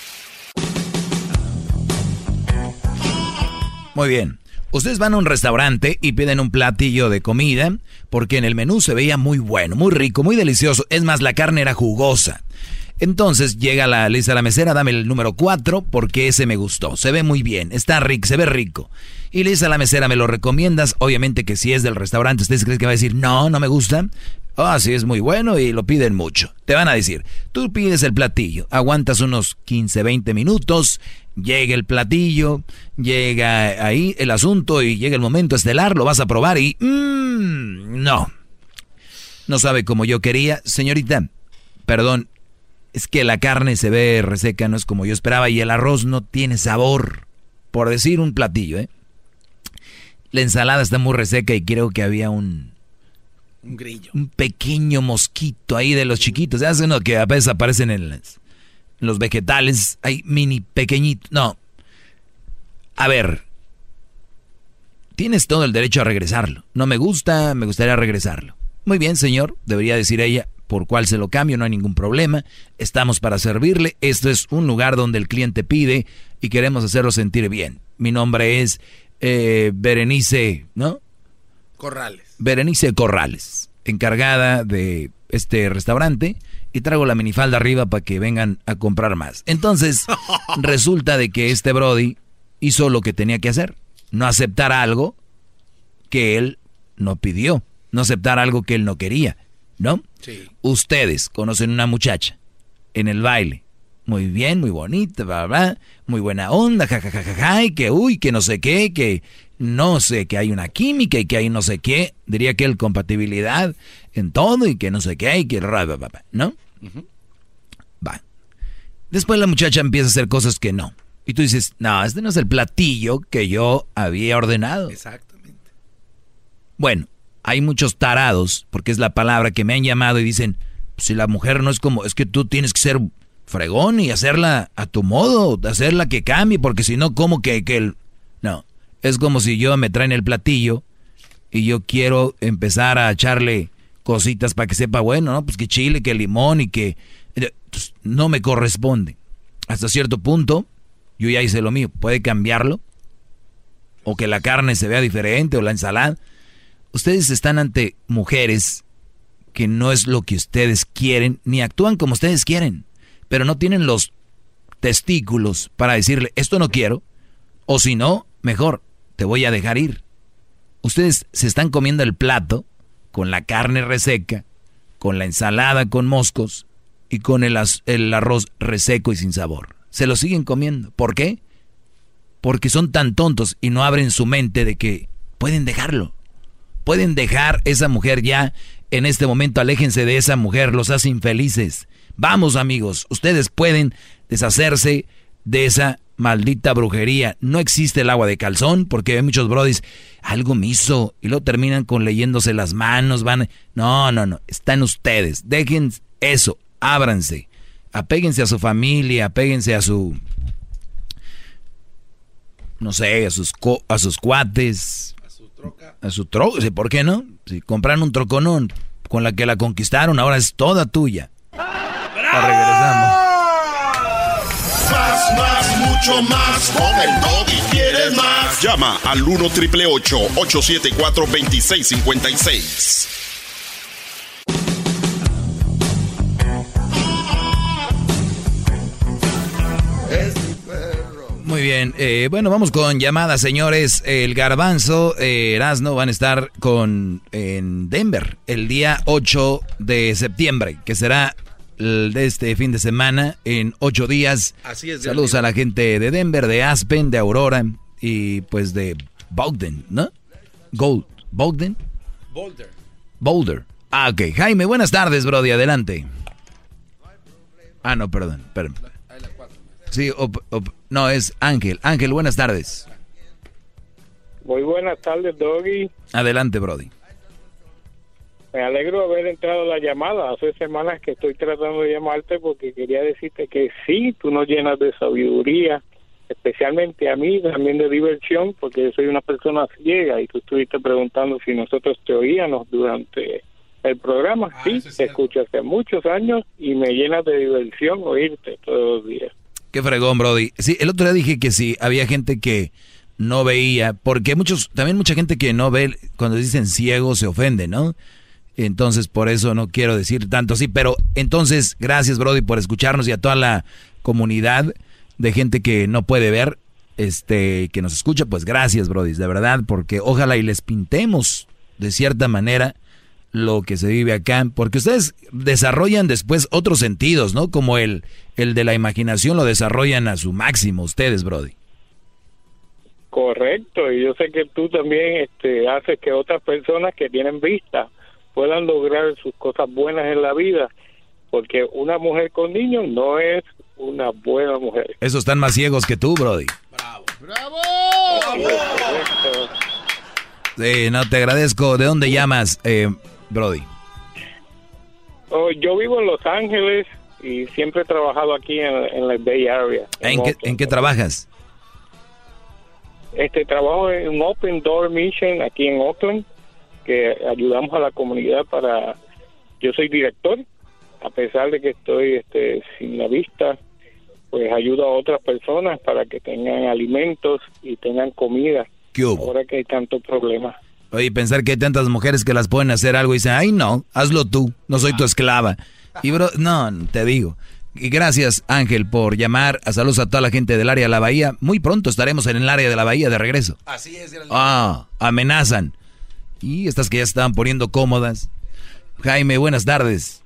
Muy bien. Ustedes van a un restaurante y piden un platillo de comida porque en el menú se veía muy bueno, muy rico, muy delicioso. Es más, la carne era jugosa. Entonces llega la, le dice a la mesera, dame el número cuatro porque ese me gustó. Se ve muy bien, está rico, se ve rico. Y le dice a la mesera, ¿me lo recomiendas? Obviamente que si es del restaurante, ¿ustedes creen que va a decir, no, no me gusta? Ah, sí, es muy bueno y lo piden mucho. Te van a decir, tú pides el platillo, aguantas unos quince, veinte minutos, llega el platillo, llega ahí el asunto y llega el momento estelar, lo vas a probar y... Mmm, no. No sabe como yo quería. Señorita, perdón, es que la carne se ve reseca, no es como yo esperaba y el arroz no tiene sabor. Por decir un platillo, ¿eh? La ensalada está muy reseca y creo que había un... Un grillo. Un pequeño mosquito ahí de los chiquitos. ¿Sabes uno que a veces aparecen en, las, en los vegetales? Hay mini pequeñitos. No. A ver. Tienes todo el derecho a regresarlo. No me gusta, me gustaría regresarlo. Muy bien, señor. Debería decir ella por cuál se lo cambio. No hay ningún problema. Estamos para servirle. Esto es un lugar donde el cliente pide y queremos hacerlo sentir bien. Mi nombre es eh, Berenice, ¿no? Corrales. Berenice Corrales, encargada de este restaurante, y traigo la minifalda arriba para que vengan a comprar más. Entonces, resulta de que este Brody hizo lo que tenía que hacer, no aceptar algo que él no pidió, no aceptar algo que él no quería, ¿no? Sí. Ustedes conocen una muchacha en el baile, muy bien, muy bonita, bla, bla, muy buena onda, jajajaja, ja, ja, ja, y que uy, que no sé qué, que no sé, que hay una química y que hay no sé qué, diría que el compatibilidad en todo y que no sé qué, y que ¿no? Uh-huh. Va. Después la muchacha empieza a hacer cosas que no. Y tú dices, no, este no es el platillo que yo había ordenado. Exactamente. Bueno, hay muchos tarados, porque es la palabra que me han llamado y dicen, si la mujer no es como, es que tú tienes que ser fregón y hacerla a tu modo, hacerla que cambie, porque si no, ¿cómo que, que el...? No, es como si yo me traen el platillo y yo quiero empezar a echarle cositas para que sepa bueno, ¿no? Pues que chile, que limón y que... Pues, no me corresponde. Hasta cierto punto, yo ya hice lo mío. ¿Puede cambiarlo? O que la carne se vea diferente o la ensalada. Ustedes están ante mujeres que no es lo que ustedes quieren, ni actúan como ustedes quieren, pero no tienen los testículos para decirle, esto no quiero, o si no, mejor, te voy a dejar ir. Ustedes se están comiendo el plato con la carne reseca, con la ensalada con moscos y con el, el arroz reseco y sin sabor. Se lo siguen comiendo. ¿Por qué? Porque son tan tontos y no abren su mente de que pueden dejarlo. Pueden dejar esa mujer ya en este momento. Aléjense de esa mujer, los hace infelices. Vamos, amigos, ustedes pueden deshacerse de esa maldita brujería. No existe el agua de calzón, porque hay muchos brodis, algo me hizo, y luego terminan con leyéndose las manos, van... No, no, no, están ustedes. Dejen eso, ábranse. Apéguense a su familia, apéguense a su... No sé, a sus, co a sus cuates. A su troca. A su troca, ¿por qué no? Si compraron un troconón con la que la conquistaron, ahora es toda tuya. ¡Bravo! Regresamos. Más, más, mucho más. Con el Doggy quieres más. Llama al uno triple ocho, ocho siete cuatro, dos seis cinco seis. Muy bien, eh, bueno, vamos con llamadas, señores. El Garbanzo, eh, Erasno van a estar con en Denver el día ocho de septiembre, que será el de este fin de semana, en ocho días. Así es. Saludos a la gente de Denver, de Aspen, de Aurora y pues de Bogdan, ¿no? Gold, Bogdan. Boulder. Boulder. Ah, ok. Jaime, buenas tardes, brody, adelante. Ah, no, perdón, perdón. Sí, op, op, no, es Ángel. Ángel, buenas tardes. Muy buenas tardes, Doggy. Adelante, brody. Me alegro de haber entrado a la llamada. Hace semanas que estoy tratando de llamarte porque quería decirte que sí, tú nos llenas de sabiduría, especialmente a mí, también de diversión, porque yo soy una persona ciega y tú estuviste preguntando si nosotros te oíamos durante el programa. Ah, sí, te escucho hace muchos años y me llenas de diversión oírte todos los días. Qué fregón, brody. Sí, el otro día dije que sí, había gente que no veía, porque muchos, también mucha gente que no ve, cuando dicen ciego se ofende, ¿no? Entonces, por eso no quiero decir tanto así, pero entonces, gracias, brody, por escucharnos y a toda la comunidad de gente que no puede ver, este, que nos escucha, pues gracias, brody, de verdad, porque ojalá y les pintemos de cierta manera lo que se vive acá, porque ustedes desarrollan después otros sentidos, ¿no? Como el, el de la imaginación lo desarrollan a su máximo ustedes, brody. Correcto, y yo sé que tú también este, haces que otras personas que tienen vista puedan lograr sus cosas buenas en la vida, porque una mujer con niños no es una buena mujer. Esos están más ciegos que tú, brody. ¡Bravo! ¡Bravo! ¡Bravo! Sí, no, te agradezco. ¿De dónde llamas, eh, brody? Oh, yo vivo en Los Ángeles y siempre he trabajado aquí en, en la Bay Area. ¿En, ¿En, qué, ¿En qué trabajas? Este, trabajo en un Open Door Mission aquí en Oakland, que ayudamos a la comunidad para... Yo soy director, a pesar de que estoy este, sin la vista, pues ayudo a otras personas para que tengan alimentos y tengan comida. ¿Qué hubo? Ahora que hay tantos problemas. Oye, pensar que hay tantas mujeres que las pueden hacer algo y dicen, ay no, hazlo tú, no soy tu esclava. Y bro, no, te digo. Y gracias, Ángel, por llamar. A saludos a toda la gente del área de la Bahía. Muy pronto estaremos en el área de la Bahía de regreso. Así es. Ah, amenazan. Y estas que ya se estaban poniendo cómodas. Jaime, buenas tardes.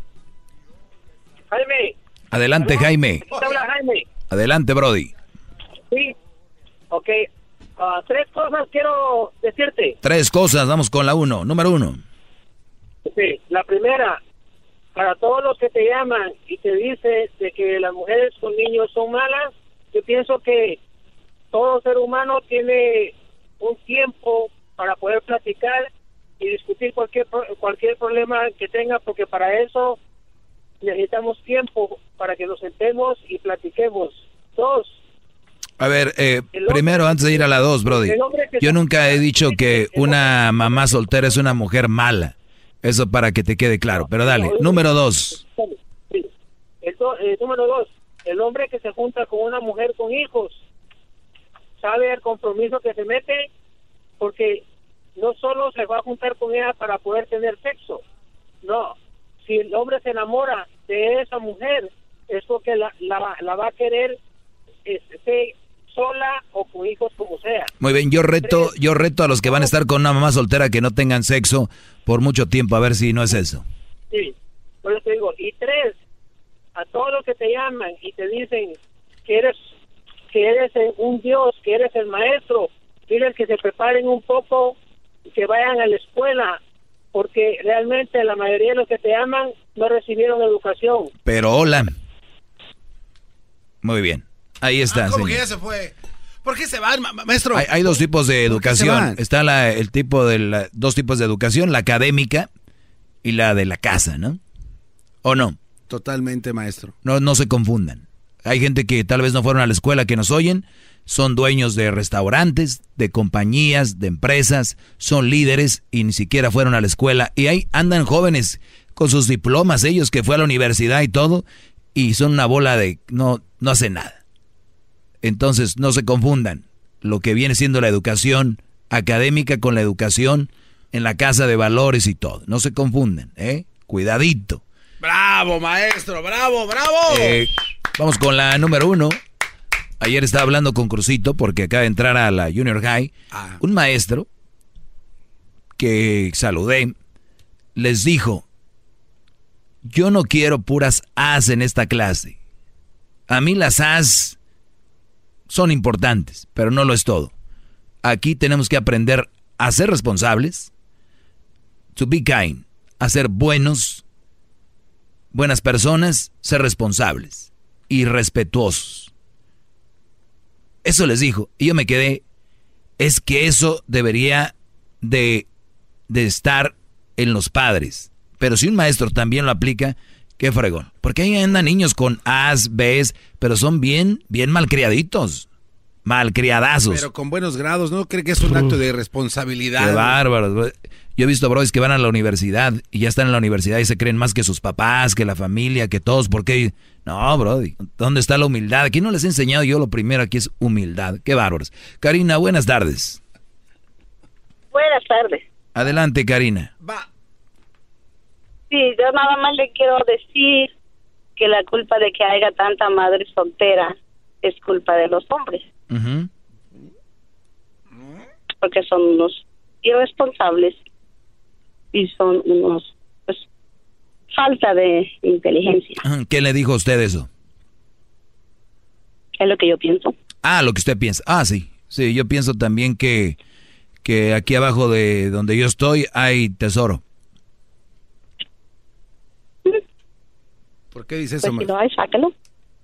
Jaime. Adelante, ¿Aló? Jaime. ¿Te habla Jaime? Adelante, brody. Sí, ok. Uh, tres cosas quiero decirte. Tres cosas, vamos con la uno. Número uno. Sí, la primera, para todos los que te llaman y te dicen de que las mujeres con niños son malas, yo pienso que todo ser humano tiene un tiempo para poder platicar y discutir cualquier cualquier problema que tenga, porque para eso necesitamos tiempo para que nos sentemos y platiquemos. Dos. A ver, eh, primero, antes de ir a la dos, brody, yo nunca he dicho que una mamá soltera es una mujer mala. Eso para que te quede claro, pero dale. Número dos. Sí. El, do- el número dos, el hombre que se junta con una mujer con hijos, sabe el compromiso que se mete, porque no solo se va a juntar con ella para poder tener sexo, no, si el hombre se enamora de esa mujer, es porque la, la, la va a querer este, sola o con hijos, como sea. Muy bien, yo reto, yo reto a los que van a estar con una mamá soltera que no tengan sexo por mucho tiempo, a ver si no es eso. Sí, por eso te digo, y tres, a todos los que te llaman y te dicen que eres que eres un dios, que eres el maestro, diles que se preparen un poco, que vayan a la escuela, porque realmente la mayoría de los que te llaman no recibieron educación. Pero hola. Muy bien, ahí está. Ah, ¿cómo señor. que ya se fue? ¿Por qué se van, ma- maestro? Hay, hay dos tipos de ¿Por qué se educación. van? Está la, el tipo de la, dos tipos de educación, la académica y la de la casa, ¿no? ¿O no? Totalmente, maestro. No, no se confundan. Hay gente que tal vez no fueron a la escuela, que nos oyen, son dueños de restaurantes, de compañías, de empresas, son líderes y ni siquiera fueron a la escuela. Y ahí andan jóvenes con sus diplomas, ellos que fue a la universidad y todo, y son una bola de no, no hacen nada. Entonces no se confundan lo que viene siendo la educación académica con la educación en la casa de valores y todo. No se confundan, ¿eh? Cuidadito. ¡Bravo, maestro! ¡Bravo, bravo! Eh, vamos con la número uno. Ayer estaba hablando con Crucito porque acaba de entrar a la Junior High. Ah. Un maestro que saludé les dijo: yo no quiero puras As en esta clase. A mí las As son importantes, pero no lo es todo. Aquí tenemos que aprender a ser responsables, to be kind, a ser buenos, buenas personas, ser responsables y respetuosos. Eso les dijo. Y yo me quedé, es que eso debería de, de estar en los padres. Pero si un maestro también lo aplica, qué fregón. Porque ahí andan niños con A's, B's, pero son bien, bien malcriaditos. Malcriadazos. Pero con buenos grados, ¿no cree que es un acto de responsabilidad? Qué bárbaros. Yo he visto brodis que van a la universidad y ya están en la universidad y se creen más que sus papás, que la familia, que todos. Porque no, brody, ¿dónde está la humildad? Aquí no les he enseñado yo lo primero, aquí es humildad. Qué bárbaros. Karina, buenas tardes. Buenas tardes. Adelante, Karina. Sí, yo nada más le quiero decir que la culpa de que haya tanta madre soltera es culpa de los hombres. Uh-huh. Porque son unos irresponsables y son unos, pues, falta de inteligencia. ¿Qué le dijo a usted eso? Es lo que yo pienso. Ah, lo que usted piensa. Ah, sí. Sí, yo pienso también que, que aquí abajo de donde yo estoy hay tesoro. ¿Por qué dice eso? Pues si no hay, sácalo.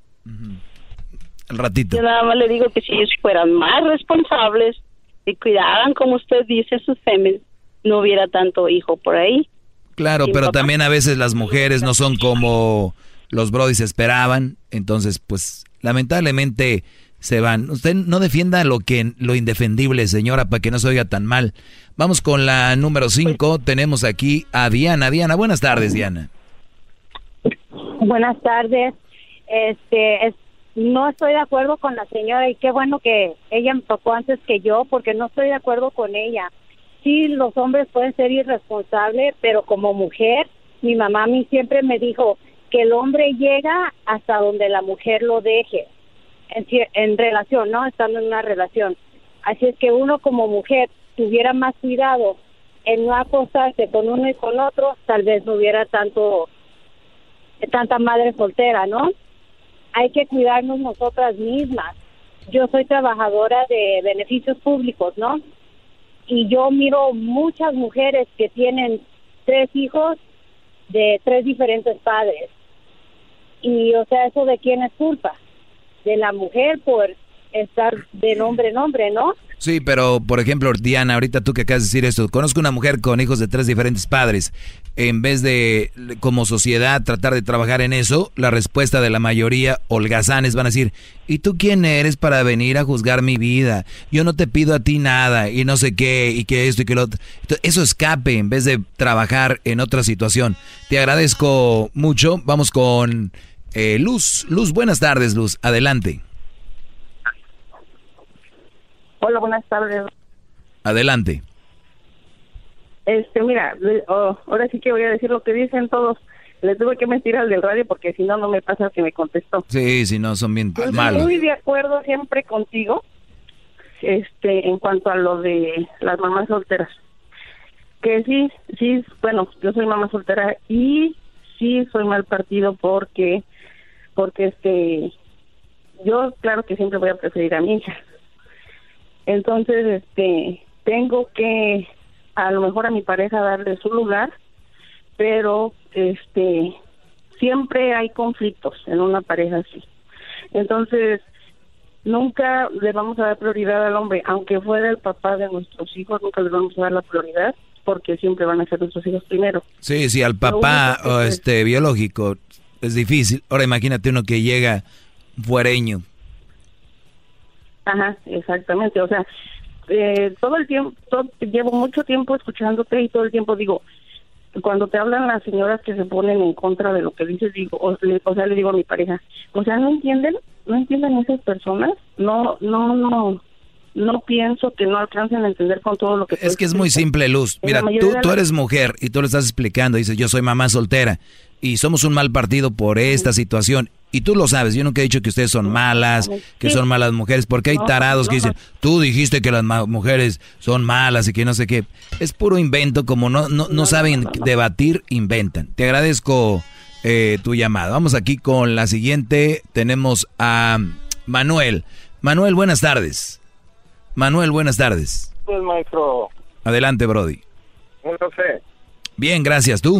Al ratito. Yo nada más le digo que si ellos fueran más responsables y cuidaran, como usted dice, a sus féminas, no hubiera tanto hijo por ahí. Claro, Sin pero papá. también a veces las mujeres no son como los brodis esperaban, entonces pues lamentablemente se van. Usted no defienda lo que lo indefendible, señora, para que no se oiga tan mal. Vamos con la número cinco, tenemos aquí a Diana. Diana, buenas tardes, Diana. Buenas tardes. Este, es, no estoy de acuerdo con la señora y qué bueno que ella me tocó antes que yo, porque no estoy de acuerdo con ella. Sí, los hombres pueden ser irresponsables, pero como mujer, mi mamá a mí siempre me dijo que el hombre llega hasta donde la mujer lo deje, en, en relación, ¿no? Estando en una relación. Así es que uno como mujer tuviera más cuidado en no acostarse con uno y con otro, tal vez no hubiera tanto tanta madre soltera, ¿no? Hay que cuidarnos nosotras mismas. Yo soy trabajadora de beneficios públicos, ¿no? Y yo miro muchas mujeres que tienen tres hijos de tres diferentes padres. Y, o sea, ¿eso de quién es culpa? De la mujer por estar de nombre en nombre, ¿no? Sí, pero por ejemplo, Diana, ahorita tú que acabas de decir esto, conozco una mujer con hijos de tres diferentes padres. En vez de, como sociedad, tratar de trabajar en eso, la respuesta de la mayoría, holgazanes, van a decir, ¿y tú quién eres para venir a juzgar mi vida? Yo no te pido a ti nada, y no sé qué, y que esto y que lo otro. Entonces, eso escape en vez de trabajar en otra situación. Te agradezco mucho. Vamos con eh, Luz. Luz, buenas tardes, Luz. Adelante. Hola, buenas tardes. Adelante. Este, mira, oh, ahora sí que voy a decir lo que dicen todos. Le tuve que mentir al del radio porque si no, no me pasa que me contestó. Sí, si no, son bien Yo malos. Estoy muy de acuerdo siempre contigo, este, en cuanto a lo de las mamás solteras. Que sí, sí, bueno, yo soy mamá soltera y sí soy mal partido porque, porque este, yo claro que siempre voy a preferir a mi hija. Entonces, este, tengo que, a lo mejor a mi pareja darle su lugar, pero, este, siempre hay conflictos en una pareja así. Entonces, nunca le vamos a dar prioridad al hombre, aunque fuera el papá de nuestros hijos, nunca le vamos a dar la prioridad, porque siempre van a ser nuestros hijos primero. Sí, sí, al papá o este biológico es difícil. Ahora imagínate uno que llega fuereño. Ajá, exactamente, o sea, eh, todo el tiempo, todo, llevo mucho tiempo escuchándote y todo el tiempo digo, cuando te hablan las señoras que se ponen en contra de lo que dices, digo, o, o sea, le digo a mi pareja, o sea, ¿no entienden? ¿No entienden esas personas? No, no, no, no pienso que no alcancen a entender con todo lo que... Es que es muy simple, Luz. Mira, tú, tú eres mujer y tú le estás explicando, dices, yo soy mamá soltera y somos un mal partido por esta situación. Y tú lo sabes, yo nunca he dicho que ustedes son malas, que son malas mujeres, porque hay tarados que dicen, tú dijiste que las mujeres son malas y que no sé qué. Es puro invento, como no no, no saben debatir, inventan. Te agradezco eh, tu llamada. Vamos aquí con la siguiente, tenemos a Manuel. Manuel, buenas tardes. Manuel, buenas tardes. Pues, maestro. Adelante, Brody. ¿Cómo está usted? Bien, gracias. ¿Tú?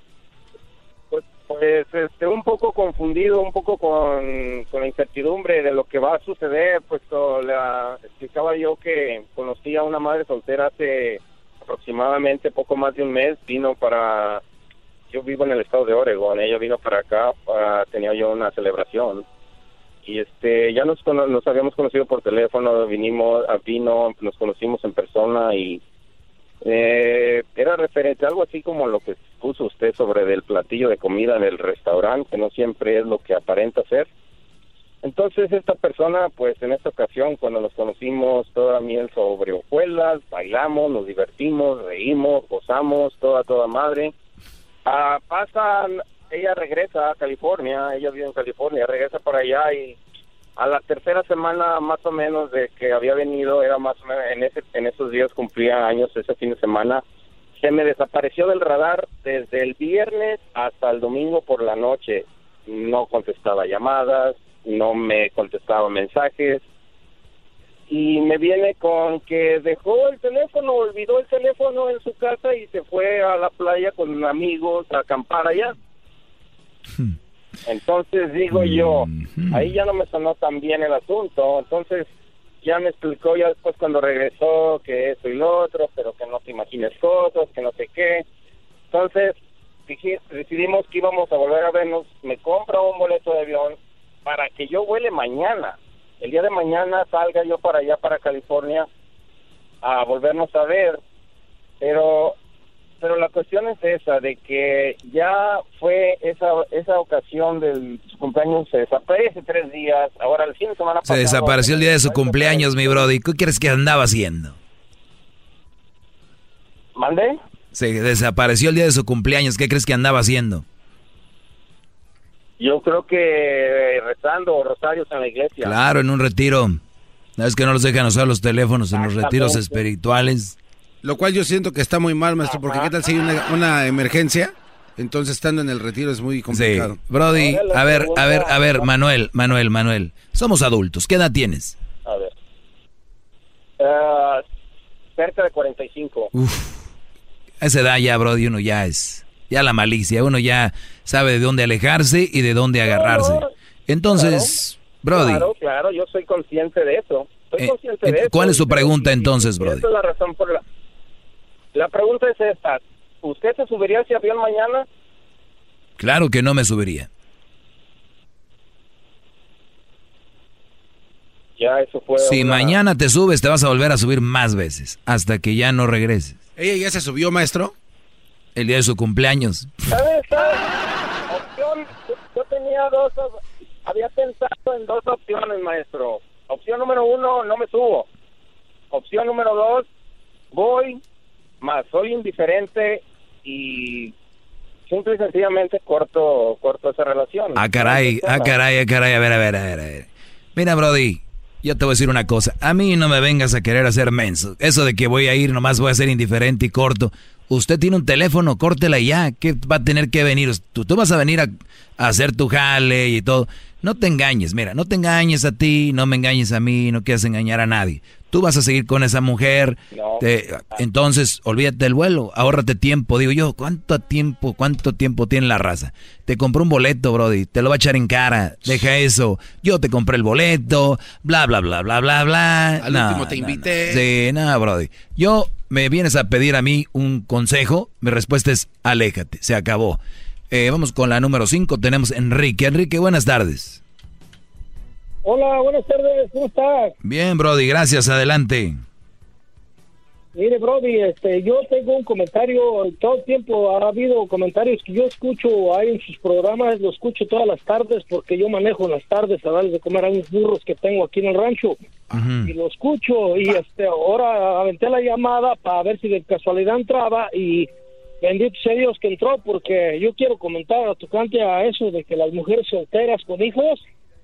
Pues este, un poco confundido, un poco con, con la incertidumbre de lo que va a suceder, pues le explicaba yo que conocí a una madre soltera hace aproximadamente poco más de un mes, vino para, yo vivo en el estado de Oregon, ella vino para acá, para, tenía yo una celebración, y este ya nos, nos habíamos conocido por teléfono, vinimos, vino, nos conocimos en persona y Eh, era referente a algo así como lo que puso usted sobre del platillo de comida en el restaurante, que no siempre es lo que aparenta ser. Entonces esta persona, pues en esta ocasión, cuando nos conocimos, toda miel sobre hojuelas, bailamos, nos divertimos, reímos, gozamos, toda, toda madre. Ah, pasan, ella regresa a California, ella vive en California, regresa para allá y a la tercera semana más o menos de que había venido, era más o menos en ese en esos días cumplía años ese fin de semana, se me desapareció del radar desde el viernes hasta el domingo por la noche. No contestaba llamadas, no me contestaba mensajes y me viene con que dejó el teléfono, olvidó el teléfono en su casa y se fue a la playa con amigos a acampar allá. Entonces digo yo, ahí ya no me sonó tan bien el asunto, entonces ya me explicó ya después cuando regresó que esto y lo otro, pero que no te imagines cosas, que no sé qué. Entonces dije, decidimos que íbamos a volver a vernos, me compra un boleto de avión para que yo vuele mañana, el día de mañana salga yo para allá, para California, a volvernos a ver, pero... Pero la cuestión es esa, de que ya fue esa esa ocasión de su cumpleaños, se desaparece tres días, ahora el fin de semana pasado... Se desapareció el día de su cumpleaños, mi brody. ¿Qué crees que andaba haciendo? ¿Mande? Se desapareció el día de su cumpleaños, ¿qué crees que andaba haciendo? Yo creo que rezando rosarios en la iglesia. Claro, en un retiro. ¿Sabes que no los dejan usar los teléfonos en los retiros espirituales? Lo cual yo siento que está muy mal, maestro, porque ¿qué tal si hay una, una emergencia? Entonces, estando en el retiro es muy complicado. Sí. Brody, a ver, a ver, a ver, Manuel, Manuel, Manuel. Somos adultos. ¿Qué edad tienes? A ver. Uh, cerca de cuarenta y cinco. Uf. A esa edad ya, Brody, uno ya es... Ya la malicia, uno ya sabe de dónde alejarse y de dónde agarrarse. Entonces, Brody. Claro, claro, yo soy consciente de eso. Soy Eh, consciente eh, de eso. ¿Cuál es su Pero pregunta sí, entonces, sí, Brody? esa es la razón por la... La pregunta es esta. ¿Usted se subiría a ese avión mañana? Claro que no me subiría. Ya, eso fue Si una- mañana te subes, te vas a volver a subir más veces, hasta que ya no regreses. ¿Ella ya se subió, maestro? El día de su cumpleaños. ¿Sabes? ¿Sabes? Opción, yo tenía dos, había pensado en dos opciones, maestro. Opción número uno, no me subo. Opción número dos, voy, más soy indiferente y simple y sencillamente corto, corto esa relación. Ah, caray, ah, caray, ah, caray, a ver, a ver, a ver, a ver. Mira, Brody, yo te voy a decir una cosa. A mí no me vengas a querer hacer menso. Eso de que voy a ir, nomás voy a ser indiferente y corto. Usted tiene un teléfono, córtela y ya. ¿Qué va a tener que venir? Tú, tú vas a venir a, a hacer tu jale y todo. No te engañes, mira, no te engañes a ti, no me engañes a mí, no quieras engañar a nadie. Tú vas a seguir con esa mujer, No. te- entonces olvídate del vuelo, ahórrate tiempo. Digo yo, ¿cuánto tiempo, cuánto tiempo tiene la raza? Te compró un boleto, Brody, te lo va a echar en cara, deja eso. Yo te compré el boleto, bla, bla, bla, bla, bla, bla. Al No, último te no, invité. no. Sí, no, Brody. Yo, me vienes a pedir a mí un consejo, mi respuesta es aléjate, se acabó. Eh, vamos con la número cinco, tenemos Enrique. Enrique, buenas tardes. Hola, buenas tardes, ¿cómo estás? Bien, Brody, gracias, adelante. Mire, Brody, este, yo tengo un comentario, todo el tiempo ha habido comentarios que yo escucho ahí en sus programas, lo escucho todas las tardes porque yo manejo en las tardes a darles de comer a unos burros que tengo aquí en el rancho. Y lo escucho y este ahora aventé la llamada para ver si de casualidad entraba y bendito sea Dios que entró porque yo quiero comentar a tocante a eso de que las mujeres solteras con hijos,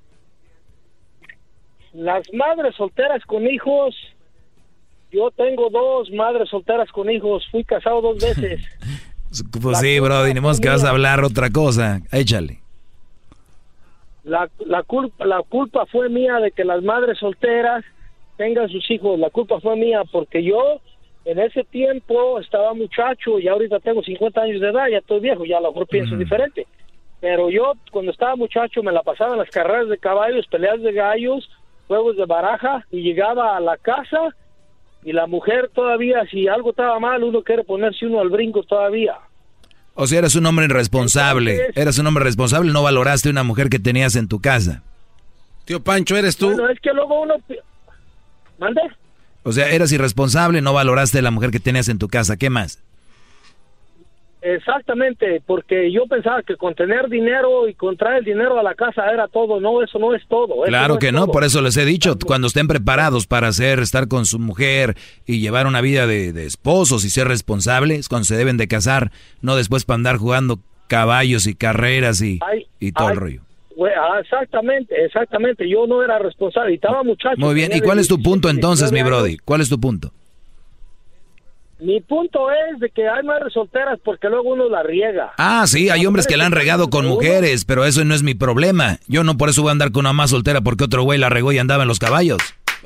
las madres solteras con hijos, yo tengo dos madres solteras con hijos, fui casado dos veces. Pues sí, Brody, ni modo que vas a hablar otra cosa, échale. La, la, culpa, la culpa fue mía de que las madres solteras tengan sus hijos. La culpa fue mía porque yo en ese tiempo estaba muchacho y ahorita tengo cincuenta años de edad, ya estoy viejo, ya a lo mejor pienso diferente. Pero yo cuando estaba muchacho me la pasaba en las carreras de caballos, peleas de gallos, juegos de baraja y llegaba a la casa y la mujer todavía, si algo estaba mal, uno quiere ponerse uno al brinco todavía. O sea, eras un hombre irresponsable, eras un hombre responsable, no valoraste una mujer que tenías en tu casa. Tío Pancho, ¿eres tú? Bueno, es que luego uno... ¿Mande? O sea, eras irresponsable, no valoraste la mujer que tenías en tu casa, ¿qué más? Exactamente, porque yo pensaba que con tener dinero y con traer el dinero a la casa era todo. No, eso no es todo. Eso Claro no que es no, todo. por eso les he dicho, cuando estén preparados para hacer, estar con su mujer y llevar una vida de, de esposos y ser responsables, cuando se deben de casar, no después para andar jugando caballos y carreras y, Ay, y todo ay, el rollo. güey, ah, exactamente, exactamente. Yo no era responsable y estaba muchacho. Muy bien, ¿y tenía cuál es tu diecisiete, punto entonces, mi diecinueve brody? años. ¿Cuál es tu punto? Mi punto es de que hay madres solteras porque luego uno la riega. Ah, sí, hay hombres que la han regado con mujeres, pero eso no es mi problema. Yo no por eso voy a andar con una más soltera porque otro güey la regó y andaba en los caballos.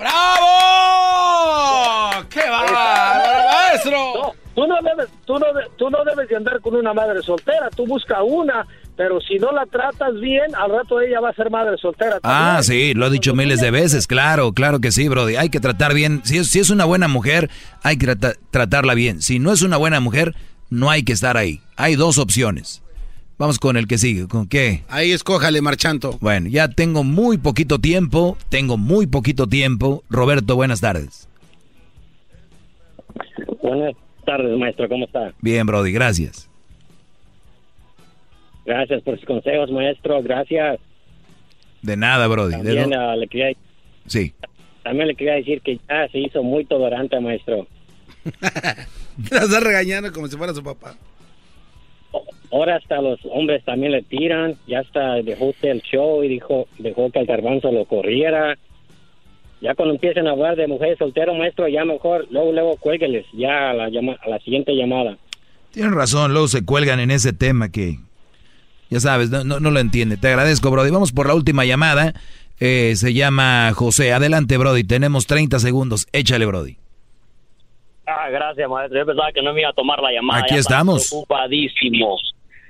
¡Bravo! ¡Qué bárbaro, maestro! No, tú no debes, tú no, de- tú no debes de andar con una madre soltera. Tú busca una, pero si no la tratas bien, al rato ella va a ser madre soltera. Ah, también. sí, lo he dicho miles de veces, claro, claro que sí, brody. Hay que tratar bien. Si es, si es una buena mujer, hay que trata- tratarla bien. Si no es una buena mujer, no hay que estar ahí. Hay dos opciones. Vamos con el que sigue. ¿Con qué? Ahí escójale, Marchanto. Bueno, ya tengo muy poquito tiempo. Tengo muy poquito tiempo. Roberto, buenas tardes. Buenas tardes, maestro, ¿cómo está? Bien, brody, gracias. Gracias por sus consejos, maestro, gracias. De nada, brody. De También, do- ah, le quería, Sí. también le quería decir que ya se hizo muy tolerante, maestro. La está regañando como si fuera su papá. Ahora hasta los hombres también le tiran, ya hasta dejó usted el show y dijo, dejó que el garbanzo lo corriera. Ya cuando empiecen a hablar de mujeres solteras, maestro, ya mejor, luego, luego cuélgueles, ya a la, llama, a la siguiente llamada. Tienes razón, luego se cuelgan en ese tema que, ya sabes, no, no, no lo entiende. Te agradezco, brody. Vamos por la última llamada. Eh, se llama José. Adelante, brody. Tenemos treinta segundos. Échale, brody. Ah, gracias, maestro. Yo pensaba que no me iba a tomar la llamada. Aquí Ya estamos. Ocupadísimos.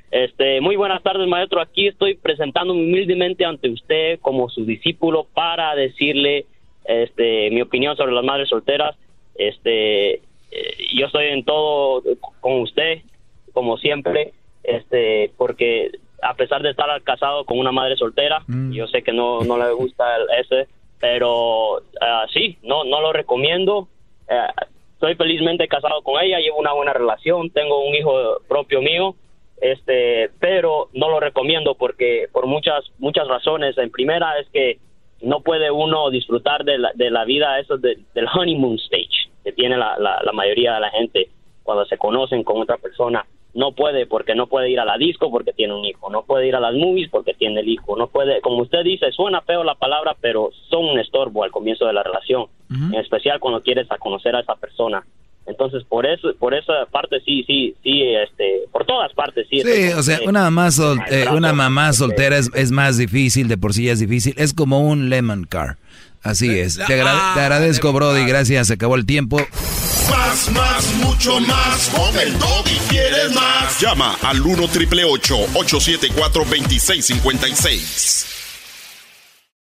Este, muy buenas tardes, maestro. Aquí estoy presentándome humildemente ante usted como su discípulo para decirle este, mi opinión sobre las madres solteras. Este, eh, yo estoy en todo con usted, como siempre, este, porque a pesar de estar casado con una madre soltera, mm. yo sé que no, no le gusta el, ese, pero uh, sí, no, no lo recomiendo. Uh, estoy felizmente casado con ella, llevo una buena relación, tengo un hijo propio mío, este, pero no lo recomiendo porque por muchas muchas razones. En primera es que no puede uno disfrutar de la, de la vida eso de, del honeymoon stage que tiene la, la, la mayoría de la gente cuando se conocen con otra persona. No puede, porque no puede ir a la disco porque tiene un hijo, no puede ir a las movies porque tiene el hijo, no puede, como usted dice, suena feo la palabra, pero son un estorbo al comienzo de la relación, uh-huh. en especial cuando quieres a conocer a esa persona. Entonces, por eso, por esa parte sí, sí, sí, este, por todas partes sí. Sí, o sea, una mamá, sol, eh, una mamá soltera es, es más difícil, de por sí ya es difícil, es como un lemon car. Así es. Te, agra- te agradezco, Brody, gracias, se acabó el tiempo. Más, más, mucho más. Con el Doggy quieres más. Llama al uno triple ocho, ocho siete cuatro, dos seis cinco seis.